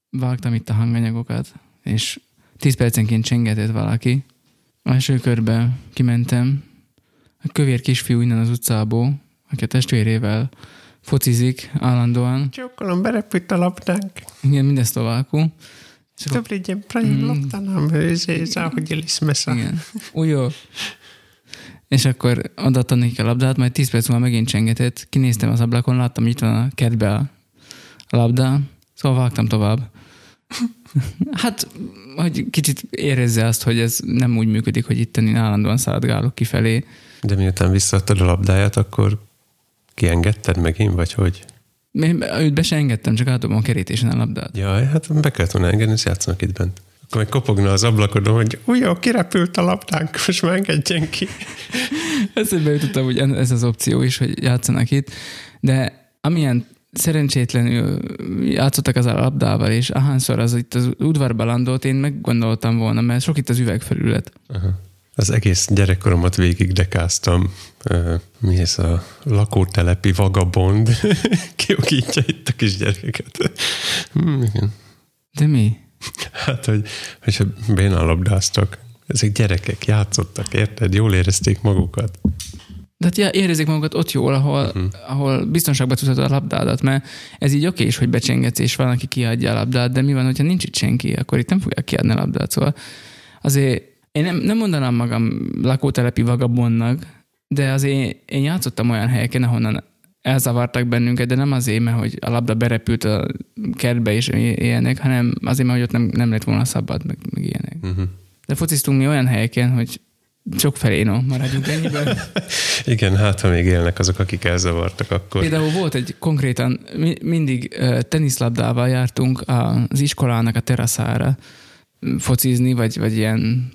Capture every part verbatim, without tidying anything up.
vágtam itt a hanganyagokat, és tíz percenként csengetett valaki. A első körbe kimentem, a kövér kisfiú innen az utcából, aki a testvérével focizik állandóan. Csókolom, berepült a labdánk. Igen, mindez szlovákul. Dobrý deň, prajem, lopta nám, že zahodili sme sa. Igen. Ujó. És akkor adattam neki a labdát, majd tíz perc múlva megint csengetett, kinéztem az ablakon, láttam, hogy itt van a kertbe a labda, szóval vágtam tovább. Hát, hogy kicsit érezze azt, hogy ez nem úgy működik, hogy itt én állandóan szaladgálok kifelé. De miután visszaadtad a labdáját, akkor kiengedted megint, vagy hogy? Én őt be se engedtem, csak átadom a kerítésen a labdát. Jaj, hát be kellett volna engedni, és játszanak itt bent. Akkor meg kopogna az ablakodon, hogy újjó, kirepült a labdánk, most már engedjen ki. Eszembe jutottam, hogy ez az opció is, hogy játszanak itt, de amilyen szerencsétlenül játszottak az a labdával, és ahányszor az itt az udvarba landolt, én meggondoltam volna, mert sok itt az üvegfelület. Aha. Az egész gyerekkoromat végig dekáztam. Uh, mi ez a lakótelepi vagabond? Kiokítja itt a kisgyerekeket. Hmm, igen. De mi? Hát, hogy, hogyha bénán labdáztak. Ezek gyerekek játszottak, érted? Jól érezték magukat. De hát érezzék magukat ott jól, ahol, uh-huh. ahol biztonságban tudhatod a labdádat, mert ez így okés, hogy becsengetsz, és valaki kiadja a labdát, de mi van, hogyha nincs itt senki, akkor itt nem fogják kiadni a labdát. Szóval azért én nem, nem mondanám magam lakótelepi vagabondnak, de azért én játszottam olyan helyeken, ahonnan elzavartak bennünket, de nem azért, mert hogy a labda berepült a kertbe és ilyenek, hanem azért, mert hogy ott nem, nem lett volna szabad, meg, meg ilyenek. Uh-huh. De fociztunk mi olyan helyeken, hogy sok felé, no, maradjunk ennyiben. Igen, hát ha még élnek azok, akik elzavartak, akkor... Például volt egy konkrétan, mi, mindig uh, teniszlabdával jártunk az iskolának a teraszára focizni, vagy, vagy ilyen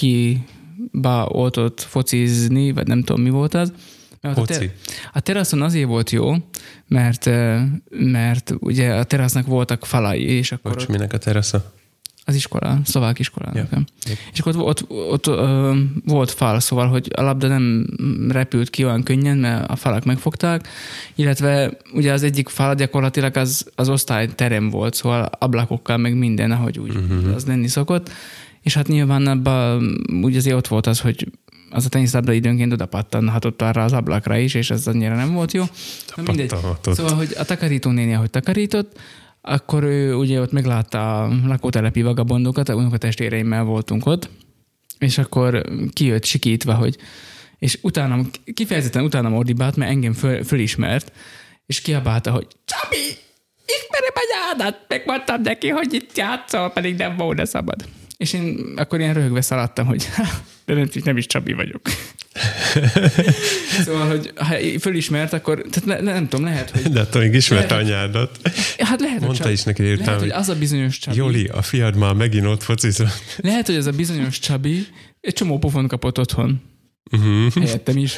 hokiba oltott focizni, vagy nem tudom mi volt az. Mert a, ter- a teraszon azért volt jó, mert, mert ugye a terasznak voltak falai, és akkor... Bocs, minek a terasza? Az iskola, szlovák iskolának. Ja. És akkor ott, ott, ott ö, volt fal, szóval, hogy a labda nem repült ki olyan könnyen, mert a falak megfogták, illetve ugye az egyik fal gyakorlatilag az, az osztályterem volt, szóval ablakokkal meg minden, ahogy úgy uh-huh. az lenni szokott. És hát nyilván abban úgy azért ott volt az, hogy az a teniszlabda időnként oda pattanhatott arra az ablakra is, és ez annyira nem volt jó. Na mindegy. Szóval, hogy a takarító néni, ahogy takarított, akkor ő ugye ott meglátta a lakótelepi vagabondokat, a unokatestvéreimmel voltunk ott, és akkor kijött sikítva, hogy és utána, kifejezetten utána ordibált, mert engem föl, fölismert, és kiabálta, hogy Csabi, ismerem a nyádat, megmondtam neki, hogy itt játszol, pedig nem volna szabad. És én akkor ilyen röhögve szaladtam, hogy de nem, nem is Csabi vagyok. Szóval, hogy ha fölismert, akkor tehát ne, nem tudom, lehet, hogy... De attól még ismerte anyádat. Hát lehet, Mondta Csabi, is neki írtam, lehet, hogy az a bizonyos Csabi... Joli, a fiad már megint ott focizott. Lehet, hogy az a bizonyos Csabi egy csomó pofon kapott otthon. Uh-huh. Helyettem is.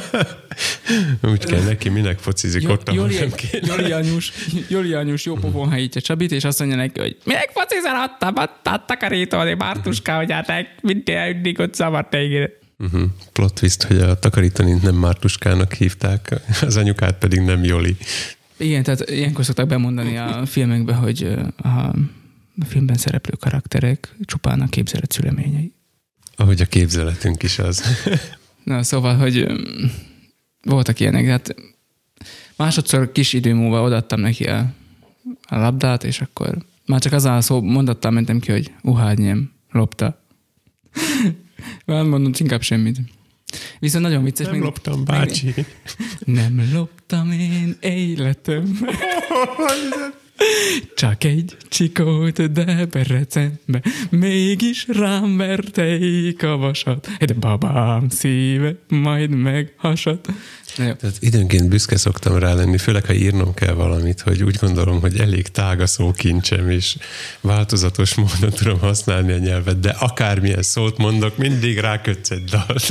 Úgy kell neki, minek focizik Jol, ott, Joli, Joli anyus, Joli anyus jó pofon helyítja Csabit, és azt mondja neki, hogy minek focizol adtam, adtad takarítóni, Mártuska, hogy hát mindig ott zavart téged. Uh-huh. Plot twist, hogy a takarítónit nem Mártuskának hívták, az anyukát pedig nem Joli. Igen, tehát ilyenkor szoktak bemondani a filmekben, hogy a, a filmben szereplő karakterek csupán a képzelet szüleményei. Ahogy a képzeletünk is az. Na, szóval, hogy voltak ilyenek, hát másodszor kis idő múlva odaadtam neki a, a labdát, és akkor már csak azzal a szó mondattal mentem ki, hogy uhádnyem, lopta. Nem mondom inkább semmit. Viszont nagyon vicces. Nem még, loptam, bácsi. Még, nem loptam én életem. Csak egy csikót, de berecembe, mégis rám verték a vasat, de babám szíve majd meghasat. Tehát időnként büszke szoktam rá lenni, főleg ha írnom kell valamit, hogy úgy gondolom, hogy elég tág a szókincsem, és változatos módon tudom használni a nyelvet, de akármilyen szót mondok, mindig rákötsz egy dalt.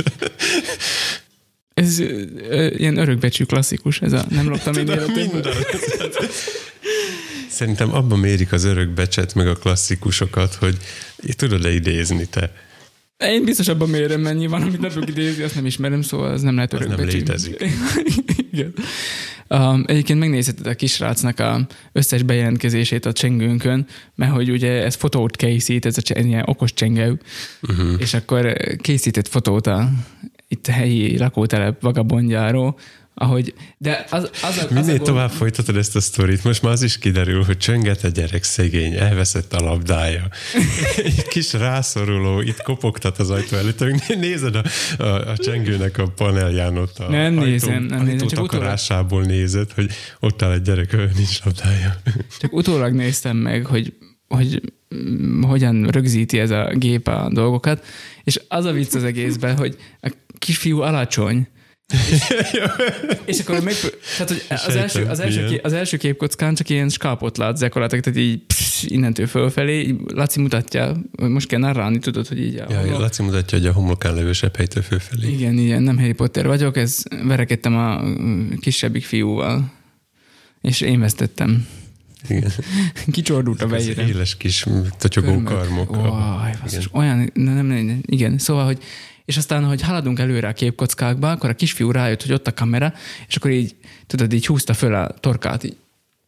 Ez ö, ilyen örökbecsű klasszikus, ez a nem loptam én életemben. Szerintem abban mérik az örökbecset meg a klasszikusokat, hogy tudod-e idézni te? Én biztos abban mérem, mennyi van, amit nem tudok idézni, azt nem ismerem, szóval ez nem lehet örökbecsű. Nem létezik. Igen. Um, egyébként megnézheted a kisrácnak a összes bejelentkezését a csengőnkön, mert hogy ugye ez fotót készít, ez a cse- ilyen okos csengő, uh-huh. és akkor készített fotót a itt a helyi lakótelep vagabondjáról, ahogy, de az, az, az Minél a tovább gond... folytatod ezt a sztorit, most már az is kiderül, hogy csönget a gyerek szegény, elveszett a labdája. Egy kis rászoruló, itt kopogtat az ajtó előtt, nézed a, a, a csengőnek a panelján ott a nem ajtó, nézem, nem nézem, csak takarásából utólag... nézed, hogy ott áll egy gyerek, ő nincs labdája. Csak utólag néztem meg, hogy, hogy hogyan rögzíti ez a gép a dolgokat, és az a vicc az egészben, hogy a kisfiú alacsony, és, és akkor meg, tehát, hogy az, első, az, első, kép, az első képkockán csak ilyen skápot látsz gyakorlatilag, tehát így psz, innentől fölfelé, Laci mutatja, most kell narrálni, tudod, hogy így. Ja, Laci mutatja, hogy a homlokán levő sepphelytől fölfelé. Igen, igen, nem Harry Potter vagyok, ez verekedtem a kisebbik fiúval, és én vesztettem. Igen. Kicsordult a vejére. Éles kis totyogó karmok. Oh, olyan, nem, nem, igen, szóval, hogy és aztán, hogy haladunk előre a képkockákba, akkor a kisfiú rájött, hogy ott a kamera, és akkor így, tudod, így húzta föl a torkát, így.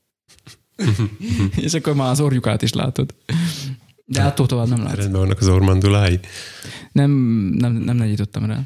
És akkor már az orjukát is látod. De attól tovább nem látsz. Rendben vannak az ormandulái? Nem, nem, nem nagyítottam rá.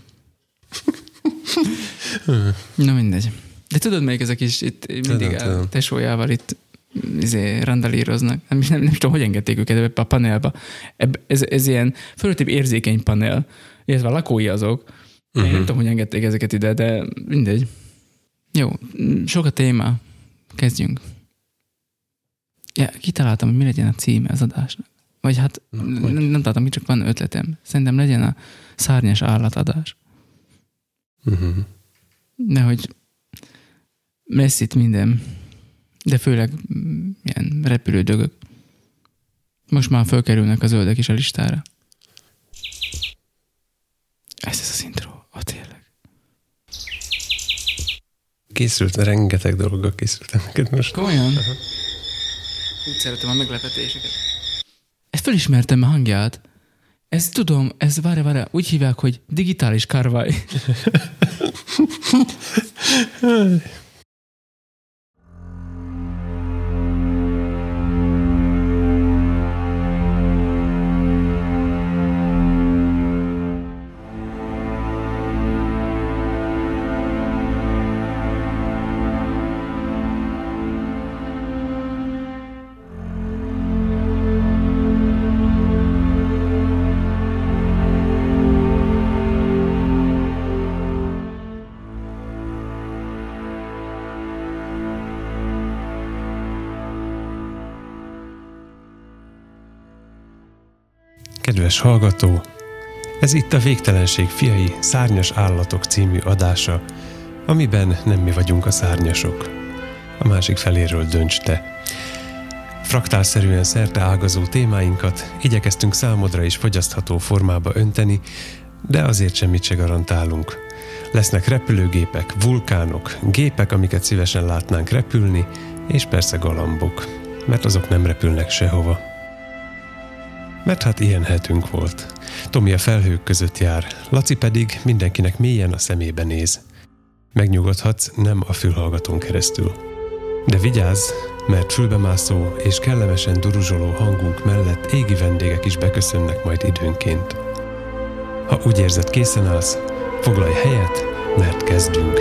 Na mindegy. De tudod, melyik ezek is itt mindig a tesójával itt izé, randalíroznak. Nem, nem, nem tudom, hogy engedték őket ebbe a panelba. Ez, ez ilyen fölöttébb érzékeny panel, illetve a lakói azok. Uh-huh. Én nem tudom, hogy engedték ezeket ide, de mindegy. Jó, sok a téma. Kezdjünk. Ja, kitaláltam, hogy mi legyen a címe az adásnak. Vagy hát Na, nem, nem találtam, csak van ötletem. Szerintem legyen a szárnyas állatadás. Uh-huh. De hogy lesz itt minden, de főleg ilyen repülődögök. Most már fölkerülnek a zöldek is a listára. Ez ez az intro, a tényleg. Készült, rengeteg dologgal készültem neked most. Komolyan? Úgy szeretem a meglepetéseket. Ezt felismertem a hangját. Ezt tudom, ez várj, várj, úgy hívják, hogy digitális karvaj. Kedves hallgató, ez itt a Végtelenség fiai szárnyas állatok című adása, amiben nem mi vagyunk a szárnyasok. A másik feléről dönts te. Fraktálszerűen szerte ágazó témáinkat igyekeztünk számodra is fogyasztható formába önteni, de azért semmit se garantálunk. Lesznek repülőgépek, vulkánok, gépek, amiket szívesen látnánk repülni, és persze galambok, mert azok nem repülnek sehova. Mert hát ilyen hetünk volt. Tomi a felhők között jár, Laci pedig mindenkinek mélyen a szemébe néz. Megnyugodhatsz, nem a fülhallgatón keresztül. De vigyázz, mert fülbemászó és kellemesen duruzsoló hangunk mellett égi vendégek is beköszönnek majd időnként. Ha úgy érzed, készen állsz, foglalj helyet, mert kezdünk.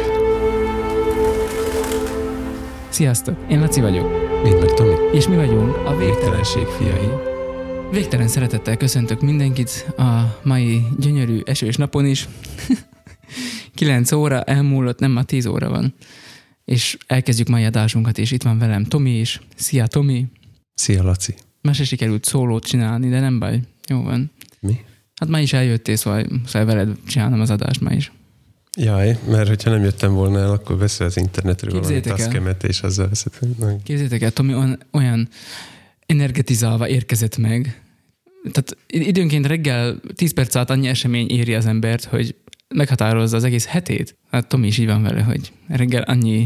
Sziasztok, én Laci vagyok. Én meg Tomi. És mi vagyunk a Végtelenség fiai. Végtelen szeretettel köszöntök mindenkit a mai gyönyörű esős napon is. kilenc óra elmúlott, nem, már tíz óra van. És elkezdjük mai adásunkat, és itt van velem Tomi is. Szia, Tomi! Szia, Laci! Már se sikerült szólót csinálni, de nem baj. Jó van. Mi? Hát már is eljöttél, szóval, szóval veled csinálom az adást már is. Jaj, mert hogyha nem jöttem volna el, akkor veszel az internetről valami Képzétek el. taszkemet, és azzal veszed. Képzétek el, Tomi olyan, olyan energetizálva érkezett meg. Tehát időnként reggel tíz perc alatt annyi esemény éri az embert, hogy meghatározza az egész hetét. Hát Tomi is így van vele, hogy reggel annyi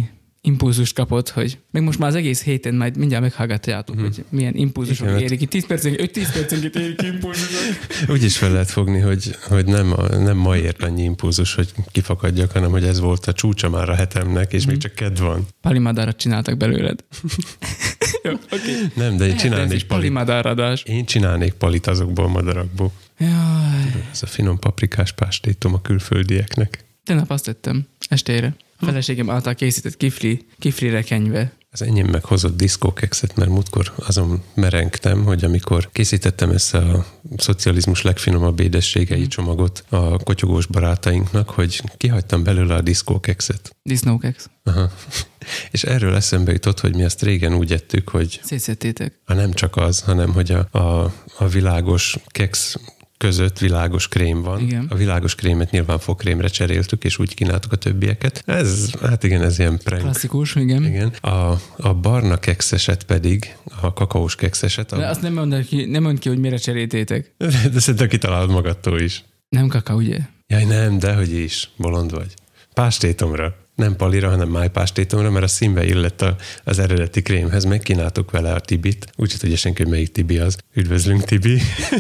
impulzust kapott, hogy meg most már az egész héten majd mindjárt meghallgatjátok, hmm. hogy milyen impulzusok igen, érik ki. tíz percenként, öt-tíz percenként érik ki impulzusok. Úgy is fel lehet fogni, hogy, hogy nem, a, nem ma ért annyi impulzus, hogy kifakadjak, hanem hogy ez volt a csúcsa már a hetemnek, és hmm. még csak kedv van. Palimadárat csináltak belőled. Jó, okay. Nem, de én csinálnék palimadáradás. Én csinálnék palit azokból a madarakból. Jaj. Ez a finom paprikás pástétom a külföldieknek. Tegnap azt tettem, estére. A feleségem által készített kifli, kiflire kenyve. Az enyém meg hozott diszkókekszet, mert múltkor azon merengtem, hogy amikor készítettem ezt a szocializmus legfinomabb édességei mm. csomagot a kotyogós barátainknak, hogy kihagytam belőle a diszkókekszet. Disznókeksz. Aha. És erről eszembe jutott, hogy mi ezt régen úgy ettük, hogy... Szétszedtétek. Ha nem csak az, hanem hogy a, a, a világos keksz között világos krém van. Igen. A világos krémet nyilván fogkrémre cseréltük, és úgy kínáltuk a többieket. Ez, hát igen, ez ilyen prank. Klasszikus, igen. igen. A, a barna kekszeset pedig, a kakaós kekszeset. A... De azt nem mondd ki, nem mondd ki, hogy mire cseréltétek. De, de szerintem kitalálod magadtól is. Nem kaka, ugye? Jaj, nem, dehogy is. Bolond vagy. Pástétomra. Nem palira, hanem májpástétomra, mert a színbe illett a, az eredeti krémhez. Megkínáltuk vele a Tibit. Úgy tudja senki, hogy melyik Tibi az. Üdvözlünk, Tibi.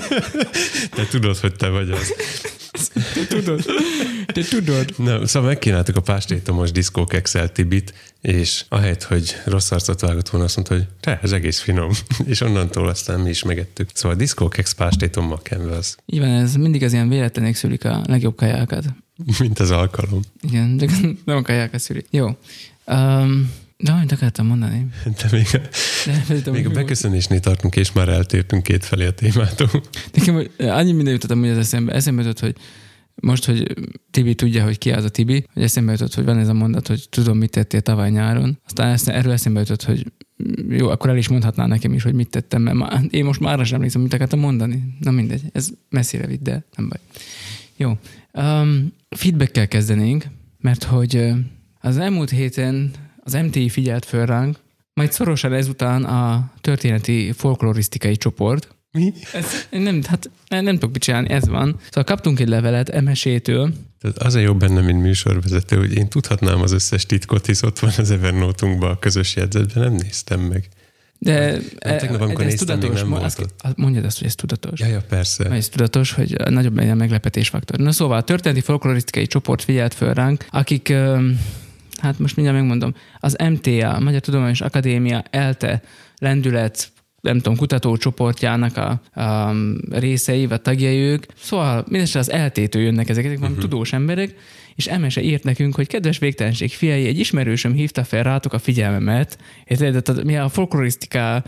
Te tudod, hogy te vagy az. Te tudod. Te tudod. Na, szóval megkínáltuk a pástétomos diszkókekszelt Tibit, és ahelyett, hogy rossz arcot vágott volna, azt mondta, hogy te, ez egész finom. És onnantól aztán mi is megettük. Szóval a diszkókeksz pástétommal kenve az. Így van, ez mindig az ilyen véletlenek szülik a legjobb kajákat. Mint az alkalom. Igen, de nem a kajákat szülik. Jó. Um, de amit akartam mondani. De még a, de, még a beköszönésnél tartunk, és már eltértünk kétfelé a témától. Nekem annyi minden jutottam, hogy az eszembe, eszembe jutott, hogy most, hogy Tibi tudja, hogy ki az a Tibi, hogy eszembe jutott, hogy van ez a mondat, hogy tudom, mit tettél tavaly nyáron. Aztán ezt, erről eszembe jutott, hogy jó, akkor el is mondhatná nekem is, hogy mit tettem, mert már, én most már sem emlékszem, mit akartam mondani. Na mindegy, ez messzire vitt, de nem baj. Jó. Um, feedbackkel kezdenénk, mert hogy az elmúlt héten az em té i figyelt föl ránk, majd szorosan ezután a történeti folklorisztikai csoport. Mi? Ez, nem, hát nem tudok mit csinálni, ez van. Szóval kaptunk egy levelet em es é-től. Tehát az a jobb benne, mint műsorvezető, hogy én tudhatnám az összes titkot, hisz ott van az Evernote-unkban a közös jegyzetben, nem néztem meg. De, nem, tegnap, amikor néztem, még nem volt ott. Mondjad azt, hogy ez tudatos. Ja, ja, persze. Ez tudatos, hogy nagyobb legyen a meglepetésfaktor. Na szóval a történeti folklorisztikai csoport figyelt föl ránk, akik, hát most mindjárt megmondom, az em té á, Magyar Tudományos Akadémia ELTE lendület, nem tudom, kutatócsoportjának a, a részei, vagy tagjai ők. Szóval mindestre az eltétől jönnek ezek, ezek van uh-huh. tudós emberek, és em es írt nekünk, hogy kedves végtelenség fiai, egy ismerősöm hívta fel rátok a figyelmemet, érted, mi a folklorisztiká,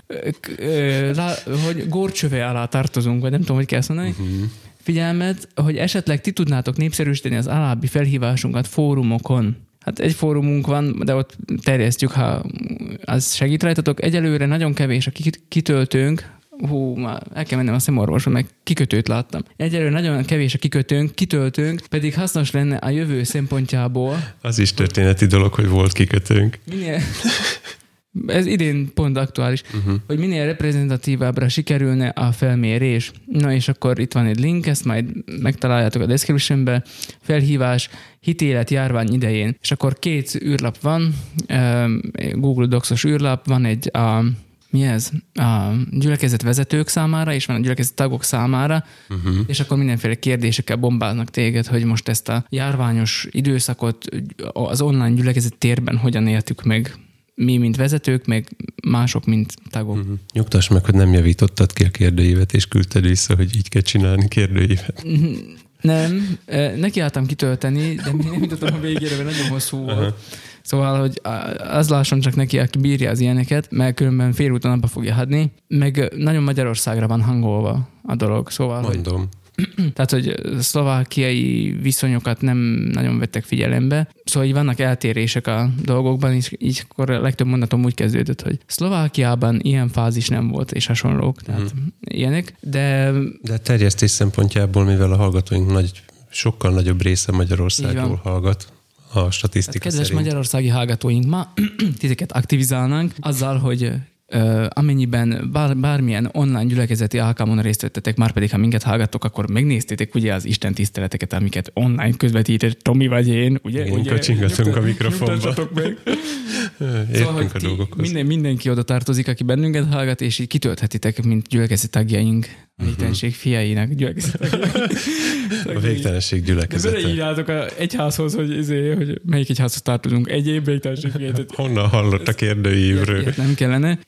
hogy górcsöve alá tartozunk, vagy nem tudom, hogy kell ezt mondani, uh-huh. figyelmet, hogy esetleg ti tudnátok népszerűsíteni az alábbi felhívásunkat fórumokon. Hát egy fórumunk van, de ott terjesztjük, ha az segít rajtatok. Egyelőre nagyon kevés a kitöltőnk. Hú, már el kell mennem a szemorvoson, meg kikötőt láttam. Egyelőre nagyon kevés a kikötőnk, kitöltőnk, pedig hasznos lenne a jövő szempontjából. Az is történeti dolog, hogy volt kikötőnk. Minél... Ez idén pont aktuális, uh-huh. hogy minél reprezentatívábbra sikerülne a felmérés. Na és akkor itt van egy link, ezt majd megtaláljátok a descriptionbe. Felhívás hitélet járvány idején. És akkor két űrlap van, Google Docs-os űrlap, van egy a, mi ez? A gyülekezet vezetők számára, és van a gyülekezet tagok számára, uh-huh. és akkor mindenféle kérdésekkel bombáznak téged, hogy most ezt a járványos időszakot az online gyülekezet térben hogyan éltük meg. Mi, mint vezetők, meg mások, mint tagok. Uh-huh. Nyugtass meg, hogy nem javítottad ki a kérdőívet, és küldted vissza, hogy így kell csinálni kérdőívet. Nem, neki álltam kitölteni, de még nem jutottam a végére, mert nagyon hosszú volt. Uh-huh. Szóval, hogy az lásson csak neki, aki bírja az ilyeneket, mert különben félúton abba fogja hagyni, meg nagyon Magyarországra van hangolva a dolog. Szóval, mondom. Hogy tehát, hogy szlovákiai viszonyokat nem nagyon vettek figyelembe. Szóval így vannak eltérések a dolgokban, és így akkor a legtöbb mondatom úgy kezdődött, hogy Szlovákiában ilyen fázis nem volt, és hasonlók, tehát mm. ilyenek, de... De terjesztés szempontjából, mivel a hallgatóink nagy, sokkal nagyobb része Magyarországról hallgat, a statisztika kedves szerint. magyarországi hallgatóink, ma titeket aktivizálnánk azzal, hogy amennyiben bár, bármilyen online gyülekezeti alkalmon részt vettetek, már pedig ha minket hallgattok, akkor megnéztétek ugye az Isten tiszteleteket, amiket online közvetített Tomi vagy én, ugye? Igen, ugye kacsingatunk a mikrofonba. Értünk szóval, a dolgokhoz. Minden, mindenki oda tartozik, aki bennünket hallgat, és így kitölthetitek, mint gyülekezeti tagjaink, a végtelenség fiainak gyülekezeti tagjaink. A végtelenség gyülekezete. De írjátok az egyházhoz, hogy, izé, hogy melyik egyházhoz tartozunk. Egyéb végtelenség fiainak. Honnan hallott a kérdőívről? Ilyet nem kellene.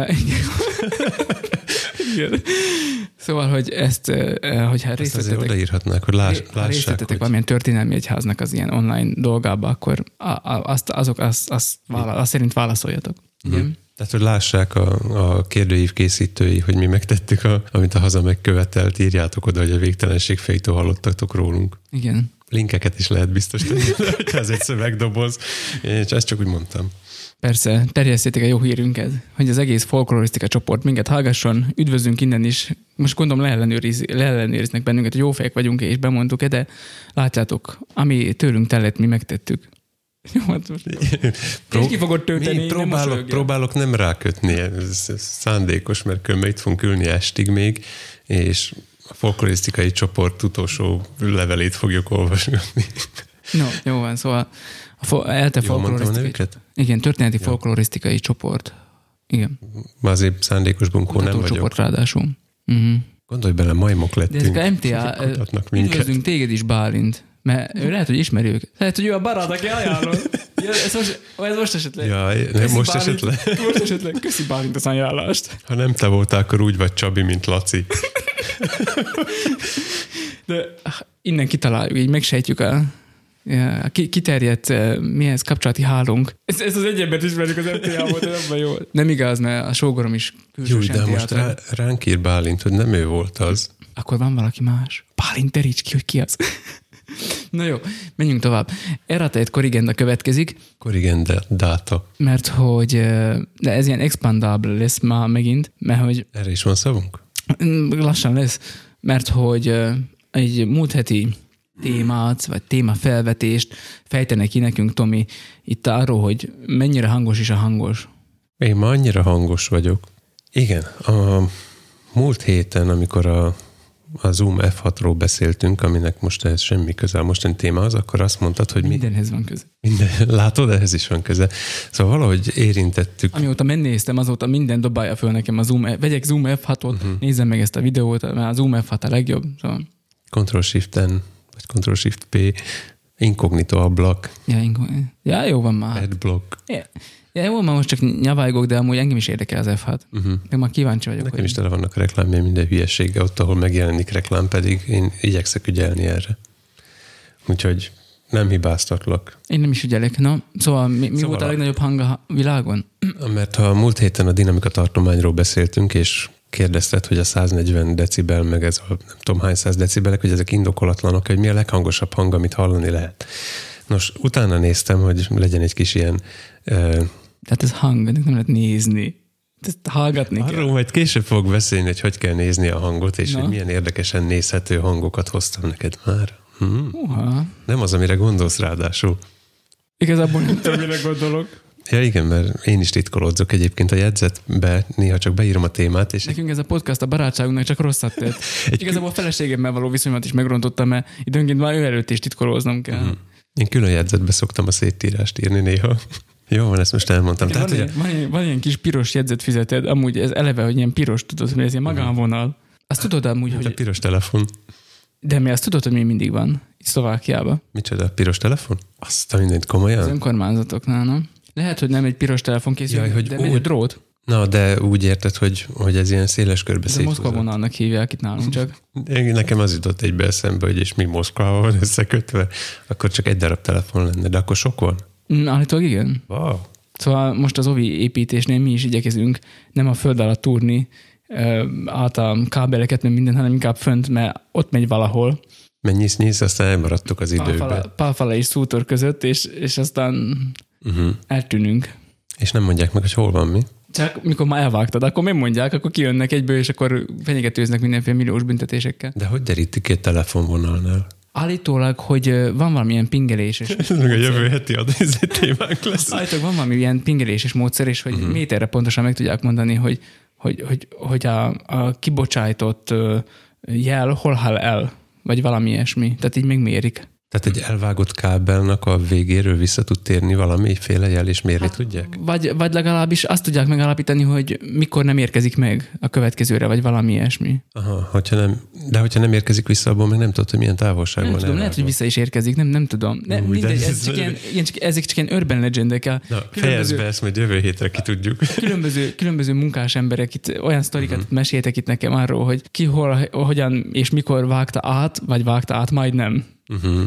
Igen. Szóval, hogy ezt, hogyha részt vettetek, odaírhatnák, hogy láss, lássák. Részt vettetek valamilyen történelmi egyháznak az ilyen online dolgába, akkor azt, azok, azt, azt, válasz, azt szerint válaszoljatok. Igen. Hmm. Tehát, hogy lássák a, a kérdőív készítői, hogy mi megtettük, a, amit a haza megkövetelt, írjátok oda, hogy a végtelenség fejtől hallottatok rólunk. Igen. Linkeket is lehet biztosítani, hogyha ez egy szövegdoboz. És ezt csak úgy mondtam. Persze, terjesszétek a jó hírünket, hogy az egész folklorisztika csoport minket hallgasson, üdvözlünk innen is. Most gondolom leellenőriz, leellenőriznek bennünket, hogy jó fejek vagyunk és bemondtuk-e, de látjátok, ami tőlünk tellett, mi megtettük. Jó, hát most Pró- ki fogod tölteni? Mi próbálok, nem próbálok nem rákötni, ez, ez szándékos, mert különben itt fogunk ülni estig még, és a folklorisztikai csoport utolsó levelét fogjuk olvasgatni. No, jó van, szóval a fo- elte folklorisztikai... Igen, történeti ja. folklorisztikai csoport. Igen. Ma azért szándékos bunkó nem vagyok. Csoport ráadásul. Uh-huh. Gondolj bele, majmok lettünk. De ezek a em té á, üdvözlünk téged is, Bálint. Mert ő lehet, hogy ismeri őket. Lehet, hogy ő a barát, aki ajánlott. Ja, ez, most, ez most esetleg. Jaj, nem most Bálint, esetleg. Most esetleg. Köszi Bálint az ajánlást. Ha nem te voltál, akkor úgy vagy Csabi, mint Laci. De innen kitaláljuk, így megsejtjük a, a kiterjedt mihez kapcsolati hálónk. Ez, ez az egy embert ismerjük az em té á-ból, de nem jó. Nem igaz, mert a sógorom is külsős em té á. Jó, de most rá, ránk ír Bálint, hogy nem ő volt az. Akkor van valaki más. Bálint, teríts ki, hogy ki az. Na jó, menjünk tovább. Errata et corrigenda következik. Corrigenda data. Mert hogy, de ez ilyen expandable lesz már megint, mert hogy... Erre is van szavunk? Lassan lesz, mert hogy egy múlt heti témát, vagy témafelvetést fejtenek ki nekünk, Tomi, itt arról, hogy mennyire hangos is a hangos. Én ma annyira hangos vagyok. Igen, a múlt héten, amikor a a Zoom ef hatról beszéltünk, aminek most ehhez semmi köze, mostani téma az, akkor azt mondtad, hogy... Mindenhez van köze. Minden, látod, ehhez is van köze. Szóval valahogy érintettük. Amióta megnéztem, azóta minden dobálja föl nekem a Zoom, vegyek Zoom ef hatot, uh-huh. nézzem meg ezt a videót, mert a Zoom ef hat a legjobb. Szóval. Ctrl-Shift-N, vagy Ctrl-Shift-P, inkognito ablak. Ja, inkognito. Ja, jó van már. Adblock. Ja. Ja, jó, már most csak nyavágok, de amúgy engem is érdekel az ef hat. Uh-huh. Meg már kíváncsi vagyok. Nekem hogy... is tele vannak a reklámja, minden hülyesége, ott, ahol megjelenik reklám, pedig én igyekszek ügyelni erre. Úgyhogy nem hibáztatlak. Én nem is ügyelek. No, szóval mi, mi szóval volt a legnagyobb hang a világon? Mert ha múlt héten a dinamika tartományról beszéltünk, és kérdezted, hogy a száznegyven decibel, meg ez a nem tudom hány száz decibelek, hogy ezek indokolatlanok, hogy mi a leghangosabb hang, amit hallani lehet. Nos, utána néztem, hogy legyen egy kis ilyen... Uh, Tehát ez hang, nem lehet nézni. Ezt hallgatni kell. Arról majd később fogok beszélni, hogy hogy kell nézni a hangot, és Na. hogy milyen érdekesen nézhető hangokat hoztam neked már. Hmm. Uh-huh. Nem az, amire gondolsz ráadásul. Igazából nem tudom, mire gondolok. Ja igen, mert én is titkolódzok egyébként a jegyzetbe, néha csak beírom a témát. És nekünk ez a podcast a barátságunknak csak rosszat tett. Igazából a feleségemmel való viszonyomat is megrontottam, mert időnként már ő előtt is titkolóznom kell. Uh-huh. Én külön jegyzetbe szoktam a széttírást írni néha. Jó, van, ezt most elmondtam. Tehát, van, ugye... van, ilyen, van ilyen kis piros jegyzetfizeted, amúgy ez eleve, hogy ilyen piros, tudod, hogy ez ilyen magánvonal. Azt tudod amúgy, hát hogy... A piros telefon. De mi azt tudod, hogy mi mindig van itt Szlovákiában? Micsoda, a piros telefon? Azt a mindent komolyan? Az önkormányzatoknál, nem? Lehet, hogy nem egy piros telefon készül, Jaj, hogy de megy a drót. Na, de úgy érted, hogy, hogy ez ilyen széles körbe széthúzott. De Moszkva vonalnak hívják itt nálunk csak. Nekem az jutott egybe eszembe, hogy és mi Moszkvával van összekötve, akkor csak egy darab telefon lenne, de akkor sok van? Állítólag igen. Wow. Szóval most az ovi építésnél mi is igyekezünk nem a föld alatt túrni át a kábeleket, mert minden, hanem inkább fönt, mert ott megy valahol. Mert nyisz-nyisz, aztán elmaradtuk az időben. Pálfala és Szútor között, és, és aztán uh-huh. eltűnünk. És nem mondják meg, hogy hol van mi? Csak mikor már elvágtad, akkor nem mondják, akkor kijönnek egyből, és akkor fenyegetőznek mindenféle milliós büntetésekkel. De hogy derítik ki egy telefonvonalnál? Állítólag, hogy van valamilyen pingeléses. Ez meg a jövő heti adézé témánk lesz. Állítólag van valamilyen pingeléses módszer, és hogy uh-huh. méterre pontosan meg tudják mondani, hogy, hogy, hogy, hogy a, a kibocsájtott jel hol áll el, vagy valami ilyesmi. Tehát így megmérik. Tehát egy elvágott kábelnak a végéről vissza tud térni valamiféle jel, és mérni hát, tudják? Vagy, vagy legalábbis azt tudják megállapítani, hogy mikor nem érkezik meg a következőre, vagy valami ilyesmi. Aha, hogyha nem, de hogyha nem érkezik vissza, abból meg nem tudod, hogy milyen távolságban nem tudom, lehet, hogy vissza is érkezik, nem, nem tudom. Nem, Ú, mindegy, ez csak ilyen, ilyen, csak, ezek csak ilyen urban legendek. Na, fejezd be ezt, majd jövő hétre ki tudjuk. Különböző, különböző munkás emberek itt olyan sztorikat uh-huh. meséltek itt nekem arról, hogy ki hol, hogyan és mikor vágta át, vagy vágta át, majd nem. Uh-huh.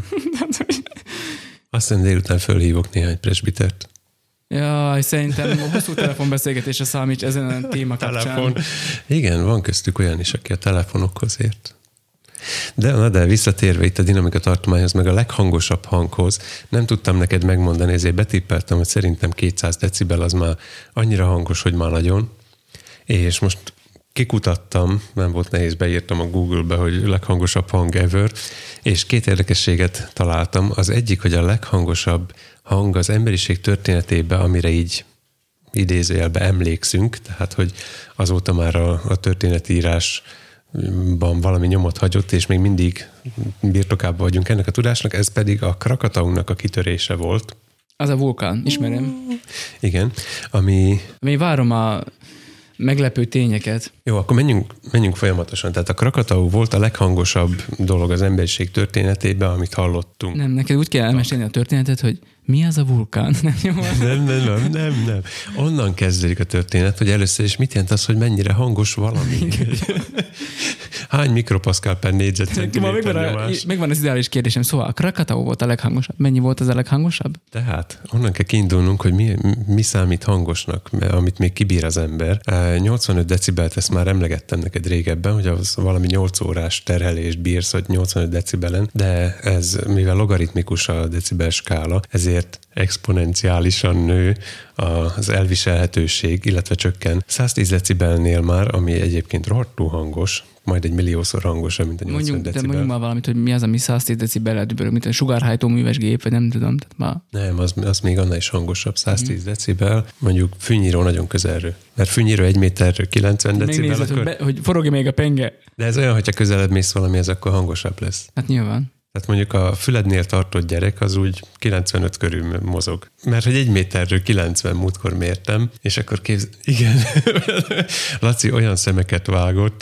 Azt hiszem, délután fölhívok néhány presbitert. Jaj, szerintem a hosszú telefonbeszélgetésre számíts ezen a téma kapcsán. Telefon. Igen, van köztük olyan is, aki a telefonokhoz ért. De, na de visszatérve itt a dinamika tartományhoz, meg a leghangosabb hanghoz, nem tudtam neked megmondani, ezért betippeltem, hogy szerintem kétszáz decibel az már annyira hangos, hogy már nagyon. És most kikutattam, nem volt nehéz, beírtam a Google-be, hogy leghangosabb hang ever, és két érdekességet találtam. Az egyik, hogy a leghangosabb hang az emberiség történetében, amire így idézőjelben emlékszünk, tehát, hogy azóta már a, a történetírásban valami nyomot hagyott, és még mindig birtokában vagyunk ennek a tudásnak, ez pedig a Krakataunak a kitörése volt. Az a vulkán, ismerem. Igen, ami... Még várom a meglepő tényeket. Jó, akkor menjünk, menjünk folyamatosan. Tehát a Krakatau volt a leghangosabb dolog az emberiség történetében, amit hallottunk. Nem, neked úgy kell elmesélni a történetet, hogy mi az a vulkán? Nem, jó? nem, nem, nem, nem, nem. Onnan kezdődik a történet, hogy először is mit jelent az, hogy mennyire hangos valami. Hány mikropaszkál per négyzetcentiméter nyomás? Megvan az ideális kérdésem. Szóval a Krakatau volt a leghangosabb. Mennyi volt az a leghangosabb? Tehát onnan kell kiindulnunk, hogy mi, mi számít hangosnak, amit még kibír az ember. nyolcvanöt decibelt, ezt már emlegettem neked régebben, hogy az valami nyolc órás terhelést bírsz, hogy nyolcvanöt decibelen, de ez, mivel logaritmikus a decibel skála, ezért exponenciálisan nő az elviselhetőség, illetve csökken. száztíz decibelnél már, ami egyébként rohadtul hangos, majd egy milliószor hangosabb, mint a nyolcvan mondjuk, decibel. De mondjuk már valamit, hogy mi az, ami száztíz decibel dübörög, mint a sugárhajtó műves gép, vagy nem tudom. Tehát már... Nem, az, az még annál is hangosabb, száztíz mm. decibel, mondjuk fűnyíró nagyon közelről. Mert fűnyíró egy méterről kilencven decibel. Megnézed, akkor... hogy, be, hogy forogja még a penge. De ez olyan, hogyha közelebb mész valamihez, akkor hangosabb lesz. Hát nyilván. Tehát mondjuk a fülednél tartott gyerek az úgy kilencvenöt körül mozog. Mert hogy egy méterről kilencven múltkor mértem, és akkor képz... Igen. Laci olyan szemeket vágott.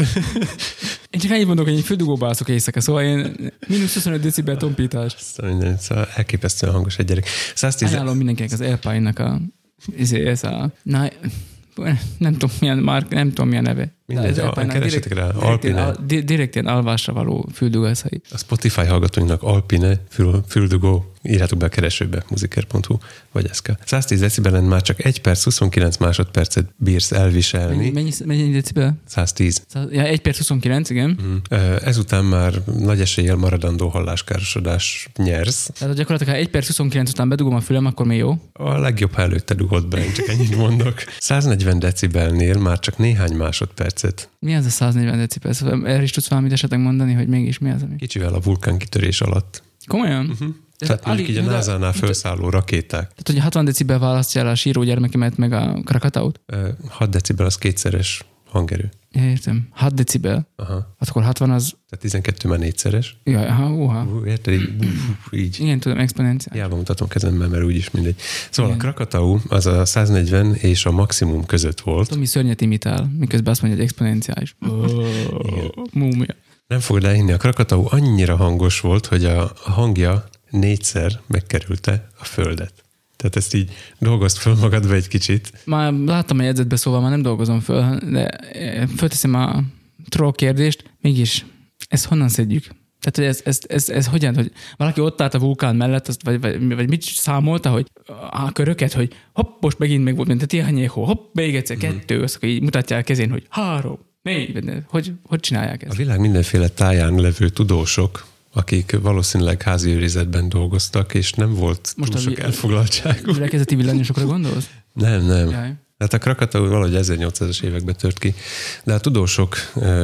Én csak annyit mondok, hogy én földugóba ászok éjszaka, szóval én mínusz huszonöt decibel tompítás. Szóval, szóval elképesztően hangos egy gyerek. száztíz... Ajánlom mindenkinek az Alpine-nak a... Ez a... Na, nem tudom milyen már, nem tudom milyen neve. Mindegy, keresetek rá. Alpine. Direkt ilyen alvásra való füldugószai. A Spotify hallgatóinknak Alpine füldugó, írjátok be a keresőbe muziker pont hu, vagy ez kell. száztíz decibelen már csak egy perc, huszonkilenc másodpercet bírsz elviselni. Mennyi, mennyi decibel? száztíz. Ja, egy perc, huszonkilenc, igen. Mm. Ezután már nagy eséllyel maradandó halláskárosodás nyersz. Tehát gyakorlatilag, ha egy perc, huszonkilenc után bedugom a fülem, akkor mi jó? A legjobb, ha előtte dugod be, én csak ennyit mondok. száznegyven decibelnél már csak néhány másodperc. Mi az a száznegyven decibel? Szóval erre is tudsz valamit esetleg mondani, hogy mégis mi az, ami? Kicsivel a vulkánkitörés alatt. Komolyan? Uh-huh. Tehát mondjuk így a názánál felszálló rakéták. Tehát, hogy hatvan decibel választja el a síró gyermekemet meg a Krakataut? hat decibel az kétszeres hangerő. Ja, értem. hat decibel? Aha. Hát akkor hatvan az... Tehát tizenkettő már négyszeres. Jaj, aha, uha. Uh, érted? Így, uh, így. Igen, tudom, exponenciál. Járva mutatom kezemmel, mert úgyis mindegy. Szóval igen. A Krakatau az a száznegyven és a maximum között volt. Tudom, mi szörnyet imitál, miközben azt mondja, hogy exponenciális. Oh, múmia. Nem fogod elhinni, a Krakatau annyira hangos volt, hogy a hangja négyszer megkerülte a földet. Tehát ezt így dolgozd föl magadba egy kicsit. Már láttam a jegyzetbe, szóval már nem dolgozom föl, de fölteszem a troll kérdést, mégis ezt honnan szedjük? Tehát, hogy ez, ez, ez, ez hogyan, hogy valaki ott állt a vulkán mellett, azt, vagy, vagy, vagy mit számolta, hogy a köröket, hogy hopp, most megint meg volt, mint a tihanyéhó, hopp, még egyszer, kettő, azt akkor így mutatják kezén, hogy három, négy, hogy, hogy csinálják ezt? A világ mindenféle táján levő tudósok, akik valószínűleg házi őrizetben dolgoztak, és nem volt most túl sok elfoglaltságuk. A gyülekezeti villanyosokra gondolsz? Nem, nem. Jaj. Hát a Krakatau valahogy ezernyolcszázas években tört ki, de a tudósok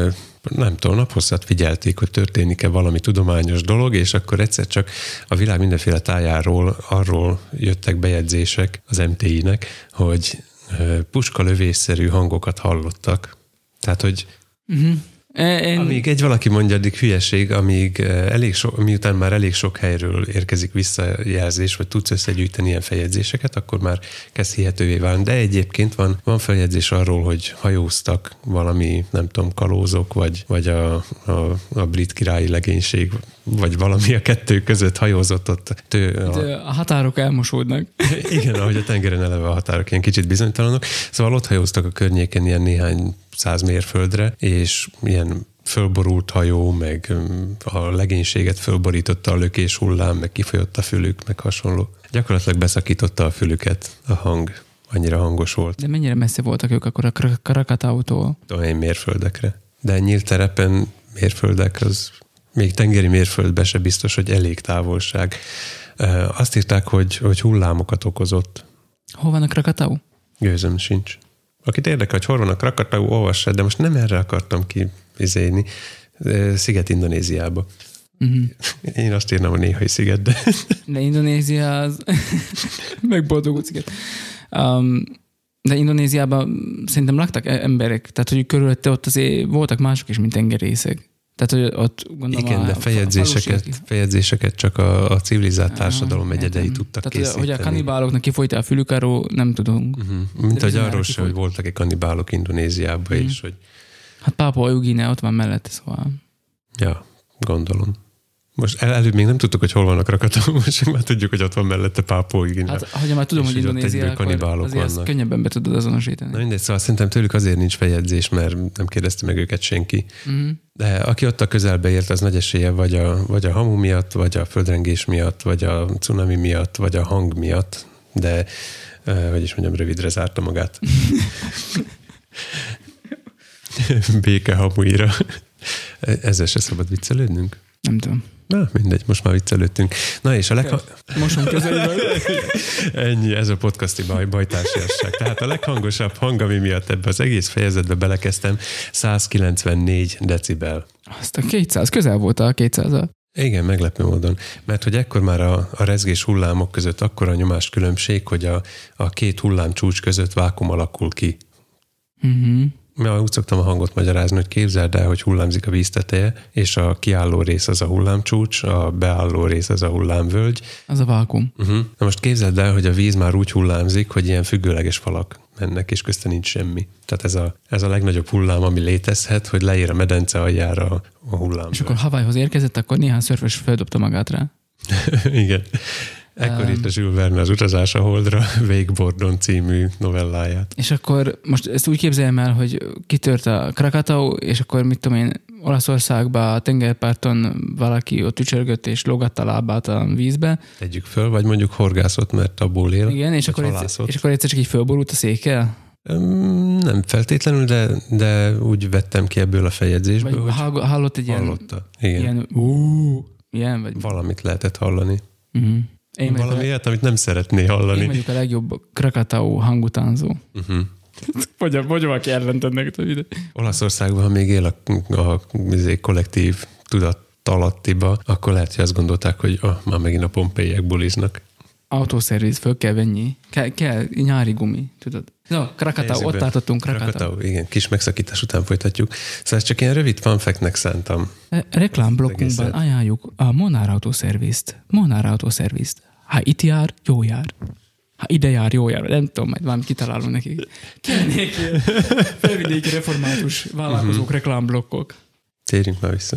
nem tudom, naphosszat figyelték, hogy történik-e valami tudományos dolog, és akkor egyszer csak a világ mindenféle tájáról arról jöttek bejegyzések az em té í-nek, hogy puskalövésszerű hangokat hallottak. Tehát, hogy uh-huh. Én... amíg egy valaki mondja, addig hülyeség, amíg elég so, miután már elég sok helyről érkezik visszajelzés, vagy tudsz összegyűjteni ilyen feljegyzéseket, akkor már kezd hihetővé válni. De egyébként van, van feljegyzés arról, hogy hajóztak valami, nem tudom, kalózok, vagy, vagy a, a, a brit királyi legénység, vagy valami a kettő között hajózott ott. Tő, a... a határok elmosódnak. Igen, ahogy a tengeren eleve a határok ilyen kicsit bizonytalanok. Szóval ott hajóztak a környéken ilyen néhány száz mérföldre, és ilyen fölborult hajó, meg a legénységet fölborította a lökés hullám, meg kifolyott a fülük, meg hasonló. Gyakorlatilag beszakította a fülüket a hang. Annyira hangos volt. De mennyire messze voltak ők akkor a Krakatautól? Tudom én, mérföldekre. De nyílt terepen mérföldek, az még tengeri mérföldbe se biztos, hogy elég távolság. Azt írták, hogy, hogy hullámokat okozott. Hol van a Krakatau? Gőzöm sincs. Akit érdekel, hogy hol van a Krakatau, olvassa, de most nem erre akartam kizéni. Sziget-Indonéziába. Uh-huh. Én azt írnám a néhai sziget, de... De Indonézia az... Megboldogult sziget. Um, de Indonéziában szerintem laktak emberek, tehát hogy körülötte ott azért voltak mások is, mint tengerészek. Tehát, hogy ott gondolom igen, a, de feljegyzéseket, feljegyzéseket csak a, a civilizált társadalom ah, egyedei tudtak tehát, készíteni. Hogy a kanibáloknak kifolyta a fülük, arról nem tudunk. Uh-huh. Mint hogy arról se, hogy voltak-e kanibálok Indonéziában uh-huh. is. Hogy... Hát Pápua Új-Guinea ott van mellett, szóval. Ja, gondolom. Most el, előbb még nem tudtuk, hogy hol vannak Krakatau, most már tudjuk, hogy ott van mellette Pápua Új-Guinea. Hát, ha már tudom, hogy Indonézia, akkor azért ezt könnyebben be tudod azonosítani. Na mindegy, szóval szerintem tőlük azért nincs feljegyzés, mert nem kérdezte meg őket senki. Uh-huh. De aki ott a közelbe ért, az nagy esélye vagy a, vagy a hamu miatt, vagy a földrengés miatt, vagy a cunami miatt, vagy a hang miatt, de eh, hogy is mondjam, rövidre zárta magát. Béke hamuira. Ezzel se szabad viccelődnünk? Nem tudom. Na, mindegy, most már viccelődtünk. Na és a legha... Mosom kezeivel. Ennyi, ez a podcasti baj, bajtársiasság. Tehát a leghangosabb hang, ami miatt ebbe az egész fejezetbe belekezdtem, száz kilencvennégy decibel. Azt a kétszáz, közel volt a kétszázzal. Igen, meglepő módon. Mert hogy ekkor már a, a rezgés hullámok között akkora nyomás különbség, hogy a, a két hullám csúcs között vákum alakul ki. Uh-huh. Ja, úgy szoktam a hangot magyarázni, hogy képzeld el, hogy hullámzik a vízteteje, és a kiálló rész az a hullámcsúcs, a beálló rész az a hullámvölgy. Az a vákum. Uh-huh. Na most képzeld el, hogy a víz már úgy hullámzik, hogy ilyen függőleges falak mennek, és közte nincs semmi. Tehát ez a, ez a legnagyobb hullám, ami létezhet, hogy leér a medence aljára a hullám. És akkor Hawaiihoz érkezett, akkor néhány szörfös feldobta magát rá. Igen. Ekkor um, írt a Jules Verne az Utazás a Holdra Wakeboardon című novelláját. És akkor most ezt úgy képzeljem el, hogy kitört a Krakatau, és akkor mit tudom én, Olaszországban a tengerparton valaki ott ücsörgött és lógatta a lábát a vízbe. Tegyük föl, vagy mondjuk horgászott, mert abból él. Igen, és akkor, egyszer, és akkor egyszer csak így fölborult a székkel? Nem feltétlenül, de, de úgy vettem ki ebből a feljegyzésből, vagy hogy hallott egy hallotta. Igen. Ilyen, ú, ilyen, vagy... Valamit lehetett hallani. Uh-huh. Én valami ilyet, amit nem szeretné hallani. Én vagyok a legjobb Krakatau hangutánzó. Uh-huh. Vagy, vagy valaki ellentett neked a videó. Olaszországban, ha még él a, a, a kollektív tudattalattiba, akkor lehet, hogy azt gondolták, hogy ah, már megint a pompéiek buliznak. Autószerviz, föl kell venni. Kell, kell nyári gumi, tudod. No, Krakatau, ott tartottunk Krakatau. Krakatau, igen, kis megszakítás után folytatjuk. Szóval ezt csak ilyen rövid fanfektnek szántam. Reklámblokkunkban ajánljuk a Monár Autószervizt. Monár Autószervizt. Ha itt jár, jó jár. Ha ide jár, jó jár. Nem tudom, majd valamit kitalálunk nekik. Kelnék felvidéki református vállalkozók uh-huh. reklámblokkok. Térjünk már vissza.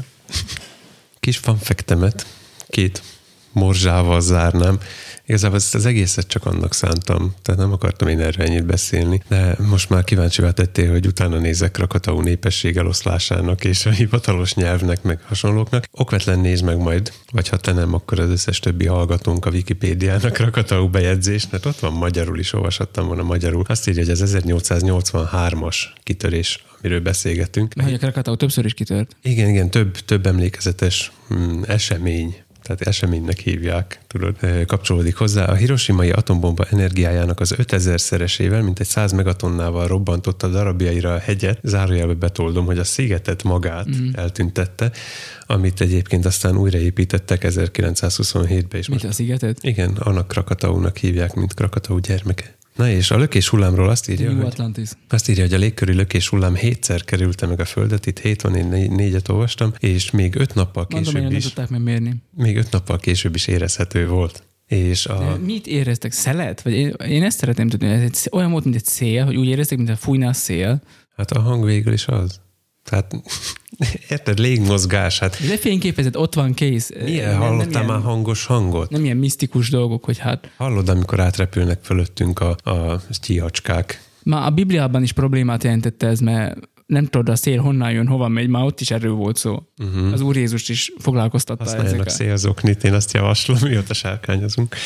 Kis fanfektemet két morzsával zárnám. Igazából ezt az egészet csak annak szántam, tehát nem akartam én erre ennyit beszélni, de most már kíváncsivá tettél, hogy utána nézek Krakatau népesség eloszlásának és a hivatalos nyelvnek, meg hasonlóknak. Okvetlen nézd meg majd, vagy ha te nem, akkor az összes többi hallgatónk a Wikipédiának Krakatau bejegyzést, mert ott van magyarul is, olvashattam volna magyarul. Azt írja, hogy az ezernyolcszáznyolcvanhármas kitörés, amiről beszélgetünk. Hogy a Krakatau többször is kitört. Igen, igen, több, több emlékezetes mm, esemény tehát eseménynek hívják, tudod, kapcsolódik hozzá. A hiroshimai atombomba energiájának az ötezerszeresével, mint egy száz megatonnával robbantotta darabjaira a hegyet, zárójelbe betoldom, hogy a szigetet magát mm. eltüntette, amit egyébként aztán újraépítettek ezerkilencszázhuszonhétben is. Mit a szigetet? Igen, annak Krakataunak hívják, mint Krakatau gyermeke. Na és a lökés hullámról azt írja, New hogy, Atlantis. azt írja, hogy a légköri lökés hullám hétszer kerülte meg a Földet, itt hét van, én né- négyet olvastam, és még öt nappal később Mondom, is, nem tudták megmérni. még öt nappal később is érezhető volt. És a... De mit éreztek? Szelet? Vagy én, én ezt szeretném tudni, ez egy, olyan volt, mint egy szél, hogy úgy éreztek, mint a fújná a szél. Hát a hang végül is az. Tehát érted, légmozgás, hát... Lefényképezett, ott van, kész. Milyen Nem, hallottál nem már ilyen, hangos hangot? Nem ilyen misztikus dolgok, hogy hát... Hallod, amikor átrepülnek fölöttünk a, a tyhacskák? Már a Bibliában is problémát jelentette ez, mert nem tudod, a szél honnan jön, hova megy, már ott is erről volt szó. Uh-huh. Az Úr Jézust is foglalkoztatta ezekkel. Használjanak szélzoknit, én azt javaslom, mióta sárkányozunk.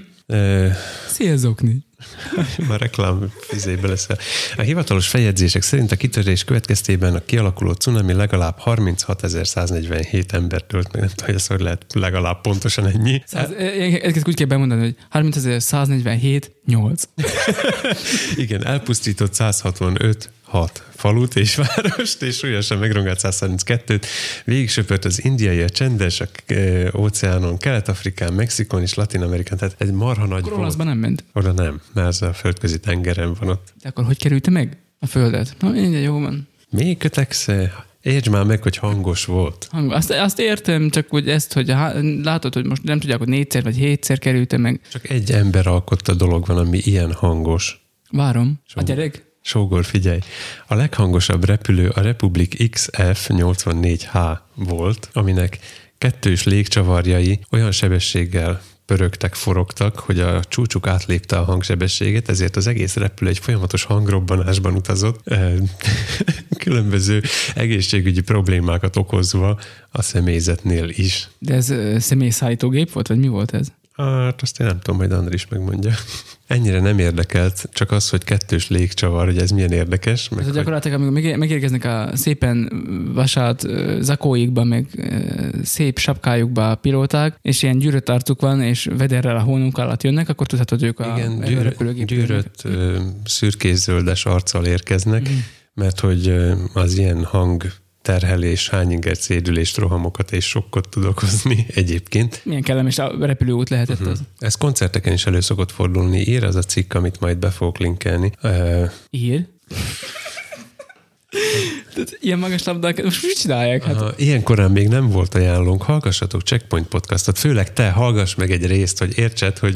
Szélzokni. Már reklám fizébe leszel. A hivatalos feljegyzések szerint a kitörés következtében a kialakuló cunami legalább harminchatezerszáznegyvenhét embert tölt meg. Nem tudom, hogy ez hogy lehet legalább pontosan ennyi. Ezt úgy kell bemondani, hogy harminchatezerszáznegyvenhét nyolc. Igen, elpusztított százhatvanöt hat falut és várost, és súlyosan megrongált százharminckettőt. Végig söpört az indiai, a csendes a, e, óceánon, Kelet-Afrikán, Mexikon és Latin-Amerikán. Tehát egy marha nagy akkor volt. Olaszban nem ment? Oda nem, mert az a földközi tengeren van ott. De akkor hogy kerülte meg a földet? Na, minden jó van. Még köteksz? Értsd már meg, hogy hangos volt. Hang, azt, azt értem, csak hogy ezt, hogy há, látod, hogy most nem tudják, hogy négyszer vagy hétszer kerülte meg. Csak egy ember alkotta dolog van, ami ilyen hangos. Várom. Sógor. A gyerek? Sógor, figyelj. A leghangosabb repülő a Republic iksz ef nyolcvannégy há volt, aminek kettős légcsavarjai olyan sebességgel pörögtek, forogtak, hogy a csúcsuk átlépte a hangsebességet, ezért az egész repülő egy folyamatos hangrobbanásban utazott, különböző egészségügyi problémákat okozva a személyzetnél is. De ez személyszállítógép volt, vagy mi volt ez? Hát azt én nem tudom, majd Andris megmondja. Ennyire nem érdekelt, csak az, hogy kettős légcsavar, hogy ez milyen érdekes. Meg ez hogy... gyakorlatilag, amikor megérkeznek a szépen vasált zakóikba, meg szép sapkájukba a pilóták, és ilyen gyűrött arcuk van, és vederrel a hónunk alatt jönnek, akkor tudhatod, hogy ők a Igen, gyűr, gyűrött, szürkészzöldes arccal érkeznek, mm. mert hogy az ilyen hang terhelés, hányingert, szédülést, rohamokat és sokkot tud okozni egyébként. Milyen kellemes a repülőút lehetett uh-huh. az. Ez koncerteken is elő szokott fordulni. Ír az a cikk, amit majd be fogok linkelni. Uh, Ír? Tehát ilyen magas labdák, most mit csinálják? Hát? Aha, ilyen korán még nem volt ajánlónk. Hallgassatok Checkpoint podcastot. Főleg te hallgass meg egy részt, hogy értsed, hogy,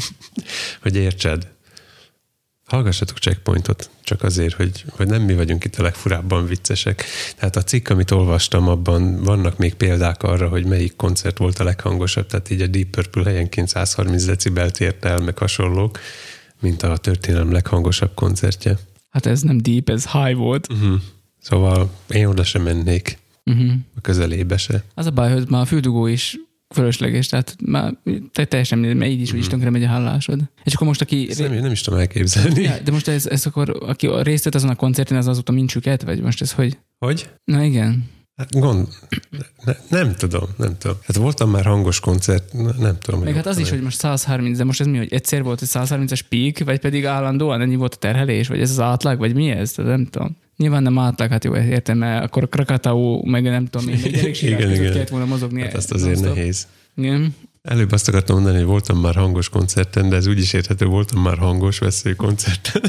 hogy értsed. Hallgassatok Checkpointot, csak azért, hogy, hogy nem mi vagyunk itt a legfurábban viccesek. Tehát a cikk, amit olvastam, abban vannak még példák arra, hogy melyik koncert volt a leghangosabb, tehát így a Deep Purple helyenként százharminc decibelt ért el, meg hasonlók, mint a történelem leghangosabb koncertje. Hát ez nem deep, ez high volt. Uh-huh. Szóval én oda sem mennék, uh-huh. a közelébe se. Az a baj, hogy már a füldugó is fölösleges, tehát már te teljesen mindegy, mert így is, hogy is tönkre megy a hallásod. És akkor most, aki... Nem, nem is tudom elképzelni. Ja, de most ez, ez akkor, aki részt vett azon a koncerten, az azóta mind süket, vagy most ez hogy? Hogy? Na igen. Hát gond... Ne, nem tudom, nem tudom. Hát voltam már hangos koncert, nem tudom. Meg hát az is, hogy most százharminc, de most ez mi, hogy egyszer volt egy százharmincas peak, vagy pedig állandóan ennyi volt a terhelés, vagy ez az átlag, vagy mi ez? Tehát nem tudom. Nyilván nem átlag, hát jó, értem, mert akkor Krakatau, meg nem tudom, én egy elég kellett volna mozogni. Hát azt azért non-stop. Nehéz. Igen. Előbb azt akartam mondani, hogy voltam már hangos koncerten, de ez úgy is érthető, voltam már hangos vesző koncerten.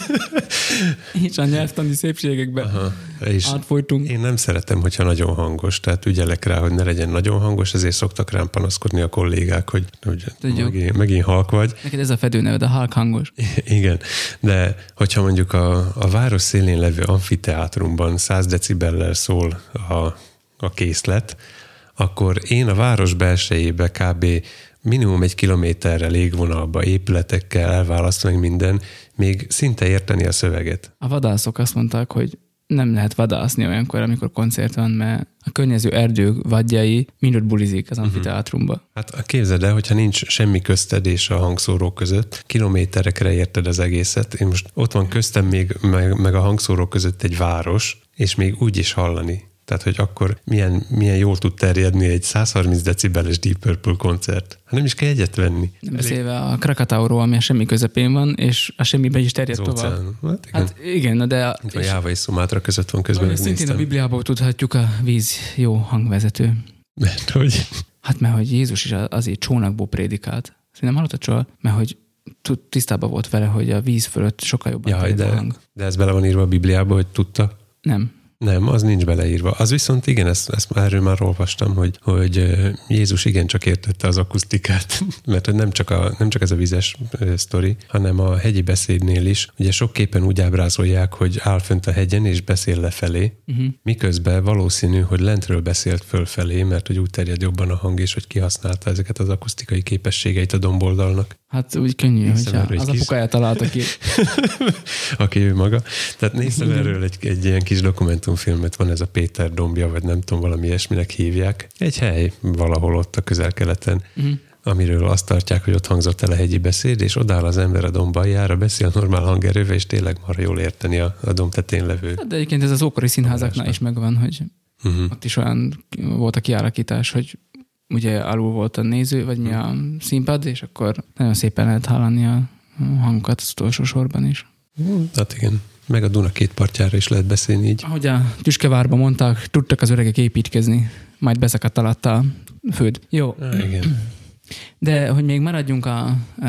És a nyelvtani szépségekben Aha, és átfolytunk. Én nem szeretem, hogyha nagyon hangos, tehát ügyelek rá, hogy ne legyen nagyon hangos, ezért szoktak rám panaszkodni a kollégák, hogy, hogy megint, megint halk vagy. Neked ez a fedőneved, a halk hangos. Igen, de hogyha mondjuk a, a város szélén levő amfiteátrumban száz decibellel szól a, a készlet, akkor én a város belsejébe kb. Minimum egy kilométerre légvonalba, épületekkel elválaszt meg minden, még szinte érteni a szöveget. A vadászok azt mondták, hogy nem lehet vadászni olyankor, amikor koncert van, mert a környező erdők vadjai mindent bulizik az amfiteátrumba. Uh-huh. Hát képzeld el, hogyha nincs semmi közted és a hangszórók között, kilométerekre érted az egészet. Én most ott van köztem még, meg, meg a hangszórók között egy város, és még úgy is hallani. Tehát, hogy akkor milyen, milyen jól tud terjedni egy száz harminc decibeles Deep Purple koncert. Hát nem is kell egyet venni. Nem beszélve a Krakatauról, ami a semmi közepén van, és a semmiben is terjed tovább. Hát igen. Hát igen, de... A, a Jáva és Szumátra között van közben. Szintén a Bibliából tudhatjuk, a víz jó hangvezető. Mert hogy? Hát mert hogy Jézus is azért csónakból prédikált. Nem hallottad soha? Mert hogy tisztában volt vele, hogy a víz fölött sokkal jobban Jaj, de, a hang. De ez bele van írva a Bibliába, hogy tudta? Nem. Nem, az nincs beleírva. Az viszont igen, ezt, ezt erről már olvastam, hogy, hogy Jézus igencsak értette az akusztikát, mert hogy nem csak, a, nem csak ez a vizes sztori, hanem a hegyi beszédnél is. Ugye sok képen úgy ábrázolják, hogy áll fönt a hegyen és beszél lefelé, uh-huh. miközben valószínű, hogy lentről beszélt fölfelé, mert hogy úgy terjed jobban a hang, és hogy kihasználta ezeket az akusztikai képességeit a domboldalnak. Hát úgy könnyű, hogyha az kis... apukája találta ki. Aki ő maga. Tehát néztem erről egy, egy ilyen kis dokumentumfilmet, van ez a Péter dombja, vagy nem tudom, valami ilyesminek hívják. Egy hely valahol ott a közel-keleten, uh-huh. amiről azt tartják, hogy ott hangzott el a hegyi beszéd, és odáll az ember a domb aljára, beszél normál hangerővel, és tényleg marha jól érteni a, a domb tetején levő. Hát de egyébként ez az ókori színházaknál is megvan, hogy uh-huh. ott is olyan volt a kiárakítás, hogy ugye alul volt a néző, vagy mi a színpad, és akkor nagyon szépen lehet hallani a hangokat az utolsó sorban is. Hát igen, meg a Duna két partjára is lehet beszélni így. Ahogy a Tüskevárban mondták, tudtak az öregek építkezni, majd beszakadt alatt a föld. Jó. Há, igen. De hogy még maradjunk a... A,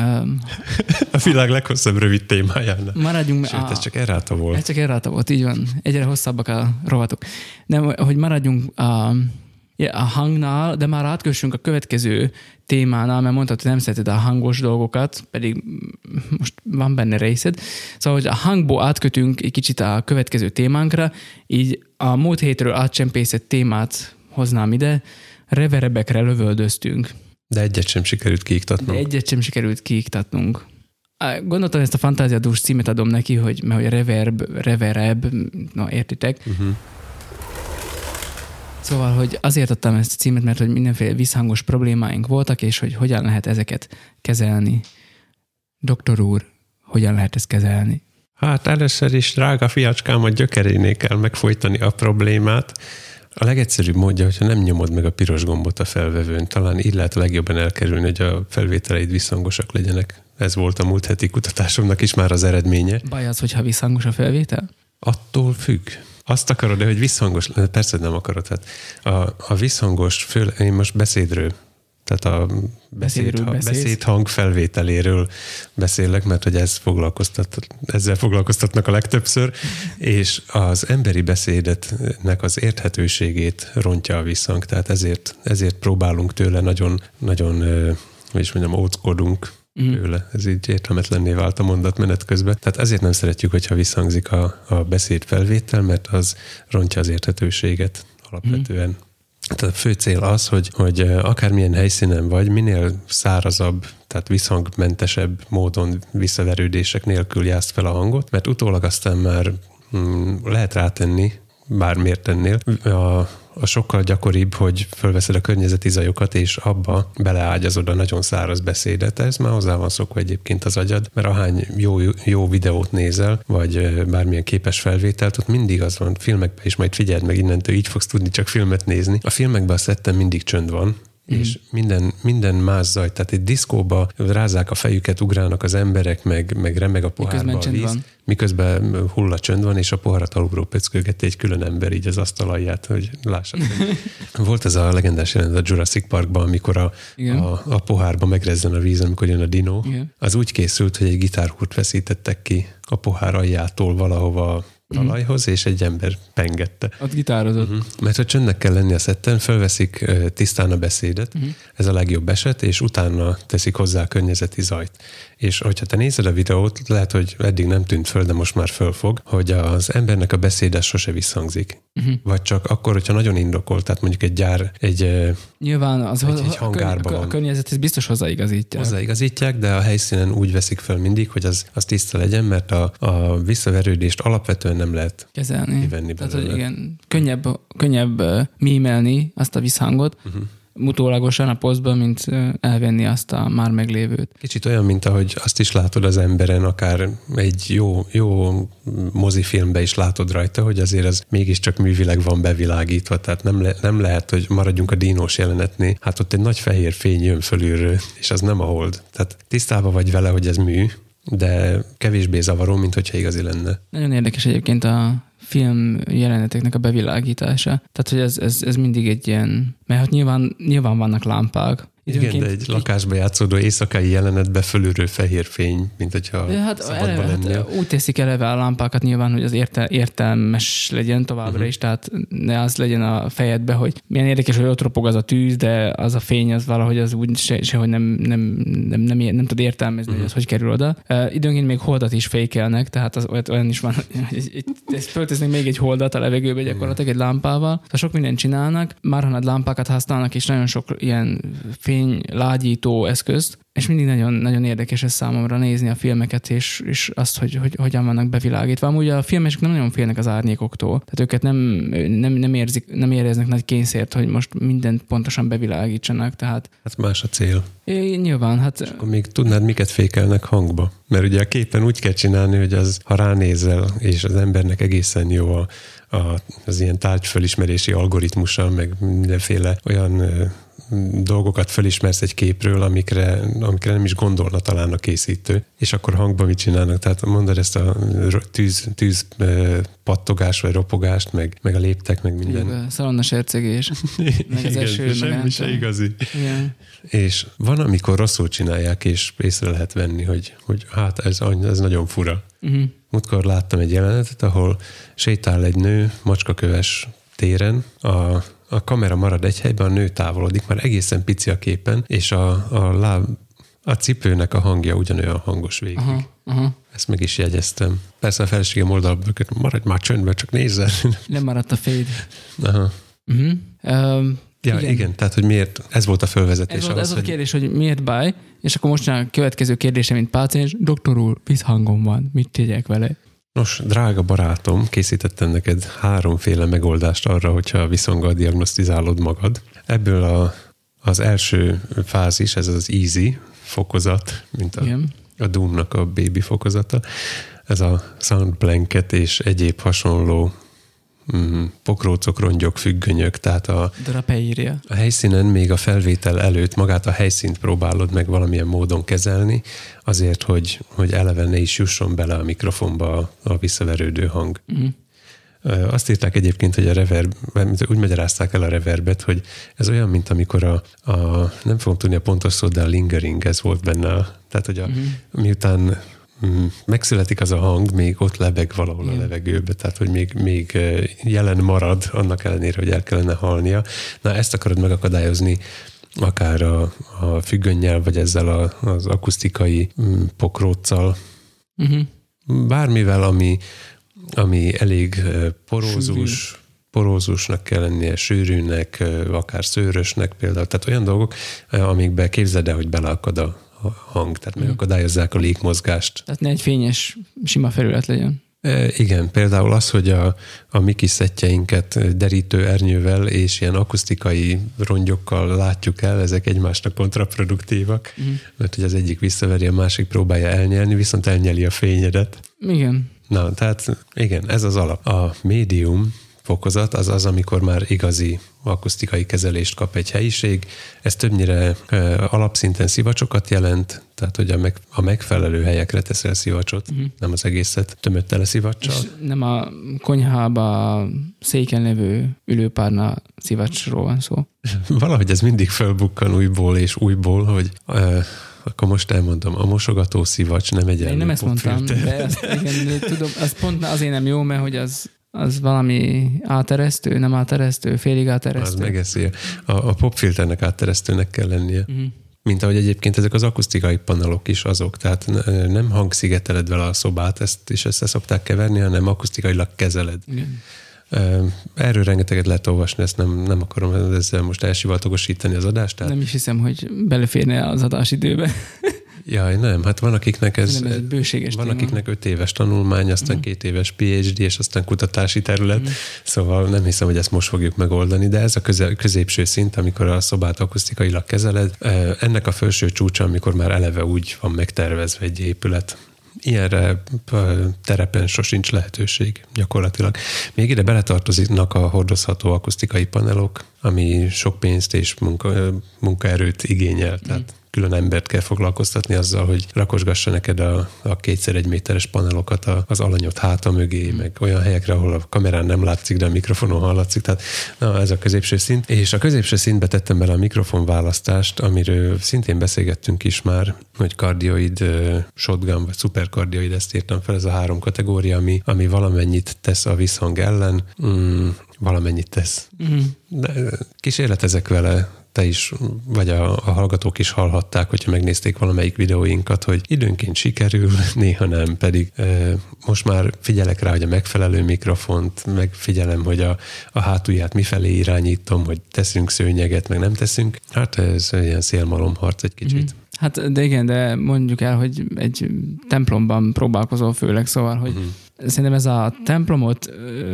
a világ leghosszabb rövid témájánál. Maradjunk... Sőt, ez csak erráta volt. Ez csak erráta volt, így van. Egyre hosszabbak a rovatok. De hogy maradjunk a... a hangnál, de már átkössünk a következő témánál, mert mondtad, hogy nem szereted a hangos dolgokat, pedig most van benne részed. Szóval, hogy a hangból átkötünk egy kicsit a következő témánkra, így a múlt hétről átcsempészett témát hoznám ide, reverebekre lövöldöztünk. De egyet sem sikerült kiiktatnunk. De egyet sem sikerült kiiktatnunk. Gondoltam, ezt a fantáziadús címet adom neki, hogy, mert hogy reverb, revereb, na értitek, uh-huh. Szóval, hogy azért adtam ezt a címet, mert hogy mindenféle visszhangos problémáink voltak, és hogy hogyan lehet ezeket kezelni. Doktor úr, hogyan lehet ezt kezelni? Hát először is, drága fiacskám, a gyökerénél kell megfojtani a problémát. A legegyszerűbb módja, hogyha nem nyomod meg a piros gombot a felvevőn, talán így lehet a legjobban elkerülni, hogy a felvételeid visszhangosak legyenek. Ez volt a múlt heti kutatásomnak is már az eredménye. Baj az, hogyha visszhangos a felvétel? Attól függ. Azt akarod, de hogy visszhangos, persze nem akarod. Hát a, a visszhangos, föl, én most beszédről, tehát a beszéd, beszédhang felvételéről beszélek, mert hogy ez foglalkoztat, ezzel foglalkoztatnak a legtöbbször, és az emberi beszédetnek az érthetőségét rontja a visszhang, tehát ezért, ezért próbálunk tőle nagyon, nagyon, hogy is mondjam, óckodunk tőle. Ez így értelmetlenné vált a mondat menet közben. Tehát ezért nem szeretjük, hogyha visszhangzik a, a beszéd felvétel, mert az rontja az érthetőséget alapvetően. Mm. Tehát a fő cél az, hogy, hogy akármilyen helyszínen vagy, minél szárazabb, tehát visszhangmentesebb módon visszaverődések nélkül játsz fel a hangot, mert utólag aztán már mm, lehet rátenni, bármiért tennél, a A sokkal gyakoribb, hogy fölveszed a környezeti zajokat, és abba beleágyazod a nagyon száraz beszédet. Ez már hozzá van szokva egyébként az agyad, mert ahány jó, jó videót nézel, vagy bármilyen képes felvételt, ott mindig az van, filmekben is, majd figyeld meg innentől, így fogsz tudni csak filmet nézni. A filmekben a szetten mindig csönd van, Mm. és minden, minden más zaj, tehát egy diszkóba rázzák a fejüket, ugrálnak az emberek, meg, meg remeg a pohárba a víz, van. Miközben hulla csönd van, és a poharat alulról pöckölgette egy külön ember így az asztal alját, hogy lássad. Volt ez a legendás jelenet a Jurassic Parkban, amikor a, a, a pohárba megrezzen a víz, amikor jön a dinó. Igen. Az úgy készült, hogy egy gitárhúrt veszítettek ki a pohár aljától valahova talajhoz, és egy ember pengette. Ott gitározott. Uh-huh. Mert hogy csöndnek kell lenni a szetten, fölveszik uh, tisztán a beszédet, uh-huh. ez a legjobb eset, és utána teszik hozzá a környezeti zajt. És hogyha te nézed a videót, lehet, hogy eddig nem tűnt föl, de most már fölfog, hogy az embernek a beszéde sose visszhangzik. Uh-huh. Vagy csak akkor, hogyha nagyon indokolt, tehát mondjuk egy gyár, egy, nyilván az egy, egy hangárban van. A környezethez biztos hozzáigazítják. Hozzáigazítják, de a helyszínen úgy veszik föl mindig, hogy az, az tiszta legyen, mert a, a visszaverődést alapvetően nem lehet kezelni. Kivenni belőle. Tehát, hogy igen, könnyebb, könnyebb uh, mímelni azt a visszhangot, uh-huh. utólagosan a posztba, mint elvenni azt a már meglévőt. Kicsit olyan, mint ahogy azt is látod az emberen, akár egy jó, jó mozifilmbe is látod rajta, hogy azért az mégiscsak művileg van bevilágítva, tehát nem, le, nem lehet, hogy maradjunk a dínós jelenetnél. Hát ott egy nagy fehér fény jön fölülről, és az nem a hold. Tehát tisztában vagy vele, hogy ez mű, de kevésbé zavaró, mint hogyha igazi lenne. Nagyon érdekes egyébként a film jeleneteknek a bevilágítása. Tehát, hogy ez, ez, ez mindig egy ilyen, mert hát nyilván, nyilván vannak lámpák. Igen, de egy lakásba játszódó éjszakai jelenetbe fölülről fehér fény, mint hogyha hát szabadba eleve, lennél. Hát úgy teszik eleve a lámpákat nyilván, hogy az érte, értelmes legyen továbbra uh-huh. is, tehát ne az legyen a fejedbe, hogy milyen érdekes, hogy ott ropog az a tűz, de az a fény az valahogy az úgy se, sehogy nem, nem, nem, nem, nem, nem tud értelmezni, uh-huh. hogy az hogy kerül oda. Uh, időnként még holdat is fékelnek, tehát az olyan is van, hogy föltesznek még egy holdat a levegőbe gyakorlatilag egy lámpával. Tehát sok mindent csinálnak, már ha lámpákat használnak, és nagyon sok ilyen fénylágyító eszközt, és mindig nagyon, nagyon érdekes ez számomra nézni a filmeket, és, és azt, hogy, hogy hogyan vannak bevilágítva. Amúgy a filmesek nem nagyon félnek az árnyékoktól, tehát őket nem, nem, nem, érzik, nem éreznek nagy kényszert, hogy most mindent pontosan bevilágítsanak. Tehát... Hát más a cél. É, nyilván, hát... És akkor még tudnád, miket fékelnek hangba? Mert ugye a képen úgy kell csinálni, hogy az, ha ránézel, és az embernek egészen jó a, a, az ilyen tárgyfölismerési algoritmussal, meg mindenféle olyan dolgokat felismersz egy képről, amikre, amikre nem is gondolna talán a készítő, és akkor hangban mit csinálnak? Tehát mondod ezt a tűz, tűz pattogás, vagy ropogást, meg, meg a léptek, meg minden. Igen, szalonna sercegés, meg az eső, meg semmi se igazi. Igen. És van, amikor rosszul csinálják, és észre lehet venni, hogy, hogy hát ez, ez nagyon fura. Uh-huh. Múltkor láttam egy jelenetet, ahol sétál egy nő macskaköves téren, a A kamera marad egy helyben, a nő távolodik, már egészen pici a képen, és a, a, láb, a cipőnek a hangja ugyanolyan hangos végig. Aha, aha. Ezt meg is jegyeztem. Persze a feleségem oldalban, maradj már csöndben, csak nézzel. Nem maradt a féd. Aha. Uh-huh. Um, ja, igen. igen, tehát, hogy miért, ez volt a fölvezetés. Ez volt, ahhoz, ez hogy... a kérdés, hogy miért báj, és akkor most a következő kérdése, mint páciens, doktor úr, visszhangom van, mit tegyek vele? Nos, drága barátom, készítettem neked háromféle megoldást arra, hogyha viszonylag diagnosztizálod magad. Ebből a, az első fázis, ez az easy fokozat, mint a, a Doom-nak a baby fokozata. Ez a sound blanket és egyéb hasonló mm, pokrócok, rongyok, függönyök, tehát a, a helyszínen még a felvétel előtt magát a helyszínt próbálod meg valamilyen módon kezelni, azért, hogy, hogy eleve ne is jusson bele a mikrofonba a, a visszaverődő hang. Uh-huh. Azt írták egyébként, hogy a reverb, úgy magyarázták el a reverbet, hogy ez olyan, mint amikor a, a nem fogom tudni a pontos szót, de a lingering, ez volt benne. A, tehát, hogy a, uh-huh. miután megszületik az a hang, még ott lebeg valahol Igen. a levegőbe, tehát hogy még, még jelen marad, annak ellenére, hogy el kellene halnia. Na, ezt akarod megakadályozni akár a, a függönnyel, vagy ezzel a, az akusztikai pokróccal. Uh-huh. Bármivel, ami, ami elég porózus, porózusnak kell lennie, sűrűnek, akár szőrösnek például. Tehát olyan dolgok, amikbe képzeld el, hogy beleakad a hang, tehát megakadályozzák a légmozgást. Tehát ne egy fényes, sima felület legyen. E, igen, például az, hogy a, a mi kis szettjeinket derítő ernyővel és ilyen akusztikai rongyokkal látjuk el, ezek egymásnak kontraproduktívak, uh-huh. mert hogy az egyik visszaveri, a másik próbálja elnyelni, viszont elnyeli a fényedet. Igen. Na, tehát igen, ez az alap. A médium fokozat az az, amikor már igazi akusztikai kezelést kap egy helyiség. Ez többnyire e, alapszinten szivacsokat jelent, tehát hogy a, meg, a megfelelő helyekre teszel szivacsot, uh-huh. nem az egészet tömött tele szivacsal. És nem a konyhába széken levő ülőpárna szivacsról van szó. Valahogy ez mindig felbukkan újból és újból, hogy e, akkor most elmondom, a mosogató szivacs nem egyenlő. Én nem ezt mondtam, de azt, igen, tudom, az pont azért nem jó, mert hogy az az valami áteresztő, nem áteresztő, félig áteresztő. Az megeszi. A, a popfilternek áteresztőnek kell lennie. Uh-huh. Mint ahogy egyébként ezek az akusztikai panelok is azok, tehát nem hangszigeteled vele a szobát, ezt is össze szokták keverni, hanem akusztikailag kezeled. Igen. Erről rengeteget lehet olvasni, ezt nem, nem akarom ezzel most elsivatagosítani az adást. Tehát... Nem is hiszem, hogy beleférne az adásidőbe. Jaj, nem, hát van akiknek ez, ez bőséges van téma. akiknek öt éves tanulmány, aztán mm. két éves pé há dé, és aztán kutatási terület, mm. szóval nem hiszem, hogy ezt most fogjuk megoldani, de ez a köze, középső szint, amikor a szobát akusztikailag kezeled, ennek a felső csúcsa, amikor már eleve úgy van megtervezve egy épület. Ilyenre terepen sosincs lehetőség gyakorlatilag. Még ide beletartoznak a hordozható akusztikai panelok, ami sok pénzt és munka, munkaerőt igényel, tehát mm. külön embert kell foglalkoztatni azzal, hogy rakosgassa neked a, a kétszer egy méteres panelokat az alanyot háta mögé, mm. meg olyan helyekre, ahol a kamerán nem látszik, de a mikrofonon hallatszik. Tehát na, ez a középső szint. És a középső szintbe tettem bele a mikrofonválasztást, amiről szintén beszélgettünk is már, hogy kardioid, shotgun vagy szuperkardioid, ezt írtam fel, ez a három kategória, ami, ami valamennyit tesz a visszhang ellen, mm, valamennyit tesz. Mm. De kísérletezek vele, te is, vagy a, a hallgatók is hallhatták, hogyha megnézték valamelyik videóinkat, hogy időnként sikerül, néha nem, pedig e, most már figyelek rá, hogy a megfelelő mikrofont, megfigyelem, hogy a, a hátulját mifelé irányítom, hogy teszünk szőnyeget, meg nem teszünk. Hát ez ilyen szélmalomharc egy kicsit. Mm-hmm. Hát de igen, de mondjuk el, hogy egy templomban próbálkozol főleg, szóval, hogy uh-huh. szerintem ez a templomot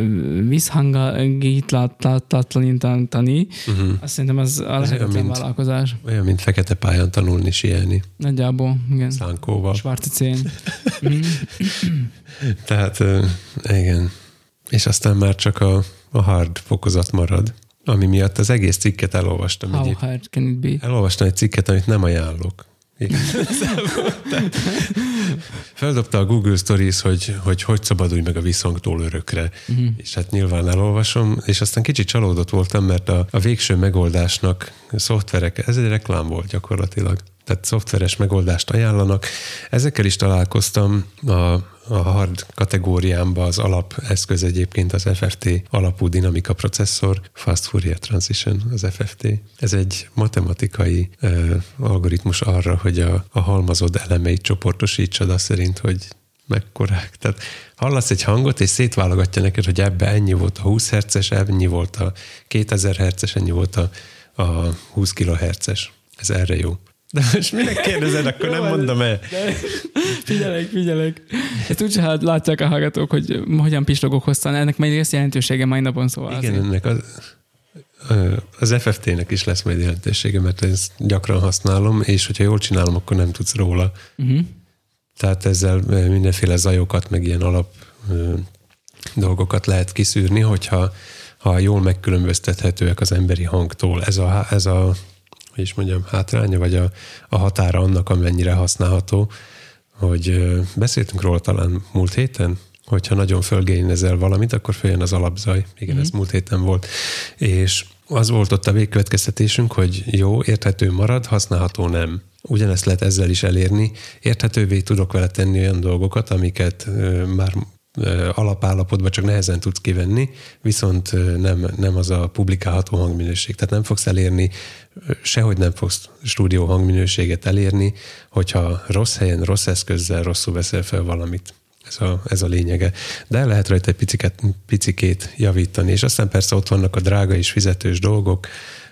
visszhangítlatlanítani, uh-huh. azt szerintem az a lehetetlen vállalkozás. Olyan, mint fekete pályán tanulni sielni. Nagyjából, igen. Szánkóval. Svarci cén. Tehát, igen. És aztán már csak a, a hard fokozat marad, ami miatt az egész cikket elolvastam. How egy, hard can it be? Elolvastam egy cikket, amit nem ajánlok. Feldobta a Google Stories, hogy hogy, hogy szabadulj meg a visszhangtól örökre. Uh-huh. És hát nyilván elolvasom, és aztán kicsit csalódott voltam, mert a, a végső megoldásnak szoftverek, ez egy reklám volt gyakorlatilag. Tehát szoftveres megoldást ajánlanak. Ezekkel is találkoztam a a hard kategóriámban. Az alapeszköz egyébként az ef ef té alapú dinamika processzor, Fast Fourier Transition, az ef ef té. Ez egy matematikai uh, algoritmus arra, hogy a, a halmazod elemeit csoportosítsad azt szerint, hogy mekkorák. Tehát hallasz egy hangot, és szétválogatja neked, hogy ebbe ennyi volt a húsz hertzes, ennyi volt a kétezer hertzes, ennyi volt a, a húsz kilohertzes. Ez erre jó. De most minek kérdezed, akkor nem mondom el. Figyelek, figyelek. Ezt úgyse hát látják a hallgatók, hogy hogyan pislogok hosszan. Ennek majd lesz jelentősége mai napon, szóval. Igen, azért. Ennek az, az ef ef té-nek is lesz majd jelentősége, mert ezt gyakran használom, és hogyha jól csinálom, akkor nem tudsz róla. Uh-huh. Tehát ezzel mindenféle zajokat, meg ilyen alap dolgokat lehet kiszűrni, hogyha ha jól megkülönböztethetőek az emberi hangtól. Ez a, ez a hogy is mondjam, hátránya, vagy a, a határa annak, amennyire használható, hogy beszéltünk róla talán múlt héten, hogyha nagyon fölgényezel valamit, akkor följön az alapzaj. Igen, mm-hmm. ez múlt héten volt. És az volt ott a végkövetkeztetésünk, hogy jó, érthető marad, használható nem. Ugyanezt lehet ezzel is elérni. Érthetővé tudok vele tenni olyan dolgokat, amiket már alapállapotban csak nehezen tudsz kivenni, viszont nem, nem az a publikálható hangminőség. Tehát nem fogsz elérni, sehogy nem fogsz stúdió hangminőséget elérni, hogyha rossz helyen, rossz eszközzel rosszul veszel fel valamit. Ez a, ez a lényege. De lehet rajta egy piciket, picikét javítani, és aztán persze ott vannak a drága és fizetős dolgok.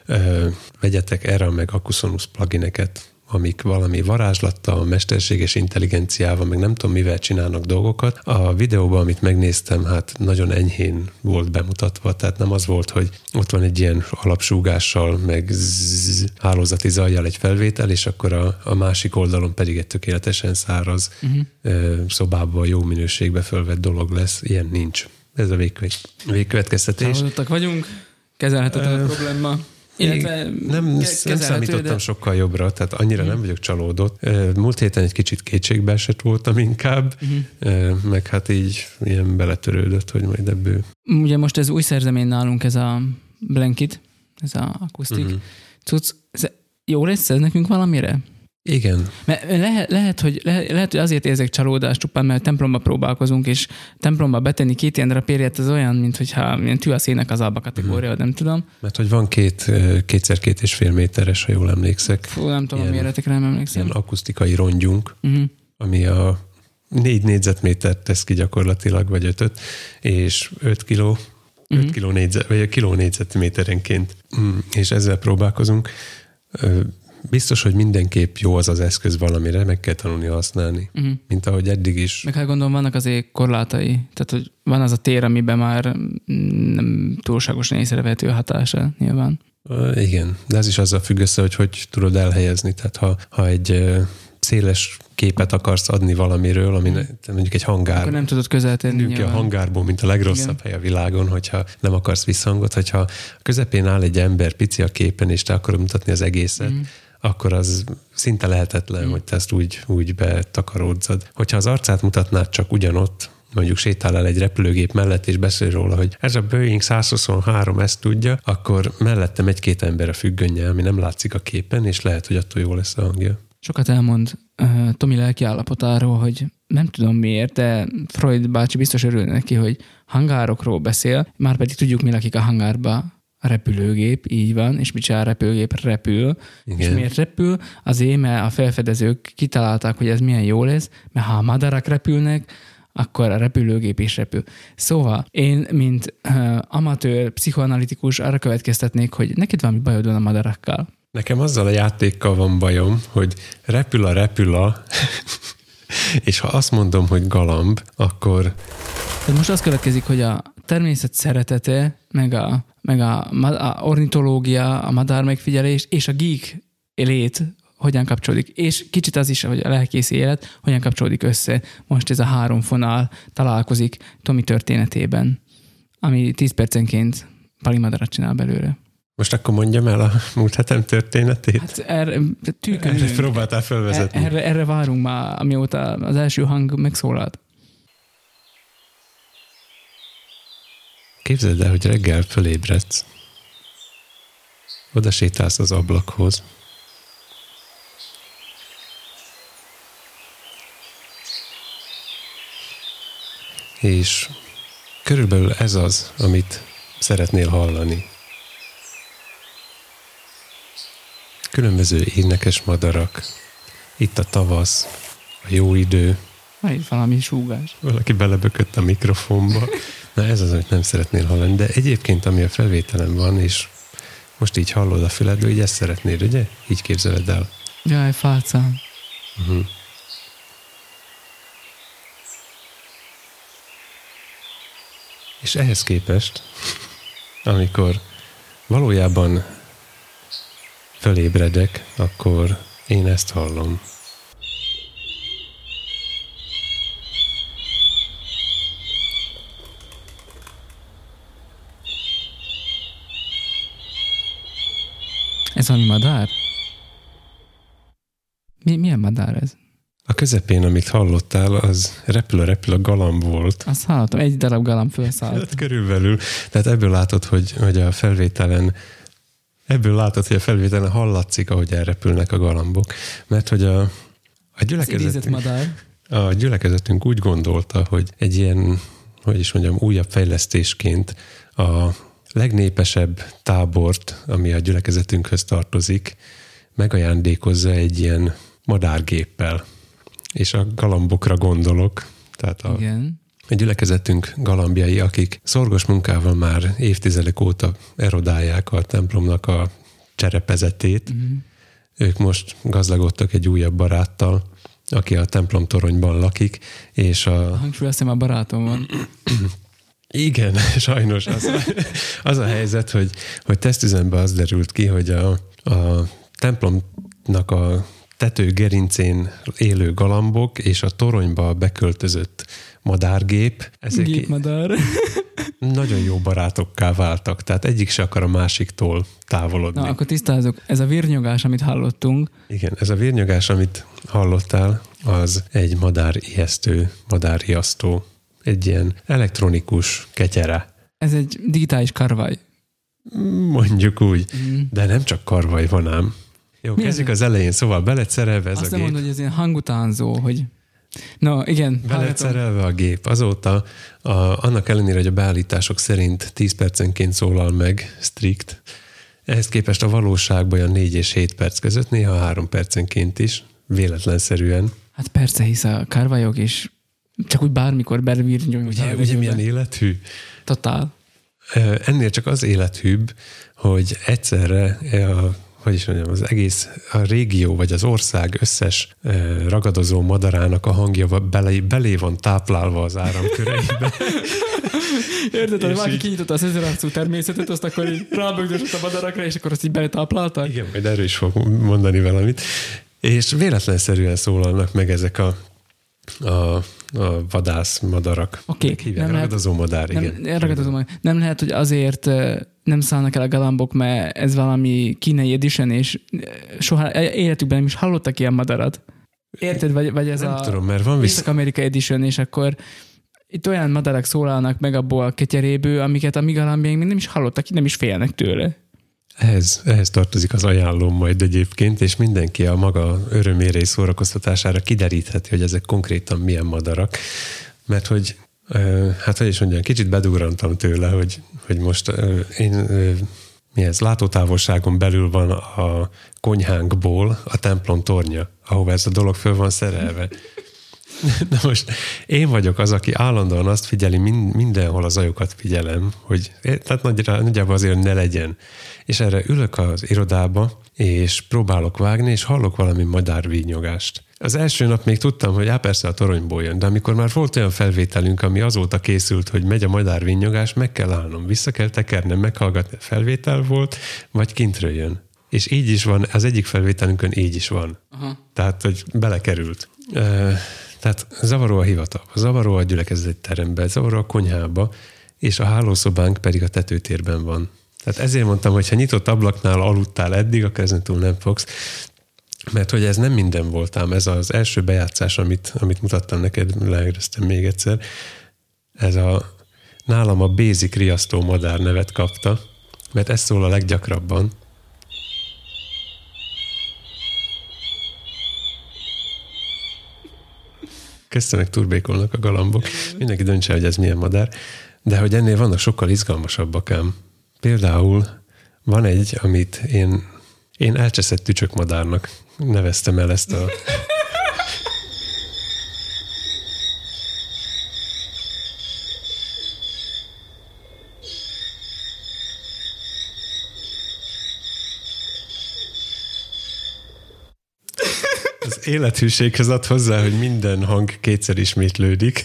Vegyetek erre meg Akusonus plugineket, amik valami varázslattal, mesterséges intelligenciával, meg nem tudom mivel csinálnak dolgokat. A videóban, amit megnéztem, hát nagyon enyhén volt bemutatva, tehát nem az volt, hogy ott van egy ilyen alapsúgással, meg zzz, hálózati zajjal egy felvétel, és akkor a, a másik oldalon pedig egy tökéletesen száraz uh-huh. szobában jó minőségbe fölvett dolog lesz. Ilyen nincs. Ez a végkövetkeztetés. Csalódottak vagyunk, kezelhetetlen uh, a probléma. Illetve nem, nem számítottam de... sokkal jobbra, tehát annyira mm. nem vagyok csalódott. Múlt héten egy kicsit kétségbe esett voltam inkább, mm. meg hát így ilyen beletörődött, hogy majd ebből. Ugye most ez új szerzemény nálunk, ez a Blankit, ez a akusztik mm. cucc. Jó lesz ez nekünk valamire? Igen. Mert lehet, lehet, hogy, lehet, lehet, hogy azért érzek csalódást csupán, mert templomba próbálkozunk, és templomba betenni két ilyen drapériát, az olyan, mint hogyha ilyen tűaszének az alba kategória, uh-huh. nem tudom. Mert hogy van két, kétszer két és fél méteres, ha jól emlékszek. Fú, nem tudom, a méretekre nem emlékszem. Ilyen akusztikai rongyunk, uh-huh. ami a négy négyzetmétert tesz ki gyakorlatilag, vagy ötöt, és öt kiló, uh-huh. öt kiló négyzet, vagy a kiló négyzetméterenként. És ezzel próbálkozunk. biztos, hogy mindenképp jó az az eszköz valamire, meg kell tanulni használni. Uh-huh. Mint ahogy eddig is. Meg hát gondolom vannak azért korlátai. Tehát, hogy van az a tér, amiben már nem túlságosan észrevehető a hatása nyilván. Uh, igen, de ez is azzal függ össze, hogy hogy tudod elhelyezni. Tehát ha, ha egy uh, széles képet akarsz adni valamiről, ami ne, mondjuk egy hangár. Akkor nem tudod közel tenni. Ki a hangárból, mint a legrosszabb igen. hely a világon, hogyha nem akarsz visszhangot, hogyha a közepén áll egy ember, pici a képen, és te akarod mutatni az egészet, mm. akkor az szinte lehetetlen, mm. hogy te ezt úgy, úgy betakaródzad. Hogyha az arcát mutatnád csak ugyanott, mondjuk sétál el egy repülőgép mellett, és beszél róla, hogy ez a Boeing száz huszonhárom ezt tudja, akkor mellettem egy-két ember a függönnyel, ami nem látszik a képen, és lehet, hogy attól jó lesz a hangja. Sokat elmond uh, Tomi lelki állapotáról, hogy nem tudom miért, de Freud bácsi biztos örül neki, hogy hangárokról beszél, már pedig tudjuk, mi lakik a hangárba. A repülőgép, így van, és mit csinál a repülőgép? Repül. Igen. És miért repül? Azért, mert a felfedezők kitalálták, hogy ez milyen jó lesz, mert ha a madarak repülnek, akkor a repülőgép is repül. Szóval én, mint uh, amatőr pszichoanalitikus arra következtetnék, hogy neked valami bajod van a madarakkal. Nekem azzal a játékkal van bajom, hogy repül a repül a, és ha azt mondom, hogy galamb, akkor... Tehát most az következik, hogy a természet szeretete, meg a, meg a, a ornitológia, a madár megfigyelés és a geek lét hogyan kapcsolódik. És kicsit az is, hogy a lelkész élet hogyan kapcsolódik össze. Most ez a három fonál találkozik Tomi történetében, ami tíz percenként palimadarat csinál belőle. Most akkor mondjam el a múlt hetem történetét? Hát erre, erre próbáltál felvezetni. Erre, erre várunk már, amióta az első hang megszólalt. Képzeld el, hogy reggel fölébredsz. Oda sétálsz az ablakhoz. És körülbelül ez az, amit szeretnél hallani. Különböző énekes madarak, itt a tavasz, a jó idő. Ha itt valami súgás. Valaki belebökött a mikrofonba. Na ez az, amit nem szeretnél hallani. De egyébként, ami a felvételen van, és most így hallod a füledből, így ezt szeretnéd, ugye? Így képzeled el. Jaj, fácám. Uh-huh. És ehhez képest, amikor valójában fölébredek, akkor én ezt hallom. Ez valami madár? Mi, milyen madár ez? A közepén, amit hallottál, az repül a repül a galamb volt. Azt hallottam, egy darab galamb felszállt. Hát körülbelül. Tehát ebből látod, hogy, hogy a felvételen ebből látod, hogy a felvételen hallatszik, ahogy elrepülnek a galambok. Mert hogy a, a gyülekezetünk, a gyülekezetünk úgy gondolta, hogy egy ilyen, hogy is mondjam, újabb fejlesztésként a legnépesebb tábort, ami a gyülekezetünkhöz tartozik, megajándékozza egy ilyen madárgéppel. És a galambokra gondolok. Tehát a, igen. a gyülekezetünk galambjai, akik szorgos munkával már évtizedek óta erodálják a templomnak a cserepezetét. Uh-huh. Ők most gazdagodtak egy újabb baráttal, aki a templom toronyban lakik, és a... Hangsúly, azt hiszem, a barátom van. Igen, sajnos. Az, az a helyzet, hogy, hogy tesztüzemben az derült ki, hogy a, a templomnak a tető gerincén élő galambok és a toronyba beköltözött madárgép. Gépmadár. Nagyon jó barátokká váltak, tehát egyik se akar a másiktól távolodni. Na, akkor tisztázok. Ez a vérnyogás, amit hallottunk. Igen, ez a vérnyogás, amit hallottál, az egy madár ijesztő, madár riasztó. Egy ilyen elektronikus ketyere. Ez egy digitális karvaj. Mondjuk úgy. Mm. De nem csak karvaj van ám. Jó, mi kezdjük az elején, szóval be lett szerelve ez azt a gép. Azt mondod, hogy ez ilyen hangutánzó, hogy... No, igen. Be lett szerelve a gép. Azóta, a, annak ellenére, hogy a beállítások szerint tíz percenként szólal meg, strikt, ehhez képest a valóságban olyan négy és hét perc között, néha három percenként is, véletlenszerűen. Hát persze, hisz a karvajok is csak úgy bármikor belvírnyog. Ugye, ugye milyen élethű? Totál. Ennél csak az élethűbb, hogy egyszerre a hogy is mondjam, az egész a régió, vagy az ország összes ragadozó madarának a hangja belé, belé van táplálva az áramköreibe. Érted, hogy valaki kinyitotta az ezerarcú természetet, azt akkor így rábögdösött a madarakra, és akkor azt így beletáplálták? Igen, majd erről is fog mondani valamit. És véletlenszerűen szólalnak meg ezek a, a, a vadász madarak. Oké. Okay, ragadozó madár, nem, igen. Ragadozó madár. Nem lehet, hogy azért nem szállnak el a galambok, mert ez valami kínai edition, és soha életükben nem is hallottak ilyen madarat. Érted? Vagy, vagy ez nem a tudom, mert van visz... Észak-Amerika edition, és akkor itt olyan madarak szólalnak meg abból a ketyeréből, amiket a mi galambjaink még nem is hallottak, nem is félnek tőle. Ehhez, ehhez tartozik az ajánlóm majd egyébként, és mindenki a maga örömére és szórakoztatására kiderítheti, hogy ezek konkrétan milyen madarak. Mert hogy, hát hogy is mondjam, kicsit bedugrantam tőle, hogy, hogy most én mi ez, látótávolságon belül van a konyhánkból a templom tornya, ahova ez a dolog föl van szerelve. Na most én vagyok az, aki állandóan azt figyeli, mindenhol az ajokat figyelem, hogy tehát nagyjából azért ne legyen. És erre ülök az irodába, és próbálok vágni, és hallok valami madárvínyogást. Az első nap még tudtam, hogy á, persze a toronyból jön, de amikor már volt olyan felvételünk, ami azóta készült, hogy megy a madárvínnyogás, meg kell állnom, vissza kell tekernem, meghallgatni, felvétel volt, vagy kintről jön. És így is van, az egyik felvételünkön így is van. Aha. Tehát, hogy belekerült. Tehát zavaró a hivatalba, zavaró a gyülekezeti teremben, zavaró a konyhába, és a hálószobánk pedig a tetőtérben van. Tehát ezért mondtam, hogy ha nyitott ablaknál aludtál eddig, akkor ezen túl nem fogsz. Mert hogy ez nem minden voltám, ez az első bejátszás, amit, amit mutattam neked, leeresztem még egyszer, ez a nálam a basic riasztó madár nevet kapta, mert ez szól a leggyakrabban. Köszönök, turbékolnak a galambok. Mindenki döntse, hogy ez milyen madár. De hogy ennél vannak sokkal izgalmasabbak ám. Például van egy, amit én, én elcseszett tücsökmadárnak neveztem el ezt a... Az élethűséghez ad hozzá, hogy minden hang kétszer ismétlődik,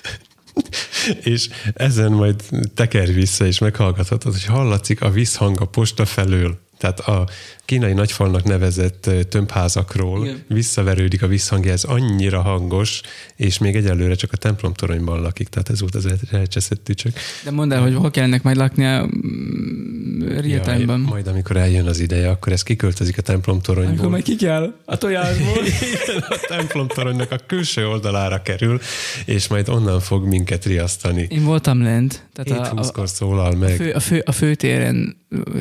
és ezen majd teker vissza, és meghallgathatod, hogy hallatszik a visszhang a posta felől. Tehát a kínai nagyfalnak nevezett tömbházakról igen. Visszaverődik a visszhangja, ez annyira hangos, és még egyelőre csak a templomtoronyban lakik, tehát ez volt az elcseszett tücsök. De mondd el, hogy hol kell ennek majd lakni a real time-ban. Ja, majd amikor eljön az ideje, akkor ez kiköltözik a templomtoronyból. Amikor majd ki kell a tojásból. Igen, a templomtoronynak a külső oldalára kerül, és majd onnan fog minket riasztani. Én voltam lent. hét húszkor szólal meg. A, fő, a, fő, a főtéren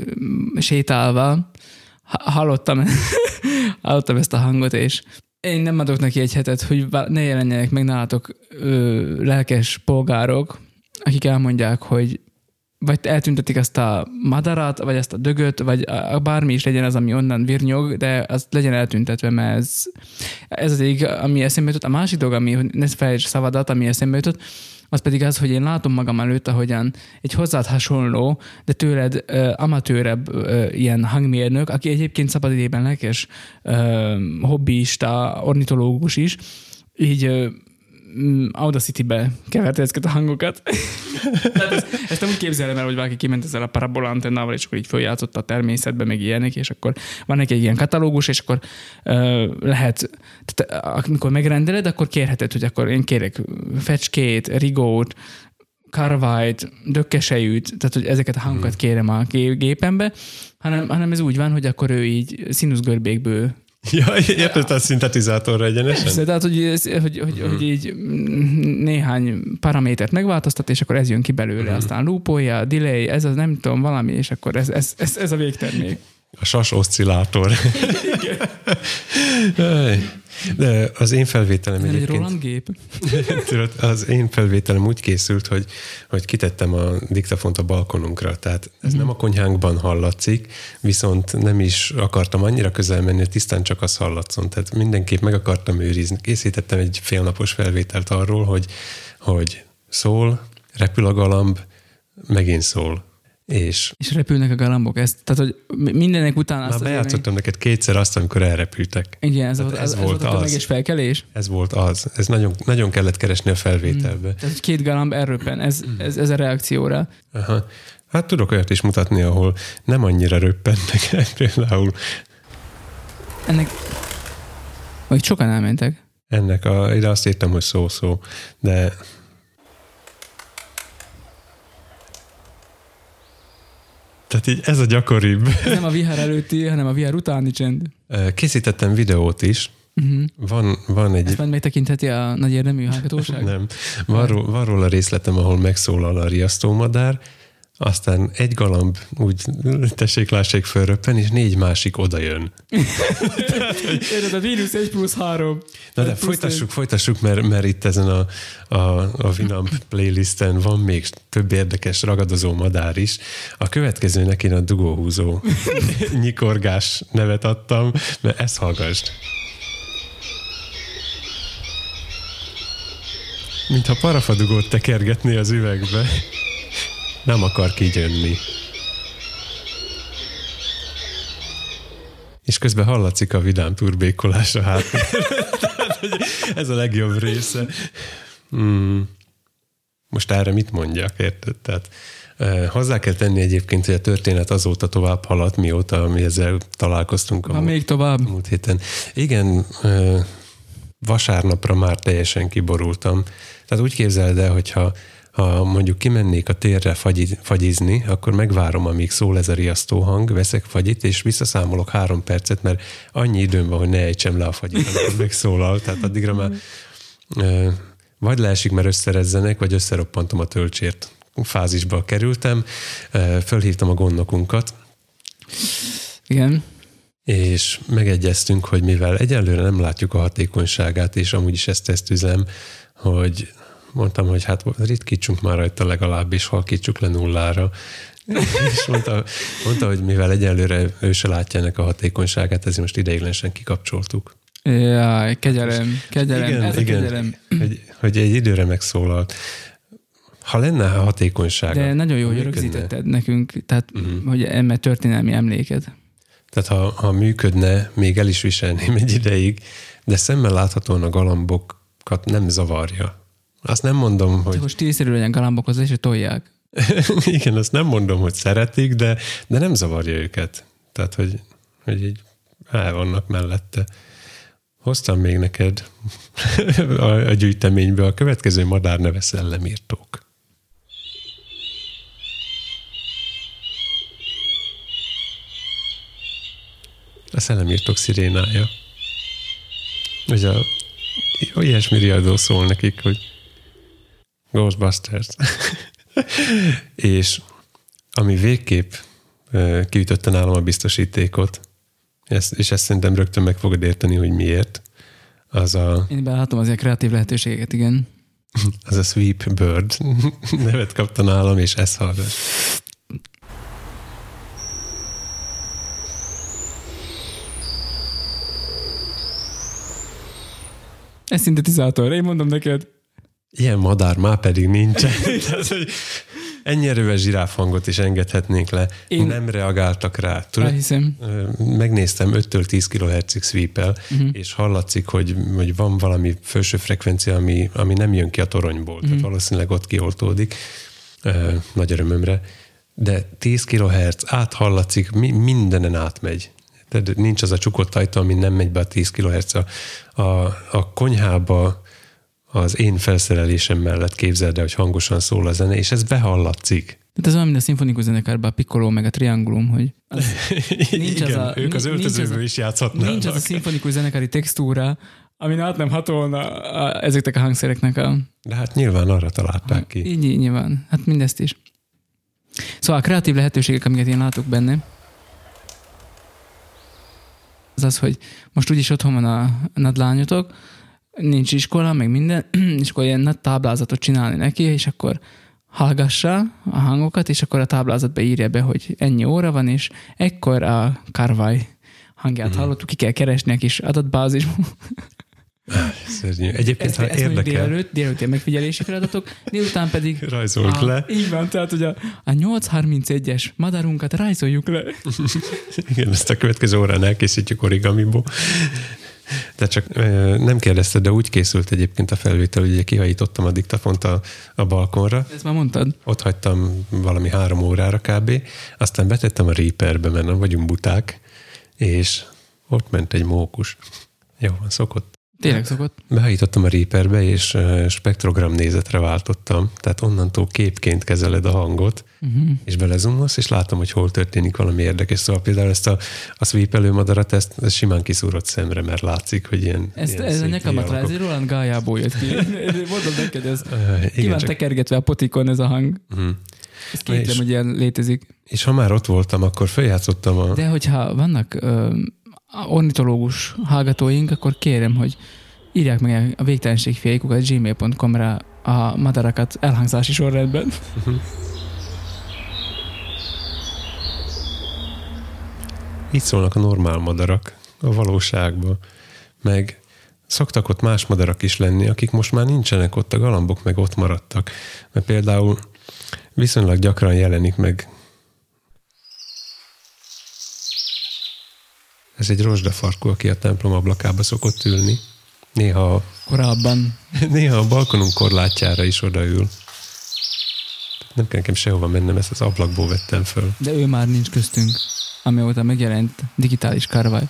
sétálva hallottam, hallottam ezt a hangot, és én nem adok neki egy hetet, hogy ne jelenjenek meg nálatok ö, lelkes polgárok, akik elmondják, hogy vagy eltüntetik azt a madarat, vagy ezt a dögöt, vagy bármi is legyen az, ami onnan virnyog, de az legyen eltüntetve, mert ez, ez az egyik, ami eszembe jutott. A másik dolog, ami, hogy ne felejtsd szavadat, ami eszembe jutott, az pedig az, hogy én látom magam előtt, ahogyan egy hozzád hasonló, de tőled uh, amatőrebb uh, ilyen hangmérnök, aki egyébként szabadidében lelkes uh, hobbista, ornitológus is, így uh, Audacity-be keverte ezeket a hangokat. Tehát ezt, ezt nem úgy képzelem el, hogy valaki kiment ezzel a parabola antennával, és akkor így följátszotta a természetbe, meg ilyenek, és akkor van neki egy ilyen katalógus, és akkor uh, lehet, tehát, amikor megrendeled, akkor kérheted, hogy akkor én kérek fecskét, rigót, karvajt, dökkesejűt, tehát hogy ezeket a hangokat kérem a gépembe, hanem, hanem ez úgy van, hogy akkor ő így színuszgörbékből ja, érted a szintetizátorra egyenesen? Persze, tehát, hogy, hogy, hogy, hmm. hogy így néhány paramétert megváltoztat, és akkor ez jön ki belőle, hmm. aztán loopolja, delay, ez az nem tudom, valami, és akkor ez, ez, ez, ez a végtermék. A sas oszcillátor. De az én felvételem ez egyébként... egy Roland gép. Az én felvételem úgy készült, hogy, hogy kitettem a diktafont a balkonunkra, tehát ez mm. nem a konyhánkban hallatszik, viszont nem is akartam annyira közel menni, hogy tisztán csak az hallatszon. Tehát mindenképp meg akartam őrizni. Készítettem egy félnapos felvételt arról, hogy, hogy szól, repül a galamb, megint szól. És, és repülnek a galambok. Ezt, tehát, hogy mindenek után azt... Már bejátszottam neked kétszer azt, amikor elrepültek. Igen, ez, volt, ez, ez volt a tömeges felkelés. Ez volt az. Ez nagyon, nagyon kellett keresni a felvételbe. Mm. Tehát két galamb elröppen. Ez, ez, ez a reakcióra. Aha. Hát tudok olyat is mutatni, ahol nem annyira röppennek el, például. Ennek... Vagy sokan elmentek. Ennek a... Ide azt írtam, hogy szó-szó, de... Tehát így ez a gyakoribb. Ez nem a vihar előtti, hanem a vihar utáni csend. Készítettem videót is. Uh-huh. Van, van egy... Ezt már megtekintheti a nagy érdemű hallgatóság? Nem. Van, ró, van róla részletem, ahol megszólal a riasztómadár, aztán egy galamb úgy tessék, lássék, fölröppen, és négy másik odajön. Érted, a mínusz egy plusz három. Na de folytassuk, egy. folytassuk, mert, mert itt ezen a, a, a Winamp playlisten van még több érdekes ragadozó madár is. A következőnek én a dugóhúzó nyikorgás nevet adtam, mert ezt hallgasd. Mintha parafadugót tekergetné az üvegbe. Nem akar kijönni. És közben hallatszik a vidám turbékolás a háttérben. Ez a legjobb része. Hmm. Most erre mit mondjak, érted? Tehát uh, hozzá kell tenni egyébként, hogy a történet azóta tovább haladt, mióta mi ezzel találkoztunk. Van még tovább? Múlt héten. Igen, uh, vasárnapra már teljesen kiborultam. Tehát úgy képzeld el, hogyha ha mondjuk kimennék a térre fagyi, fagyizni, akkor megvárom, amíg szól ez a riasztó hang, veszek fagyit, és visszaszámolok három percet, mert annyi időm van, hogy ne ejtsem le a fagyit, amikor megszólal. Tehát addigra már e, vagy leesik, mert összerezzenek, vagy összeroppantom a tölcsért. Fázisba kerültem, e, fölhívtam a gondnokunkat. Igen. És megegyeztünk, hogy mivel egyelőre nem látjuk a hatékonyságát, és amúgy is ezt tesztüzem, hogy mondtam, hogy hát ritkítsunk már rajta legalább, és halkítsuk le nullára. És mondta, mondta, hogy mivel egyelőre ő se látja ennek a hatékonyságát, ezért most ideiglenesen kikapcsoltuk. Jaj, kegyelem, kegyelem, igen, ez a igen, kegyelem. Hogy, hogy egy időre megszólalt. Ha lenne a hatékonysága... De nagyon jó, hogy rögzítetted nekünk, tehát, uh-huh. hogy emme történelmi emléked. Tehát ha, ha működne, még el is viselném egy ideig, de szemmel láthatóan a galambokat nem zavarja. Azt nem mondom, hogy... Csak stílszerű legyen galambokhoz, és tolják. Igen, azt nem mondom, hogy szeretik, de, de nem zavarja őket. Tehát, hogy, hogy így el vannak mellette. Hoztam még neked a, a gyűjteménybe a következő madár neve szellemírtók. A szellemírtók szirénája. Ugye a, ilyesmi riadó szól nekik, hogy Ghostbusters. És ami végképp uh, kiütötte nálam a biztosítékot, ezt, és ezt szerintem rögtön meg fogod érteni, hogy miért, az a... Én belátom az ilyen kreatív lehetőségeket, igen. Az a Sweep Bird nevet kapta nálam, és ezt hallgass. Ez szintetizátor, én mondom neked. Ilyen madár már pedig nincsen. Tehát, hogy ennyi erős zsiráfhangot is engedhetnénk le. Én... Nem reagáltak rá. Tudod, elhiszem. Megnéztem öttől tíz kilohertzig sweep-el, uh-huh. és hallatszik, hogy, hogy van valami felső frekvencia, ami, ami nem jön ki a toronyból. Uh-huh. Tehát valószínűleg ott kioltódik. Nagy örömömre. De tíz kilohertz áthallatszik, mindenen átmegy. Tehát nincs az a csukott ajtó, ami nem megy be a tíz kilohertz. A, a, a konyhába az én felszerelésem mellett képzeld el, hogy hangosan szól a zene, és ez behallatszik. Tehát ez olyan, mint a szimfonikus zenekárban a Piccolo meg a Triangulum, hogy az, nincs igen, az a, ők az öltözőből az, is játszhatnának. Nincs az a szimfonikus zenekári textúra, amin át nem hatolna a, ezeknek a hangszereknek a... De hát nyilván arra találták ki. Így, így nyilván. Hát mindezt is. Szóval a kreatív lehetőségek, amiket én látok benne, az az, hogy most úgyis otthon van a nadlányotok, nincs iskola, meg minden, és akkor ilyen nagy táblázatot csinálni neki, és akkor hallgassa a hangokat, és akkor a táblázatba írja be, hogy ennyi óra van, és ekkor a Carvaj hangját mm. hallottuk, ki kell keresni a kis adatbázisból. Szörnyű. Egyébként, ezt, ha ezt érdekel... Délelőtt, délelőtt ilyen megfigyelési feladatok, délután pedig... Rajzolt a, le. Így van, tehát hogy a, a nyolc harmincegyes madárunkat rajzoljuk le. Igen, ezt a következő órán elkészítjük origamiból. De csak nem kérdezted, de úgy készült egyébként a felvétel, hogy ugye kihajítottam a diktafont a, a balkonra. Ezt már mondtad. Ott hagytam valami három órára kb. Aztán betettem a Reaperbe, mert nem vagyunk buták, és ott ment egy mókus. Jó, van, szokott. Tényleg szokott. Behajítottam a Reaperbe, és spektrogram nézetre váltottam, tehát onnantól képként kezeled a hangot, uh-huh. és belezumolsz, és látom, hogy hol történik valami érdekes. Szóval például ezt a, a sweepelő madarat, ezt, ezt simán kiszúrott szemre, mert látszik, hogy ilyen... Ezt, ilyen ez a nyakambatra, ez egy Roland Gályából jött ki. Mondom neked, ez uh, ki van csak... tekergetve a potikon ez a hang. Uh-huh. Ez kétlem, hogy ilyen létezik. És ha már ott voltam, akkor feljátszottam a... De hogyha vannak... Ö, ornitológus hallgatóink, akkor kérem, hogy írják meg a végtelenségfiaikukat gmail pont com-ra a madarakat elhangzási sorrendben. Uh-huh. Így szólnak a normál madarak a valóságban. Meg szoktak ott más madarak is lenni, akik most már nincsenek ott, a galambok meg ott maradtak. Mert például viszonylag gyakran jelenik meg. Ez egy rozsdafarkú, aki a templom ablakába szokott ülni. Néha... Korábban. Néha a balkonunk korlátjára is odaül. Nem kell nekem sehova mennem, ezt az ablakból vettem föl. De ő már nincs köztünk, amióta megjelent digitális kárvály.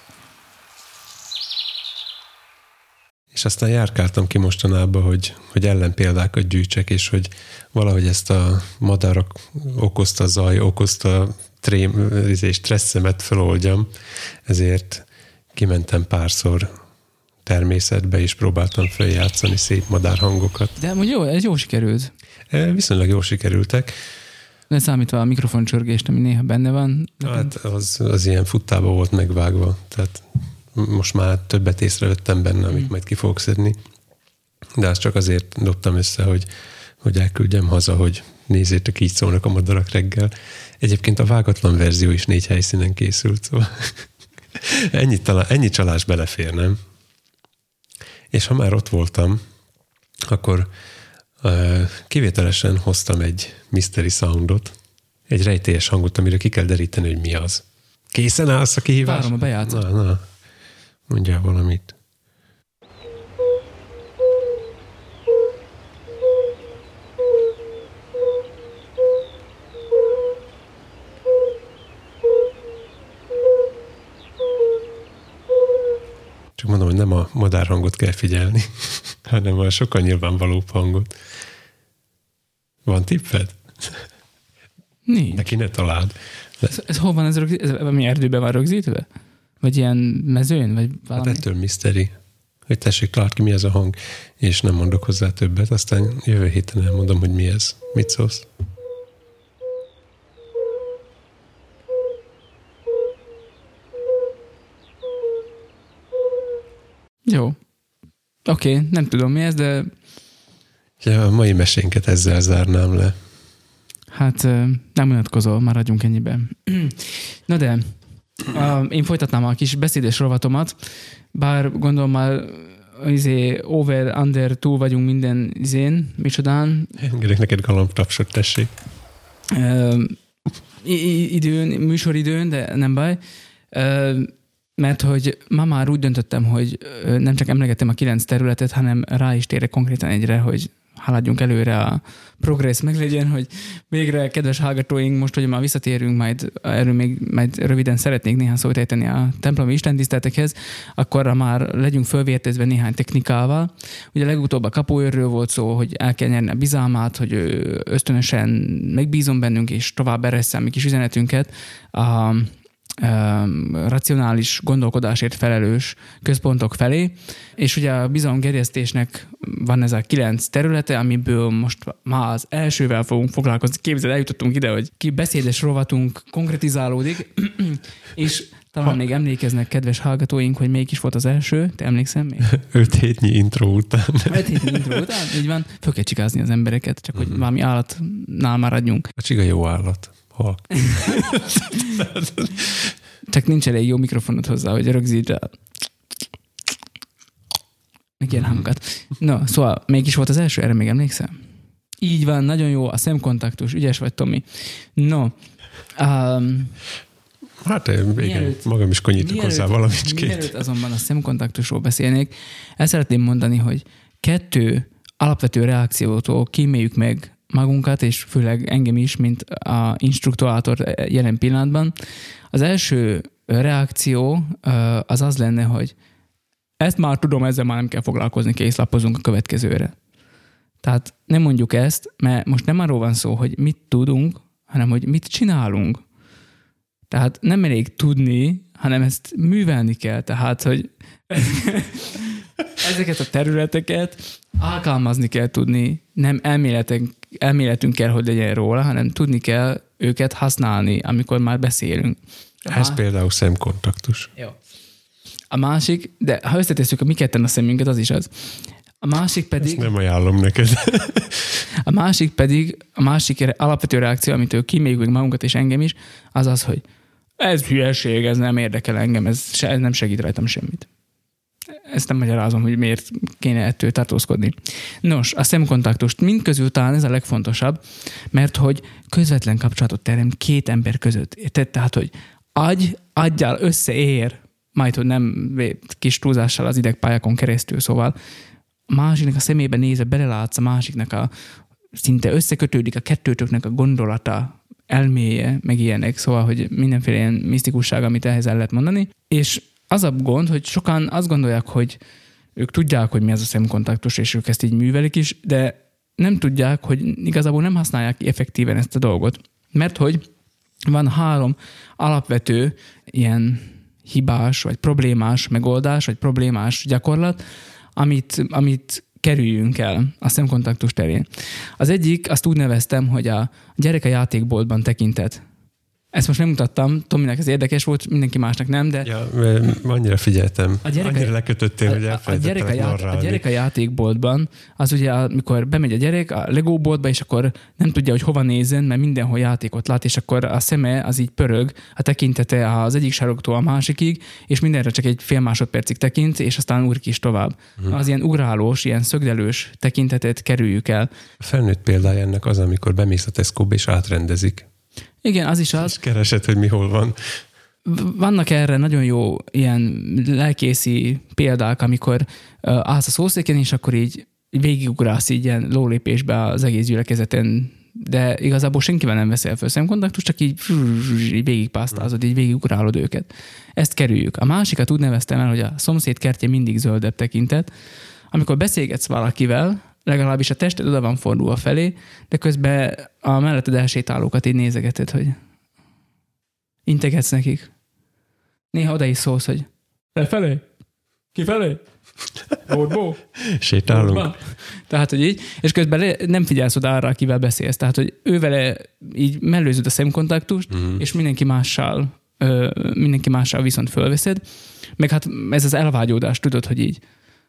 És aztán járkáltam ki mostanában, hogy, hogy ellenpéldákat gyűjtsek, és hogy valahogy ezt a madarak okozta zaj, okozta trém, és stresszemet feloldjam, ezért kimentem párszor természetbe, és próbáltam feljátszani szép madárhangokat. De amúgy jó, ez jó sikerült. Viszonylag jól sikerültek. De számítva a mikrofoncsörgést, ami néha benne van. Hát az, az ilyen futtába volt megvágva, tehát most már többet észrevettem benne, amit mm. majd ki fogok szedni. De azt csak azért dobtam össze, hogy, hogy elküldjem haza, hogy nézzétek, így szólnak a madarak reggel. Egyébként a vágatlan verzió is négy helyszínen készült, szóval ennyi, talán, ennyi csalás belefér, nem? És ha már ott voltam, akkor uh, kivételesen hoztam egy mystery soundot, egy rejtélyes hangot, amire ki kell deríteni, hogy mi az. Készen állsz a kihívás? Várom a bejátszott. Na, na, mondjál valamit. Csak mondom, hogy nem a madárhangot kell figyelni, hanem a sokkal nyilvánvalóbb hangot. Van tipped? Nincs. Neki ne találd. Ez, ez hol van? Ez, rögzít, ez mi erdőben van rögzítve? Vagy ilyen mezőn? Vagy valami? Hát ettől miszteri. Hogy tessék, találd ki, mi ez a hang, és nem mondok hozzá többet. Aztán jövő héten elmondom, hogy mi ez. Mit szólsz? Jó. Oké, okay, nem tudom mi ez, de... Ja, a mai mesénket ezzel zárnám le. Hát nem unatkozol, maradjunk ennyiben. Na de, én folytatnám a kis beszédes rovatomat, bár gondolom már izé, over, under, túl vagyunk minden izén, micsodán. Engedek neked galambtapsot, tessék. Időn, műsoridőn, de nem baj. Mert hogy ma már úgy döntöttem, hogy nem csak emlegettem a kilenc területet, hanem rá is térek konkrétan egyre, hogy haladjunk előre, a progress meglegyen, hogy végre, kedves hallgatóink, most, hogy már visszatérünk, majd erről még majd röviden szeretnék néhány szót ejteni a templomi istentiszteletekhez, akkor már legyünk fölvértezve néhány technikával. Ugye legutóbb a kapuőrről volt szó, hogy el kell nyerni a bizalmát, hogy ösztönösen megbízom bennünk, és tovább eresszel mi kis üzenetünket a racionális gondolkodásért felelős központok felé, és ugye a bizalomgerjesztésnek van ez a kilenc területe, amiből most már az elsővel fogunk foglalkozni. Képzeld, eljutottunk ide, hogy ki beszédes rovatunk konkretizálódik, és talán ha. még emlékeznek, kedves hallgatóink, hogy melyik is volt az első, te emlékszem még? Öt hétnyi intro után. Öt hétnyi intro után, így van. Föl kell csigázni az embereket, csak hogy mm. valami állatnál maradjunk. A csiga jó állat. Hol? Csak nincs elég jó mikrofonod hozzá, hogy rögzítsd el. meg ilyen hangokat. No, szóval melyik volt az első, erre még emlékszel? Így van, nagyon jó, a szemkontaktus, ügyes vagy, Tomi. No. Um, hát én igen, magam is konyítok hozzá valamicskét. Mielőtt azonban a szemkontaktusról beszélnék, el szeretném mondani, hogy kettő alapvető reakciótól kíméljük meg magunkat, és főleg engem is, mint a instruktorátor jelen pillanatban. Az első reakció az az lenne, hogy ezt már tudom, ezzel már nem kell foglalkozni, készlapozunk a következőre. Tehát nem mondjuk ezt, mert most nem arról van szó, hogy mit tudunk, hanem hogy mit csinálunk. Tehát nem elég tudni, hanem ezt művelni kell. Tehát, hogy ezeket a területeket alkalmazni kell tudni, nem elméletünk, elméletünk kell, hogy legyen róla, hanem tudni kell őket használni, amikor már beszélünk. Ez Aha. például szemkontaktus. Jó. A másik, de ha összetesszük a mi ketten a szemünket, az is az. A másik pedig... Ezt nem ajánlom neked. A másik pedig, a másik alapvető reakció, amitől kíméljük meg magunkat és engem is, az az, hogy ez hülyeség, ez nem érdekel engem, ez, se, ez nem segít rajtam semmit. Ezt nem magyarázom, hogy miért kéne ettől tartózkodni. Nos, a szemkontaktust mindközül talán ez a legfontosabb, mert hogy közvetlen kapcsolatot teremt két ember között. Érted? Tehát, hogy agy, aggyal összeér, majd, hogy nem kis túlzással az idegpályákon keresztül, szóval a másiknak a szemébe nézve belelátsz, a másiknak a szinte összekötődik a kettőtöknek a gondolata, elméje, meg ilyenek, szóval, hogy mindenféle ilyen misztikusság, amit ehhez el lehet mondani. És az a gond, hogy sokan azt gondolják, hogy ők tudják, hogy mi az a szemkontaktus, és ők ezt így művelik is, de nem tudják, hogy igazából nem használják ki effektíven ezt a dolgot. Mert hogy van három alapvető ilyen hibás, vagy problémás megoldás, vagy problémás gyakorlat, amit, amit kerüljünk el a szemkontaktus terén. Az egyik, azt úgy neveztem, hogy a gyerek a játékboltban tekintet. Ezt most nem mutattam, Tominek ez érdekes volt, mindenki másnak nem, de... Ja, annyira figyeltem, a gyerek annyira lekötöttél, hogy elfelejtettelek a, gyerek a, a gyerek a játékboltban, az ugye, amikor bemegy a gyerek a Lego boltba, és akkor nem tudja, hogy hova nézzen, mert mindenhol játékot lát, és akkor a szeme az így pörög, a tekintete az egyik saroktól a másikig, és mindenre csak egy fél másodpercig tekint, és aztán úr is tovább. Uh-huh. Az ilyen ugrálós, ilyen szögdelős tekintetet kerüljük el. A felnőtt példája ennek az, amikor bemész a Tesco-ba, és átrendezik. Igen, az is az. És keresed, hogy mi hol van. Vannak erre nagyon jó ilyen lelkészi példák, amikor uh, állsz a szószéken, és akkor így végigugrálsz így ilyen lólépésbe az egész gyülekezeten, de igazából senkivel nem veszel föl szemkontaktust, csak így, így végigpásztázod, így végigugrálod őket. Ezt kerüljük. A másikat úgy neveztem el, hogy a szomszéd kertje mindig zöldebb tekintet. Amikor beszélgetsz valakivel, legalábbis a tested oda van fordulva felé, de közben a melletted elsétálókat így nézegeted, hogy integetsz nekik. Néha oda is szólsz, hogy lefelé? Kifelé? Bódbó? Sétálunk. Tehát, hogy így, és közben nem figyelsz oda arra, akivel beszélsz. Tehát, hogy ővele így mellőzöd a szemkontaktust, uh-huh. és mindenki mással, ö, mindenki mással viszont fölveszed. Meg hát ez az elvágyódás, tudod, hogy így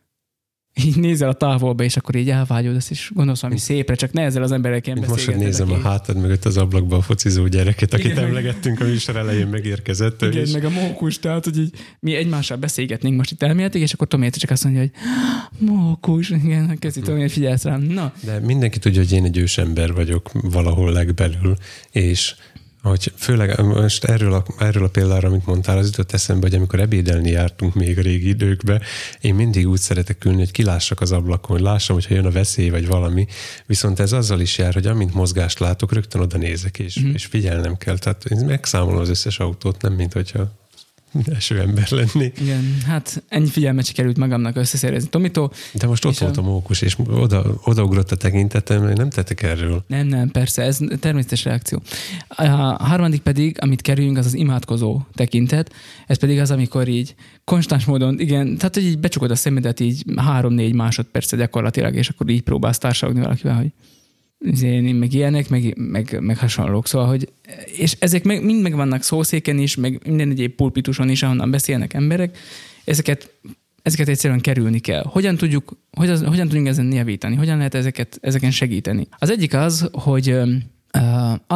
így nézel a távolba, és akkor így elvágyódasz, és gondolsz valami szépre, csak ne ezzel az emberek ilyen beszélgetnek. Most, hogy nézem a hátad mögött az ablakba a focizó gyereket, akit igen, emlegettünk a műsor elején megérkezett. Igen, is. meg a mókus, tehát, hogy így mi egymással beszélgetnénk most itt elméletig, és akkor Tomi csak azt mondja, hogy mókus, igen, kezdi Tomi, hogy figyelsz rám. Na. De mindenki tudja, hogy én egy ősember vagyok valahol legbelül, és hogy főleg most erről a, erről a példára, amit mondtál, az jutott eszembe, hogy amikor ebédelni jártunk még a régi időkbe, én mindig úgy szeretek ülni, hogy kilássak az ablakon, hogy lássam, hogyha jön a veszély vagy valami, viszont ez azzal is jár, hogy amint mozgást látok, rögtön oda nézek, és, mm. és figyelnem kell. Tehát én megszámolom az összes autót, nem mint hogyha első ember lenni. Igen, hát ennyi figyelmet sikerült magamnak összeszerezni Tomitól. De most ott volt a mókus, és oda, odaugrott a tekintetem, nem tettek erről. Nem, nem, persze, ez természetes reakció. A harmadik pedig, amit kerüljünk, az az imádkozó tekintet. Ez pedig az, amikor így konstans módon, igen, tehát hogy így becsukod a szemedet így három-négy másodpercet gyakorlatilag, és akkor így próbálsz társalogni valakivel, hogy én meg ilyenek, meg, meg, meg hasonlók. Szóval, hogy, és ezek meg, mind meg vannak szószéken is, meg minden egyéb pulpituson is, ahonnan beszélnek emberek. Ezeket, ezeket egyszerűen kerülni kell. Hogyan tudjuk, hogyan, hogyan tudjunk ezen javítani? Hogyan lehet ezeket, ezeken segíteni? Az egyik az, hogy uh,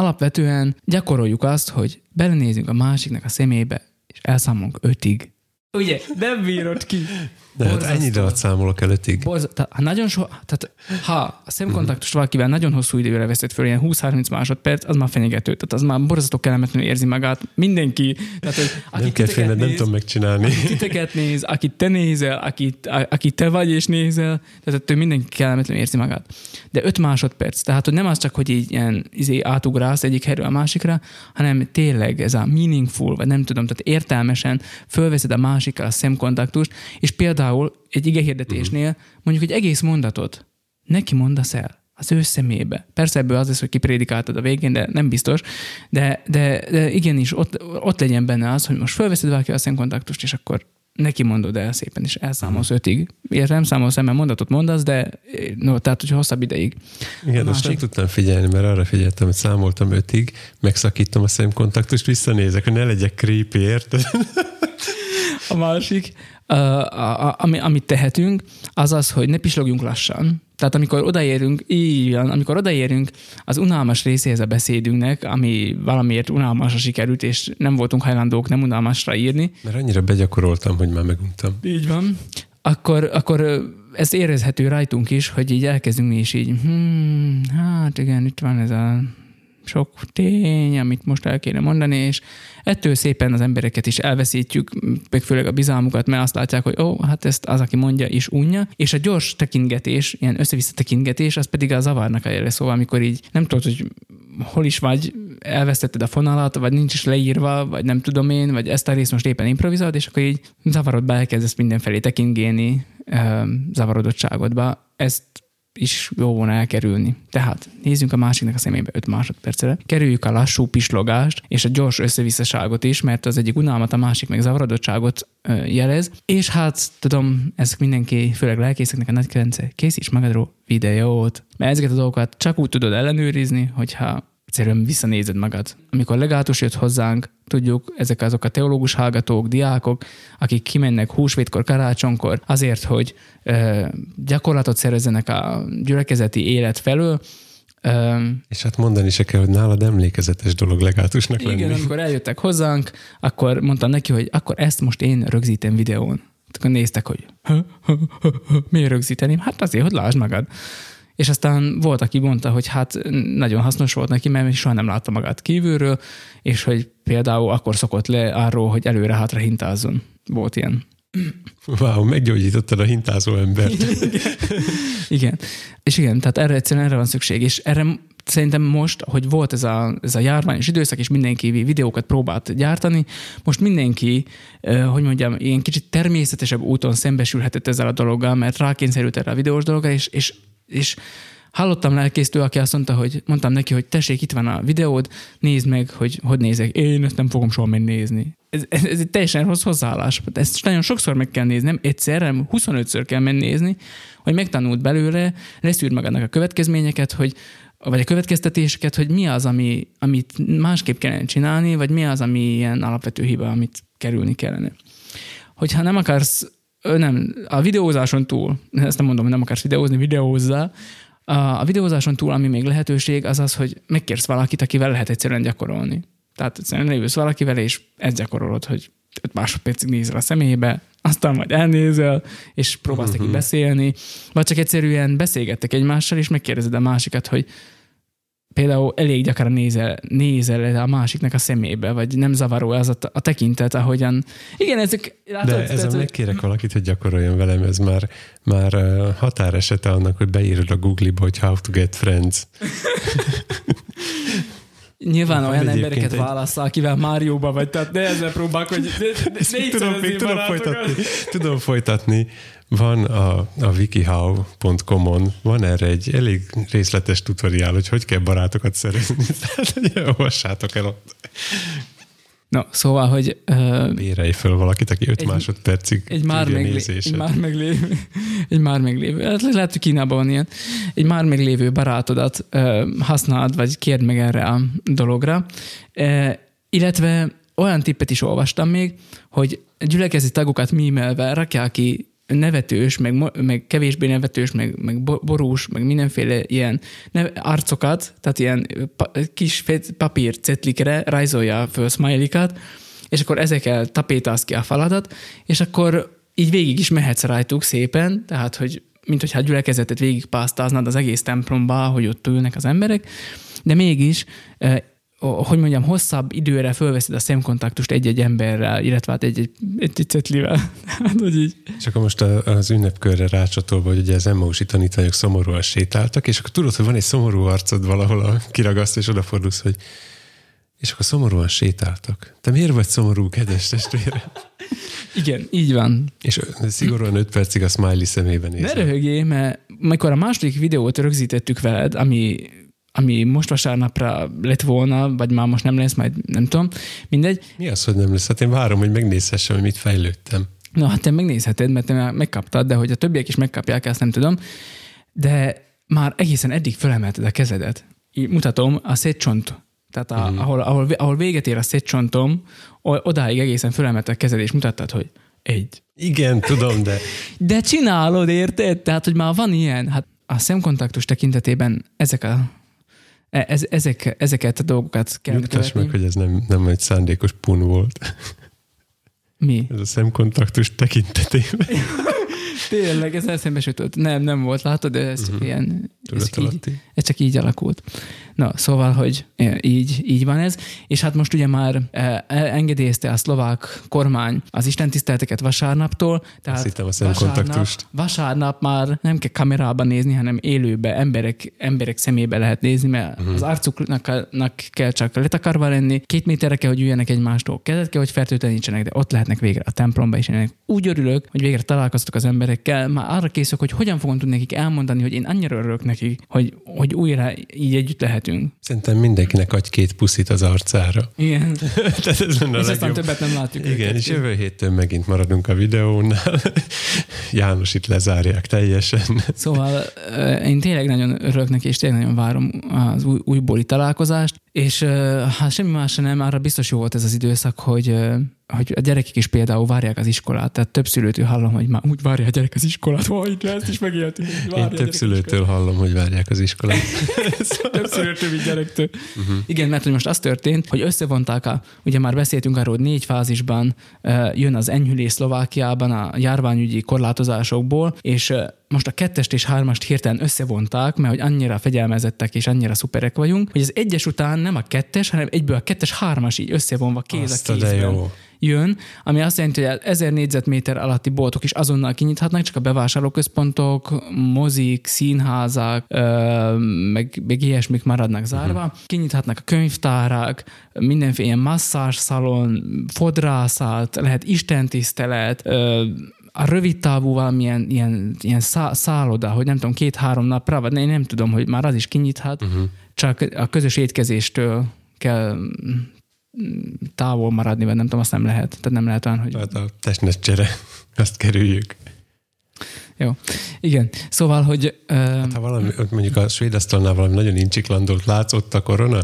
alapvetően gyakoroljuk azt, hogy belenézünk a másiknak a szemébe, és elszámolunk ötig. Ugye, nem bírod ki. De hát ennyi időt számolok el ötig. Borza, tehát, nagyon so, tehát ha a szemkontaktust valakivel nagyon hosszú időre veszed föl, ilyen húsz-harminc másodperc, az már fenyegető. Tehát az már borzasztó kellemetlenül érzi magát mindenki. Tehát, hogy nem kell félned, nem tudom megcsinálni. Aki titeket néz, akit te nézel, akit, akit te vagy és nézel, tehát ettől mindenki kellemetlenül érzi magát. De öt másodperc. Tehát, hogy nem az csak, hogy így ilyen izé, átugrálsz egyik helyről a másikra, hanem tényleg ez a meaningful, vagy nem tudom, tehát értelmesen fölveszed a másikkal a szemkontaktust, és például egy igehirdetésnél mondjuk egy egész mondatot neki mondasz el az ő szemébe. Persze ebből az lesz, hogy kiprédikáltad a végén, de nem biztos, de, de, de igenis ott, ott legyen benne az, hogy most fölveszed valaki a szemkontaktust, és akkor neki mondod el szépen, és elszámolsz ötig. Ilyet nem számolsz el, mert mondatot mondasz, de no, tehát, hogy hosszabb ideig. Igen, most nem tudtam figyelni, mert arra figyeltem, hogy számoltam ötig, megszakítom a szemkontaktust, visszanézek, hogy ne legyek creepy, érted? A másik, uh, a, a, ami, amit tehetünk, az az, hogy ne pislogjunk lassan. Tehát amikor odaérünk, ilyen, amikor odaérünk az unalmas részéhez a beszédünknek, ami valamiért unalmasra sikerült, és nem voltunk hajlandók nem unalmasra írni. Mert annyira begyakoroltam, hogy már meguntam. Így van. Akkor, akkor ez érezhető rajtunk is, hogy így elkezdünk mi is így, hmm, hát igen, itt van ez a sok tény, amit most el kéne mondani, és ettől szépen az embereket is elveszítjük, meg főleg a bizalmukat, mert azt látják, hogy ó, oh, hát ezt az, aki mondja, is unja, és a gyors tekintgetés, ilyen össze-vissza tekintgetés, az pedig a zavarnak a jele, szóval amikor így nem tudod, hogy hol is vagy, elvesztetted a fonalat, vagy nincs is leírva, vagy nem tudom én, vagy ezt a részt most éppen improvizálod, és akkor így zavarodba elkezdesz mindenfelé tekintgélni zavarodottságodba. Ezt is jó volna elkerülni. Tehát nézzünk a másiknak a szemébe öt másodpercre. Kerüljük a lassú pislogást és a gyors összevisszaságot is, mert az egyik unalmat, a másik meg zavarodottságot jelez. És hát tudom, ez mindenki, főleg lelkészeknek a nagy kedvence, készíts magadról videót. Mert ezeket a dolgokat csak úgy tudod ellenőrizni, hogyha egyszerűen visszanézed magad. Amikor legátus jött hozzánk, tudjuk, ezek azok a teológus hallgatók, diákok, akik kimennek húsvétkor, karácsonykor azért, hogy ö, gyakorlatot szerezzenek a gyülekezeti élet felől. Ö, És hát mondani se kell, hogy nálad emlékezetes dolog legátusnak lenni. Igen, amikor eljöttek hozzánk, akkor mondtam neki, hogy akkor ezt most én rögzítem videón. Akkor néztek, hogy ha, ha, ha, ha, miért rögzíteni? Hát azért, hogy lásd magad. És aztán volt, aki mondta, hogy hát nagyon hasznos volt neki, mert soha nem látta magát kívülről, és hogy például akkor szokott le arról, hogy előre-hátra hintázzon. Volt ilyen. Wow, meggyógyítottad a hintázó embert. Igen. Igen. És igen, tehát erre egyszerűen erre van szükség. És erre szerintem most, hogy volt ez a, ez a járványos időszak, és mindenki videókat próbált gyártani, most mindenki, hogy mondjam, ilyen kicsit természetesebb úton szembesülhetett ezzel a dologgal, mert rákényszerült erre a videós dologra, és, és és hallottam lelkésztől, aki azt mondta, hogy mondtam neki, hogy tessék, itt van a videód, nézd meg, hogy hogy nézek. Én ezt nem fogom soha megnézni. Ez, ez, ez egy teljesen rossz hozzáállás. Ezt nagyon sokszor meg kell nézni, nem egyszer, hanem huszonötször kell megnézni, hogy megtanult belőle, leszűr magadnak a következményeket, hogy, vagy a következtetéseket, hogy mi az, ami, amit másképp kellene csinálni, vagy mi az, ami ilyen alapvető hiba, amit kerülni kellene. Hogyha nem akarsz nem, a videózáson túl, ezt nem mondom, hogy nem akarsz videózni, videózzá. A videózáson túl, ami még lehetőség, az az, hogy megkérsz valakit, akivel lehet egyszerűen gyakorolni. Tehát egyszerűen leülsz valakivel, és ezt gyakorolod, hogy öt másodpercig nézel a szemébe, aztán majd elnézel, és próbálsz neki uh-huh. beszélni, vagy csak egyszerűen beszélgettek egymással, és megkérdezed a másikat, hogy például elég gyakran nézel, nézel a másiknak a szemébe, vagy nem zavaró az a, a tekintet, ahogyan... Igen, ezek... Látod, de ezen tehát, megkérek valakit, hogy gyakoroljon velem, ez már, már határesete annak, hogy beírod a Google-ba, hogy how to get friends. Nyilván van olyan embereket egy... válasz, akivel Márióba vagy, tehát ne ezzel próbálkozz, hogy de, de, de tudom, még tudom folytatni. Tudom folytatni. Van a, a wikihow pont com-on, van erre egy elég részletes tutoriál, hogy hogy kell barátokat szerezni. Tehát, hogy olvassátok el ott. No, szóval, hogy... Uh, Bérelj föl valakit, aki öt egy, másodpercig egy már, meglé, egy már meglévő, egy már meglévő, lehet, hogy Kínában van ilyen, egy már meglévő barátodat uh, használd, vagy kérd meg erre a dologra. Uh, illetve olyan tippet is olvastam még, hogy gyülekezeti tagokat mímelve rakják ki nevetős, meg, meg kevésbé nevetős, meg, meg borús, meg mindenféle ilyen neve, arcokat, tehát ilyen pa, kis papír cetlikre rajzolja föl smiley-kat, és akkor ezekkel tapétálsz ki a faladat, és akkor így végig is mehetsz rajtuk szépen, tehát, hogy mint hogyha a gyülekezetet végig pásztáznad az egész templomba, hogy ott ülnek az emberek, de mégis, eh, hogy mondjam, hosszabb időre fölveszed a szemkontaktust egy-egy emberrel, illetve hát egy-egy, egy-egy cetlivel. Hát, hogy így. És akkor most az ünnepkörre rácsatolva, hogy ugye az Emmausi tanítványok szomorúan sétáltak, és akkor tudod, hogy van egy szomorú arcod valahol, a kiragaszt, és odafordulsz, hogy és akkor szomorúan sétáltak. Te miért vagy szomorú, kedves testvére? Igen, így van. És szigorúan öt percig a smiley szemében nézel. Ne röhögjél, mert amikor a második videót rögzítettük veled, ami, ami most vasárnapra lett volna, vagy már most nem lesz, majd nem tudom, mindegy. Mi az, hogy nem lesz? Hát én várom, hogy megnézhessem, hogy mit fejlődtem. Na, hát te megnézheted, mert te már megkaptad, de hogy a többiek is megkapják, ezt nem tudom. De már egészen eddig fölemelted a kezedet. Így mutatom, a szétcsont. Tehát a, mm. ahol, ahol, ahol véget ér a szétcsontom, odáig egészen fölemelte a kezed, és mutattad, hogy egy. Igen, tudom, de... De csinálod, érted? Tehát, hogy már van ilyen. Hát a szemkontaktus tekintetében ezek a, ez, ezek, ezeket a dolgokat kell Nyugtass meg, hogy ez nem, nem egy szándékos pun volt. Mi? Ez a szemkontaktus tekintetében. Tényleg, ez eszembe sütött. Nem, nem volt, látod, de ez csak uh-huh. ilyen... Ez csak, így, ez csak így alakult. Na, szóval, hogy így, így van ez. És hát most ugye már engedélyezte a szlovák kormány az istentiszteleteket vasárnaptól. Tehát azt hittem a szemkontaktust. Vasárnap, vasárnap már nem kell kamerában nézni, hanem élőbe, emberek, emberek szemébe lehet nézni, mert uh-huh. az arcuknak kell csak letakarva lenni. Két méterre kell, hogy üljenek egymástól. Kezet kell, hogy fertőtlenítsenek, de ott lehetnek végre a templomba, és ennek úgy örülök, hogy végre találkoztok az emberekkel. Már arra készülök, hogy hogyan fogom tudni nekik elmondani, hogy én annyira örülök nekik, hogy, hogy újra így együtt lehetünk. Szerintem mindenkinek adj két puszit az arcára. Igen. Tehát ez lenne a és legjobb. aztán többet nem látjuk. Igen, őket. És jövő héttől megint maradunk a videónál. János itt lezárják teljesen. Szóval én tényleg nagyon örülök neki, és tényleg nagyon várom az új, újbóli találkozást, és hát semmi más nem, arra biztos jó volt ez az időszak, hogy hogy a gyerekek is például várják az iskolát, tehát több szülőtől hallom, hogy már úgy várja a gyerek az iskolát, hogy ezt is megéltünk. Én több szülőtől hallom, hogy várják az iskolát. Több szülőtől, mint gyerektől. Uh-huh. Igen, mert hogy most az történt, hogy összevonták a, ugye már beszéltünk arról, hogy négy fázisban uh, jön az enyhülés Szlovákiában a járványügyi korlátozásokból, és uh, most a kettest és hármast hirtelen összevonták, mert hogy annyira fegyelmezettek és annyira szuperek vagyunk, hogy az egyes után nem a kettes, hanem egyből a kettes hármas így összevonva kéz azt a kézben jön, ami azt jelenti, hogy ezer négyzetméter alatti boltok is azonnal kinyithatnak, csak a bevásárlóközpontok, mozik, színházak, meg, meg ilyesmik maradnak zárva. Uh-huh. Kinyithatnak a könyvtárak, mindenféle ilyen masszázsszalon, fodrászat, lehet istentisztelet, a rövid távú valamilyen ilyen, ilyen szá, szálloda, hogy nem tudom, két-három napra, vagy én nem tudom, hogy már az is kinyithat, uh-huh. csak a közös étkezéstől kell távol maradni, vagy nem tudom, azt nem lehet. Tehát nem lehet olyan, hogy... Hát a testnetcsere, azt kerüljük. Jó. Igen. Szóval, hogy... Uh... Hát ha valami, mondjuk a svéd asztalnál valami nagyon incsiklandolt látszott a korona,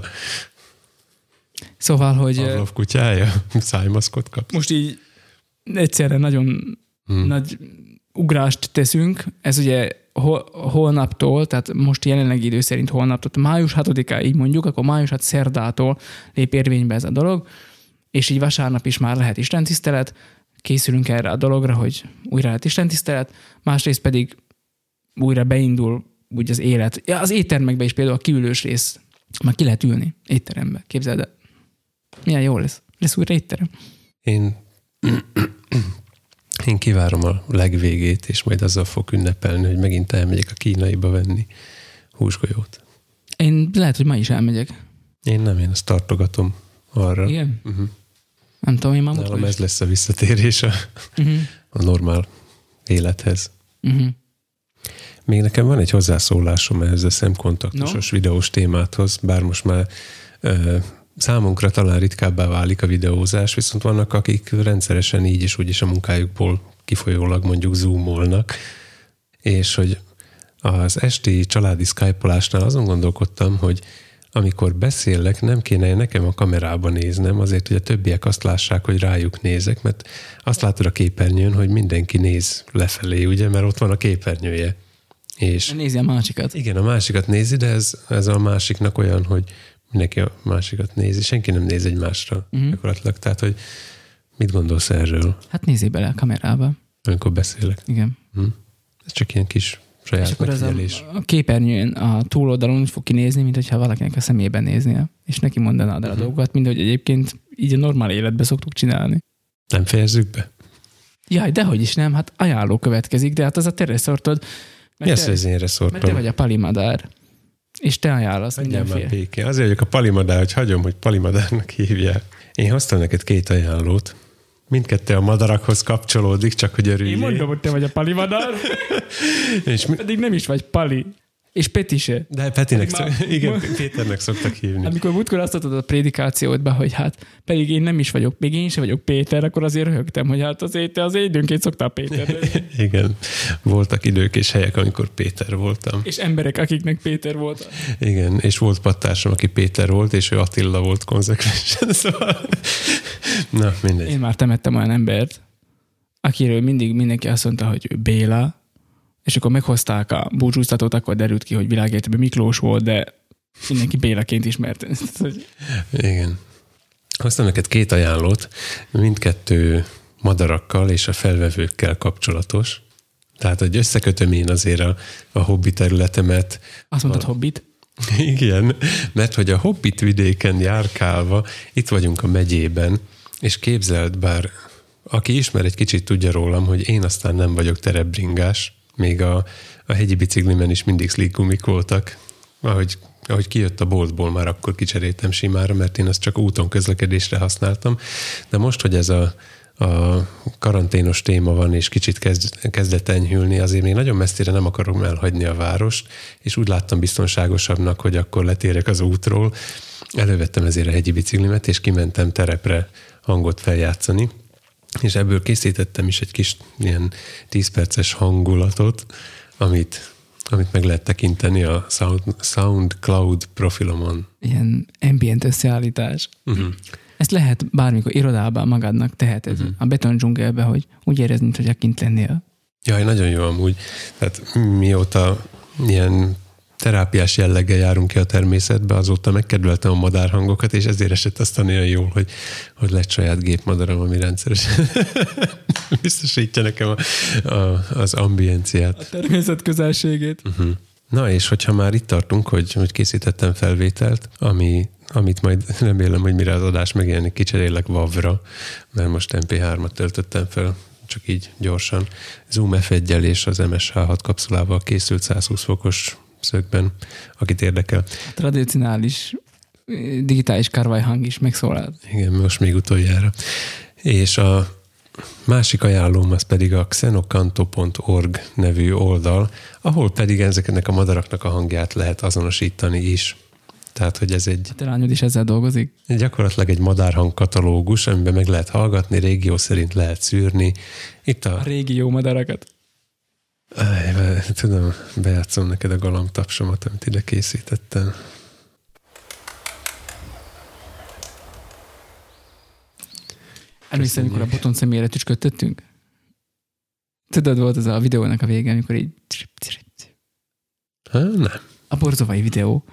szóval, hogy... Pavlov kutyája szájmaszkot kap. Most így egyszerre nagyon hmm. nagy ugrást teszünk. Ez ugye hol, holnaptól, tehát most jelenlegi idő szerint holnaptól, május hatodikáig így mondjuk, akkor május hat szerdától lép érvénybe ez a dolog, és így vasárnap is már lehet istentisztelet, készülünk erre a dologra, hogy újra lehet istentisztelet, másrészt pedig újra beindul úgy az élet. Ja, az éttermekben is például a kiülős rész, már ki lehet ülni étterembe, képzeld el. Milyen jó lesz. Lesz újra étterem. Én Én kivárom a legvégét, és majd azzal fog ünnepelni, hogy megint elmegyek a kínaiba venni húsgolyót. Én lehet, hogy ma is elmegyek. Én nem, én azt tartogatom arra. Igen? Uh-huh. Nem tudom, én már Nálam ez lesz a visszatérés a, uh-huh. a normál élethez. Uh-huh. Még nekem van egy hozzászólásom ehhez a szemkontaktusos no? videós témáthoz, bár most már uh, számunkra talán ritkábbá válik a videózás, viszont vannak, akik rendszeresen így is úgy is a munkájukból kifolyólag mondjuk zoomolnak, és hogy az esti családi skype-olásnál azon gondolkodtam, hogy amikor beszélek, nem kéne nekem a kamerába néznem, azért, hogy a többiek azt lássák, hogy rájuk nézek, mert azt látod a képernyőn, hogy mindenki néz lefelé, ugye, mert ott van a képernyője. És nézi a másikat. Igen, a másikat nézi, de ez, ez a másiknak olyan, hogy mindenki a másikat nézi, senki nem néz egymásra uh-huh. gyakorlatilag. Tehát, hogy Mit gondolsz erről? Hát nézzél bele a kamerába. Amikor beszélek. Igen. Hm. Ez csak ilyen kis saját és akkor ez a, megfigyelés. a képernyőn a túloldalon úgy fog kinézni, mint hogyha valakinek a szemében néznél, és neki mondanád el a Uh-huh. dolgokat, mint hogy egyébként így a normál életben szoktuk csinálni. Nem fejezzük be? Jaj, dehogy is nem, hát ajánló következik, de hát az a te reszortod. Mi az, hogy az én Mert te reszortom? vagy a palimadár, és te ajánlasz Hagyjál már mindenféle. békén. Azért vagyok a palimadár, hogy hagyom, hogy palimadárnak hívják. Én hoztam neked két ajánlót. Mindkettő a madarakhoz kapcsolódik, csak hogy örüljél. Én mondom, hogy te vagy a palimadár, És mi... pedig nem is vagy pali. És Peti se. De Petinek, Már- szok... igen, Péternek szoktak hívni. Amikor múltkor azt adtad a prédikációdba, hogy hát pedig én nem is vagyok, még én sem vagyok Péter, akkor azért röhögtem, hogy hát azért te azért időnként szoktál Péter lenni. Igen, voltak idők és helyek, amikor Péter voltam. És emberek, akiknek Péter volt. Igen, és volt pattársam, aki Péter volt, és ő Attila volt konzekvensen, szóval... Na, mindegy. Én már temettem olyan embert, akiről mindig mindenki azt mondta, hogy ő Béla, és akkor meghozták a búcsúztatót, akkor derült ki, hogy világéletben Miklós volt, de mindenki Bélaként ismerte. Igen. Hoztam neked két ajánlót, mindkettő madarakkal és a felvevőkkel kapcsolatos. Tehát, hogy összekötöm én azért a, a hobbi területemet. Azt mondtad, a... Hobbit? Igen, mert hogy a Hobbit vidéken járkálva, itt vagyunk a megyében, és képzeld, bár aki ismer egy kicsit tudja rólam, hogy én aztán nem vagyok terebringás, még a, a hegyi biciklimen is mindig slickgumik voltak. Ahogy, ahogy kijött a boltból, már akkor kicseréltem simára, mert én azt csak úton közlekedésre használtam. De most, hogy ez a, a karanténos téma van, és kicsit kezd, kezdett enyhülni, azért még nagyon messzire nem akarom elhagyni a várost, és úgy láttam biztonságosabbnak, hogy akkor letérek az útról. Elővettem ezért a hegyi biciklimet, és kimentem terepre hangot feljátszani, és ebből készítettem is egy kis ilyen tíz perces hangulatot, amit, amit meg lehet tekinteni a Sound, SoundCloud profilomon. Ilyen ambient összeállítás. Uh-huh. Ezt lehet bármikor irodában magadnak teheted uh-huh. a beton dzsungelbe, hogy úgy érezni, mintha kint lennél. Jaj, nagyon jó amúgy. Tehát mióta ilyen terápiás jelleggel járunk ki a természetbe, azóta megkedveltem a madárhangokat, és ezért esett aztán olyan jól, hogy, hogy lett saját gépmadaram, ami rendszeresen biztosítja nekem a, a, az ambienciát. A természet közelségét. Uh-huh. Na, és hogyha már itt tartunk, hogy, hogy készítettem felvételt, ami, amit majd remélem, hogy mire az adás megjelenik, kicserélek vavra, mert most em pé hármat töltöttem fel, csak így gyorsan. Zoom ef egyel és az em es há hat kapszulával készült száz húsz fokos szögben, akit érdekel. A tradicionális digitális kárvályhang is megszólal. Igen, most még utoljára. És a másik ajánlóm az pedig a xenocanto pont org nevű oldal, ahol pedig ezeknek a madaraknak a hangját lehet azonosítani is. Tehát, hogy ez egy... A te lányod is ezzel dolgozik? Gyakorlatilag egy madárhang katalógus, amiben meg lehet hallgatni, régió szerint lehet szűrni. Itt a... A régió madarakat. Aj, tudom, bejátszom neked a galambtapsomat, amit ide készítettem. Emlékszel, amikor a boton személyre tücsködtettünk? Tudod, volt az a videónak a vége, amikor így... Ha, nem. A borzovai videó.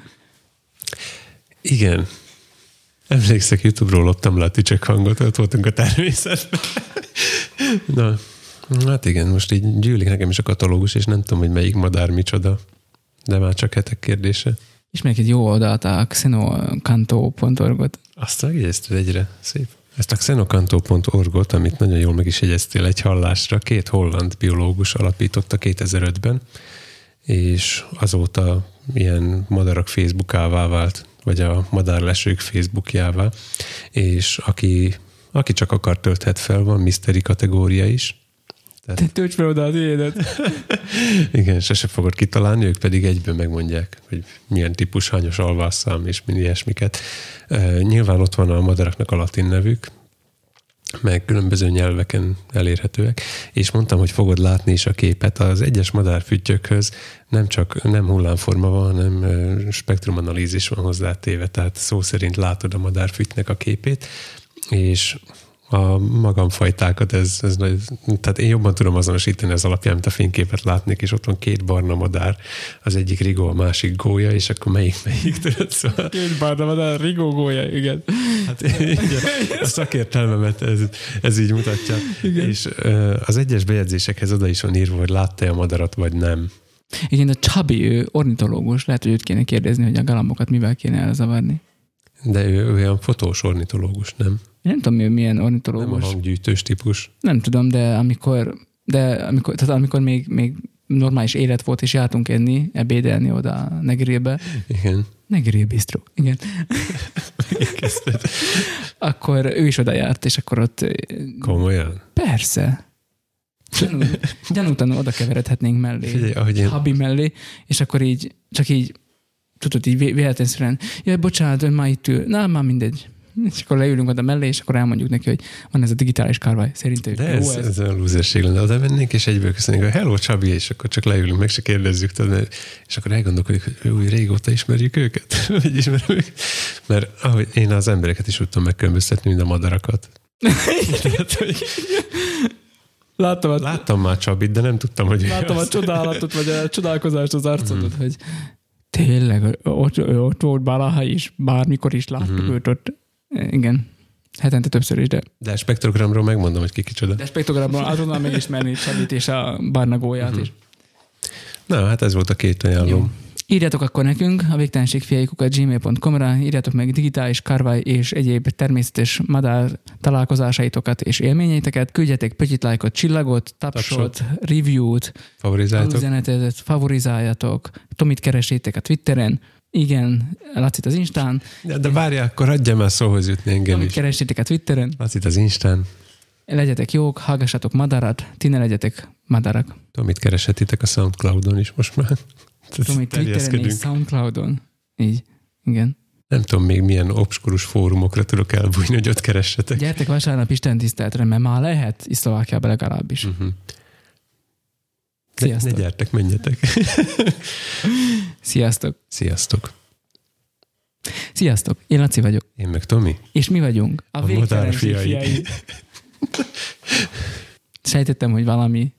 Igen. Emlékszek, YouTube-ról loptam le a tücsök hangot, ott voltunk a természetben. Na, hát igen, most így gyűlik nekem is a katalógus, és nem tudom, hogy melyik madár micsoda, de már csak hetek kérdése. Ismerek egy jó oldalt, a xenocanto pont org-ot. Azt megjegyezted egyre, szép. Ezt a xenocanto pont org-ot, amit nagyon jól meg is jegyeztél egy hallásra, két holland biológus alapította kétezer-ötben, és azóta ilyen madarak Facebookává vált, vagy a madárlesők Facebookjává, és aki, aki csak akar, tölthet fel, van mystery kategória is. Tehát... Te tölts fel oda az élet. Igen, sose fogod kitalálni, ők pedig egyben megmondják, hogy milyen típus, hányos alvásszám és mi ilyesmiket. Uh, nyilván ott van a madaraknak a latin nevük, meg különböző nyelveken elérhetőek, és mondtam, hogy fogod látni is a képet. Az egyes madárfüttyökhöz nem csak nem hullámforma van, hanem spektrumanalízis van hozzátéve, tehát szó szerint látod a madárfüttynek a képét, és a magamfajtákat, ez, ez nagy, tehát én jobban tudom azonosítani az alapján, mint a fényképet látnék, és ott van két barna madár, az egyik rigó, a másik gólya, és akkor melyik melyik tudod, szóval... Két barna madár, rigó, gólya, igen. Hát igen, a szakértelmemet ez, ez így mutatja. Igen. És az egyes bejegyzésekhez oda is van írva, hogy látta-e a madarat, vagy nem. Igen, a Csabi, ő ornitológus, lehet, hogy őt kéne kérdezni, hogy a galambokat mivel kéne elzavarni. De ő, ő olyan fotós ornitológus, nem? Én nem tudom, ő milyen ornitológus. Nem a hanggyűjtős típus. Nem tudom, de amikor, de amikor, tehát amikor még, még normális élet volt, és jártunk enni, ebédelni oda a Negrilbe. Igen. Negril Bistro, igen. Akkor ő is oda járt, és akkor ott... Komolyan? Persze. Gyanú, gyanútanul oda keveredhetnénk mellé. Figyelj, ahogy én... Habi mellé, és akkor így, csak így, tudod, így véletlenszerűen, jaj, bocsánat, ön már itt ül. Na, már mindegy. És akkor leülünk oda mellé, és akkor elmondjuk neki, hogy van ez a digitális kárvály. Szerintem de ez, ez. ez olyan lúzerség lenne. Oda mennénk, és egyből köszönjük, hogy hello Csabi, és akkor csak leülünk, meg se kérdezzük, tudod, és akkor elgondolkodjuk, hogy úgy régóta ismerjük őket. Hogy ismerjük őket. Mert ahogy én az embereket is tudtam megkülönböztetni, mint a madarakat. Tehát, hogy... Láttam, a... Láttam már Csabit, de nem tudtam, hogy... Láttam a csodálatot, vagy a csodálkozást az arcodot, mm. hogy tényleg, ott, ott volt Balaha is, bármikor is láttuk mm. őt ott. Igen, hetente többször is, de... De spektrogramról megmondom, hogy ki kicsoda. De spektrogramról azonnal megismerni Csabit és a barna gólyát mm. is. Na, hát ez volt a két ajánlom. Írjátok akkor nekünk a végtelenségfiaikukat gmail pont com-ra, írjátok meg digitális karvály és egyéb természetes madár találkozásaitokat és élményeiteket, küldjetek pötyit, lájkot, csillagot, tapsot, review-t, favorizáljátok. favorizáljatok, Tomit keresétek a Twitteren, igen, Lacit az Instán. Ja, de várjál, akkor hagyjál már szóhoz jutni engem Tomit is. keresétek a Twitteren. Lacit az Instán. Legyetek jók, hallgassatok madarat, ti ne legyetek madarak. Tomit kereshetitek a Soundcloudon is most már. Tomit Twitteren és Soundcloudon. Így, igen. Nem tudom még milyen obskurus fórumokra tudok elbújni, hogy ott keressetek. Gyertek vasárnap Isten tiszteletre, mert már lehet, és Szlovákiában legalábbis. Uh-huh. Sziasztok. Ne, ne gyertek, menjetek. Sziasztok. Sziasztok. Sziasztok. Én Laci vagyok. Én meg Tomi. És mi vagyunk? A, a modern fiai. fiai. Sejtettem, hogy valami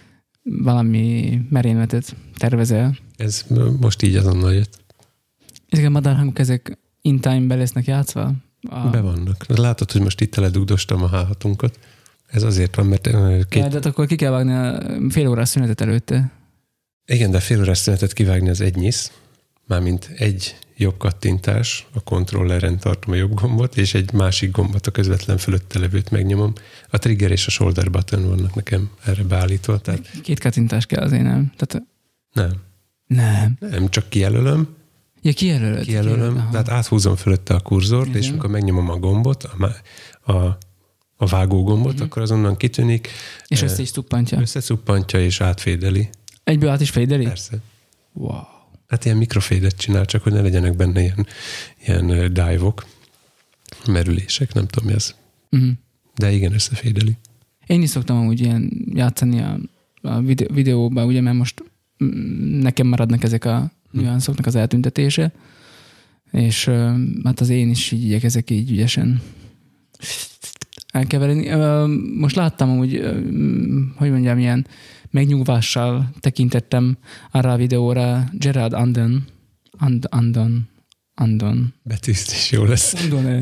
valami merényletet tervezel. Ez most így azonnal jött. Ezek a madárhangok, ezek in time-be lesznek játszva? A... Be vannak. Látod, hogy most itt teledugdostam a há hatunkat. Ez azért van, mert... Két... Ja, de akkor ki kell vágni a fél órás szünetet előtte. Igen, de fél órás szünetet kivágni az egy nyisz, mármint egy jobb kattintás, a kontrolleren tartom a jobb gombot, és egy másik gombot, a közvetlen fölötte levőt megnyomom. A trigger és a shoulder button vannak nekem erre beállítva. Tehát... Két kattintás kell azért, nem? Tehát... Nem. Nem. Nem, csak kijelölöm. Ja, kijelölöd. Kijelölöm, tehát áthúzom fölötte a kurzort, igen. És amikor megnyomom a gombot, a, a, a vágó gombot, uh-huh. akkor azonnan kitűnik. És össze is szuppantja. Összeszuppantja és átfédeli. Egyből át is fédeli? Persze. Wow. Hát ilyen mikrofédet csinál, csak hogy ne legyenek benne ilyen, ilyen dive-ok, merülések, nem tudom mi az. Uh-huh. De igen, összefédeli. Én is szoktam amúgy ilyen játszani a, a videó, videóban, ugye, mert most nekem maradnak ezek a nüanszoknak az eltüntetése, és hát az én is így igyekezek így ügyesen elkeverni. Most láttam amúgy, hogy mondjam, ilyen megnyugvással tekintettem arra a videóra, Gerard Andon, And, Andon, Andon. Betűzt is jó lesz. Andon-e?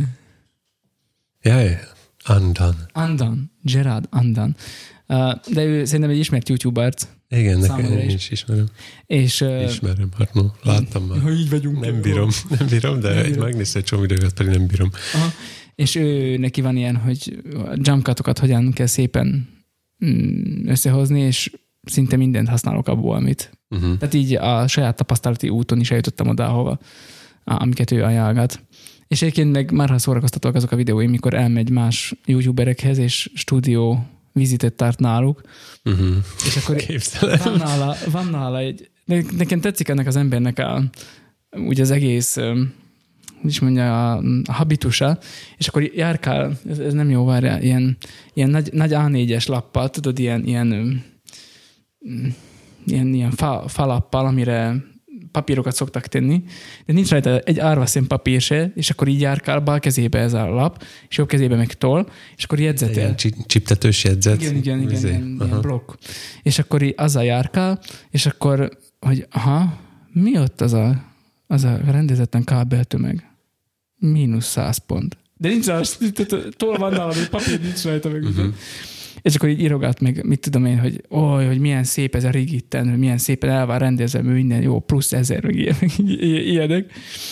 Jaj, Andon. Andon, Gerard Andon. De ő szerintem egy ismert YouTuber-t. Igen, nekem én is ismerem. És, ismerem, hát no, láttam már. Így vagyunk. Nem bírom, nem bírom, de egy megnézte egy csomó időket, pedig nem bírom. Aha. És ő, neki van ilyen, hogy jump cutokat hogyan kell szépen összehozni, és szinte mindent használok abból, amit. Uh-huh. Tehát így a saját tapasztalati úton is eljutottam oda, ahova, amiket ő ajánlgat. És egyébként meg már szórakoztatóak azok a videóim, mikor elmegy más youtuberekhez, és stúdió vizitet tart náluk. Uh-huh. És akkor van nála, van nála egy... Nekem tetszik ennek az embernek a, ugye az egész, hogy is mondja, a, a habitusa, és akkor járkál, ez, ez nem jó, várjál, ilyen, ilyen nagy, nagy á négyes lappal, tudod, ilyen, ilyen, ilyen, ilyen fa, falappal, amire papírokat szoktak tenni, de nincs rajta egy árvaszín papír se, és akkor így járkál, bal kezébe ez a lap, és jobb kezébe meg toll, és akkor jegyzetel. Ilyen csiptetős jegyzet. Igen, igen, igen, ilyen, ilyen blokk. És akkor így azzal járkál, és akkor, hogy aha, mi ott az a, az a rendezetlen kábeltömeg? Mínusz száz pont. De nincs rá, toll van nálam, egy papír nincs rajta meg. Uh-huh. És akkor így írogat meg, mit tudom én, hogy oly, hogy milyen szép ez a rigitten, hogy milyen szépen el van rendezve, minden jó, plusz ezer, meg ilyen, ilyenek.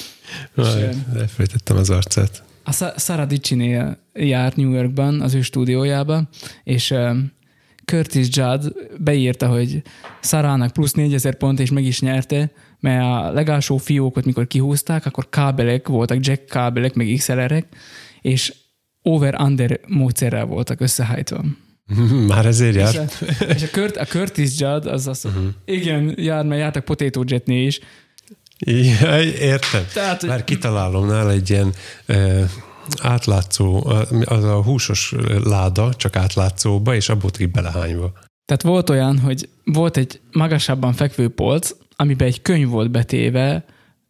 Elfelejtettem az arcát. A Sara Dicsy-nél járt New Yorkban, az ő stúdiójában, és Curtis Judd beírta, hogy Sarának plusz négyezer pont, és meg is nyerte, mert a legálsó fiókot, mikor kihúzták, akkor kábelek voltak, jack kábelek, meg iksz el erek, és over-under módszerrel voltak összehajtva. Már ezért jár. És a, és a, Kurt, a Curtis Judd, az az, uh-huh. igen, jár, mert jártak Potato Jetnél is. Ja, értem. Tehát, már kitalálom nála egy ilyen uh, átlátszó, az a húsos láda, csak átlátszóba, és abból így belehányva. Tehát volt olyan, hogy volt egy magasabban fekvő polc, amiben egy könyv volt betéve,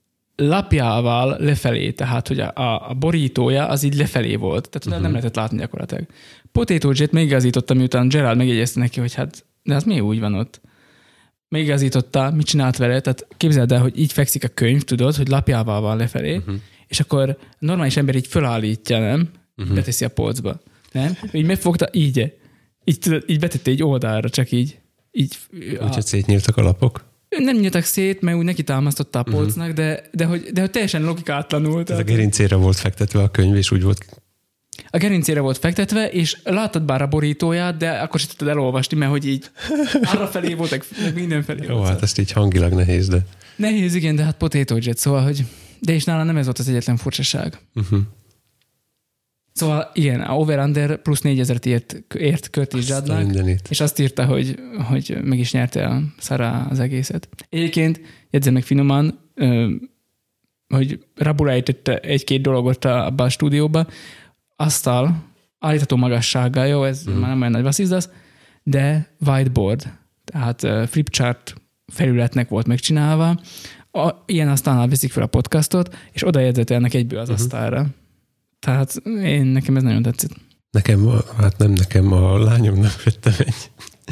lapjával lefelé, tehát hogy a, a, a borítója az így lefelé volt. Tehát uh-huh. nem lehetett látni gyakorlatilag. Potato Jet megigazította, miután Gerald megjegyezte neki, hogy hát, de az mi úgy van ott? Megigazította, mit csinált vele? Tehát képzeld el, hogy így fekszik a könyv, tudod, hogy lapjával van lefelé, uh-huh. és akkor normális ember így fölállítja, nem? Uh-huh. Beteszi a polcba. Nem? Így megfogta, így. Így, tudod, így betette egy oldalra, csak így. így Úgyhogy szétnyíltak a lapok? Nem nyíltak szét, mert úgy neki támasztotta a polcnak, uh-huh. de, de, hogy, de hogy teljesen logikátlanul. Tehát a gerincére volt fektetve a könyv, és úgy volt... A gerincére volt fektetve, és láttad bár a borítóját, de akkor sem tudtad elolvasni, mert hogy így arrafelé voltak, mindenfelé. Jó, hát ezt így hangilag nehéz, de... Nehéz, igen, de hát Potato Jet, szóval, hogy... De és nála nem ez volt az egyetlen furcsaság. Uh-huh. Szóval igen, a over-under plusz négyezret ért, ért Curtis Juddnak, és azt írta, hogy, hogy meg is nyerte a Sara az egészet. Egyébként, jegyzem meg finoman, hogy Rabula ejtette egy-két dologot abban a stúdióban, asztal, állítható magassággal, jó, ez mm. már nem olyan nagy vasszizdasz, de whiteboard, tehát flipchart felületnek volt megcsinálva. A, ilyen asztalnál viszik fel a podcastot, és oda jegyzetelnek egyből az uh-huh. asztalra. Tehát én, nekem ez nagyon tetszett. Nekem, hát nem nekem, a lányomnak vettem egy...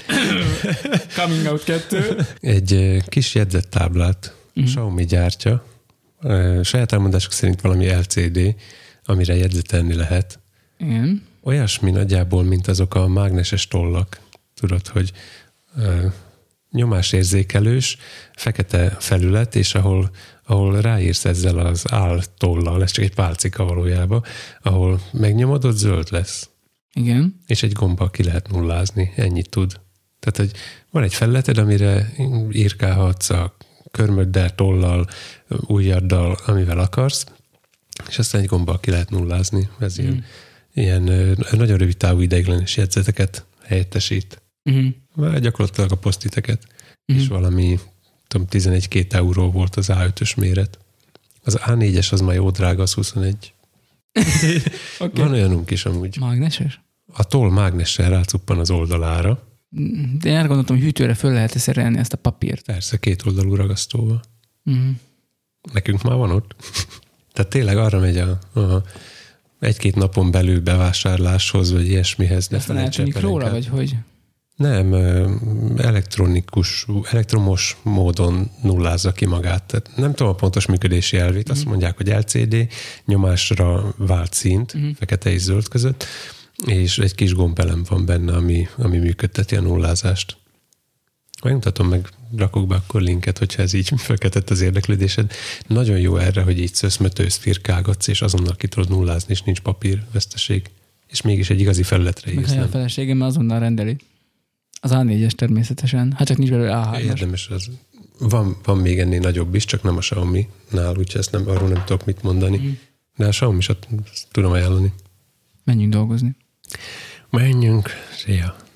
Coming out kettő. Egy kis jegyzettáblát, uh-huh. Xiaomi gyártja. Saját elmondások szerint valami el cé dé, amire jegyzetelni lehet. Igen. Olyasmi nagyjából, mint azok a mágneses tollak. Tudod, hogy ö, nyomásérzékelős, fekete felület, és ahol, ahol ráírsz ezzel az áll tollal, ez csak egy pálcika valójában, ahol megnyomod, ott zöld lesz. Igen. És egy gombbal ki lehet nullázni, ennyit tud. Tehát, hogy van egy felületed, amire írkálhatsz a körmöddel, tollal, ujjaddal, amivel akarsz, és aztán egy gombbal ki lehet nullázni. Ez mm. ilyen, ilyen nagyon rövid távú ideiglenes jegyzeteket helyettesít. Mm. Már gyakorlatilag a posztiteket. Mm. És valami tudom, tizenegy-két euró volt az á ötös méret. Az á négyes az már jó drága, az huszonegy. Okay. Van olyanunk is amúgy. Mágneses? A toll mágnessel rácuppan az oldalára. De én elgondoltam, hogy hűtőre föl lehet szerelni ezt a papírt. Persze, két oldalú ragasztóval. Mm. Nekünk már van ott. Tehát tényleg arra megy a, a egy-két napon belül bevásárláshoz, vagy ilyesmihez. De aztán eltűnik róla, vagy hogy? Nem, elektronikus, elektromos módon nullázza ki magát. Tehát nem tudom a pontos működési elvét, mm-hmm. azt mondják, hogy el cé dé, nyomásra vált szint, mm-hmm. fekete és zöld között, és egy kis gombelem van benne, ami, ami működteti a nullázást. Megmutatom, meg rakok be akkor linket, hogyha ez így felkeltett az érdeklődésed. Nagyon jó erre, hogy így szöszmötősz, firkálgatsz, és azonnal ki tudod nullázni, és nincs papírveszteség. És mégis egy igazi felületre írsz. Meg a feleségem azonnal rendeli. Az á négyes természetesen. Hát csak nincs belőle á hármas. Érdemes az. Van, van még ennél nagyobb is, csak nem a Xiaomi-nál, úgyhogy ezt nem, arról nem tudok mit mondani. Mm. De a Xiaomi-sat tudom ajánlani. Menjünk dolgozni. Menjünk. Szia.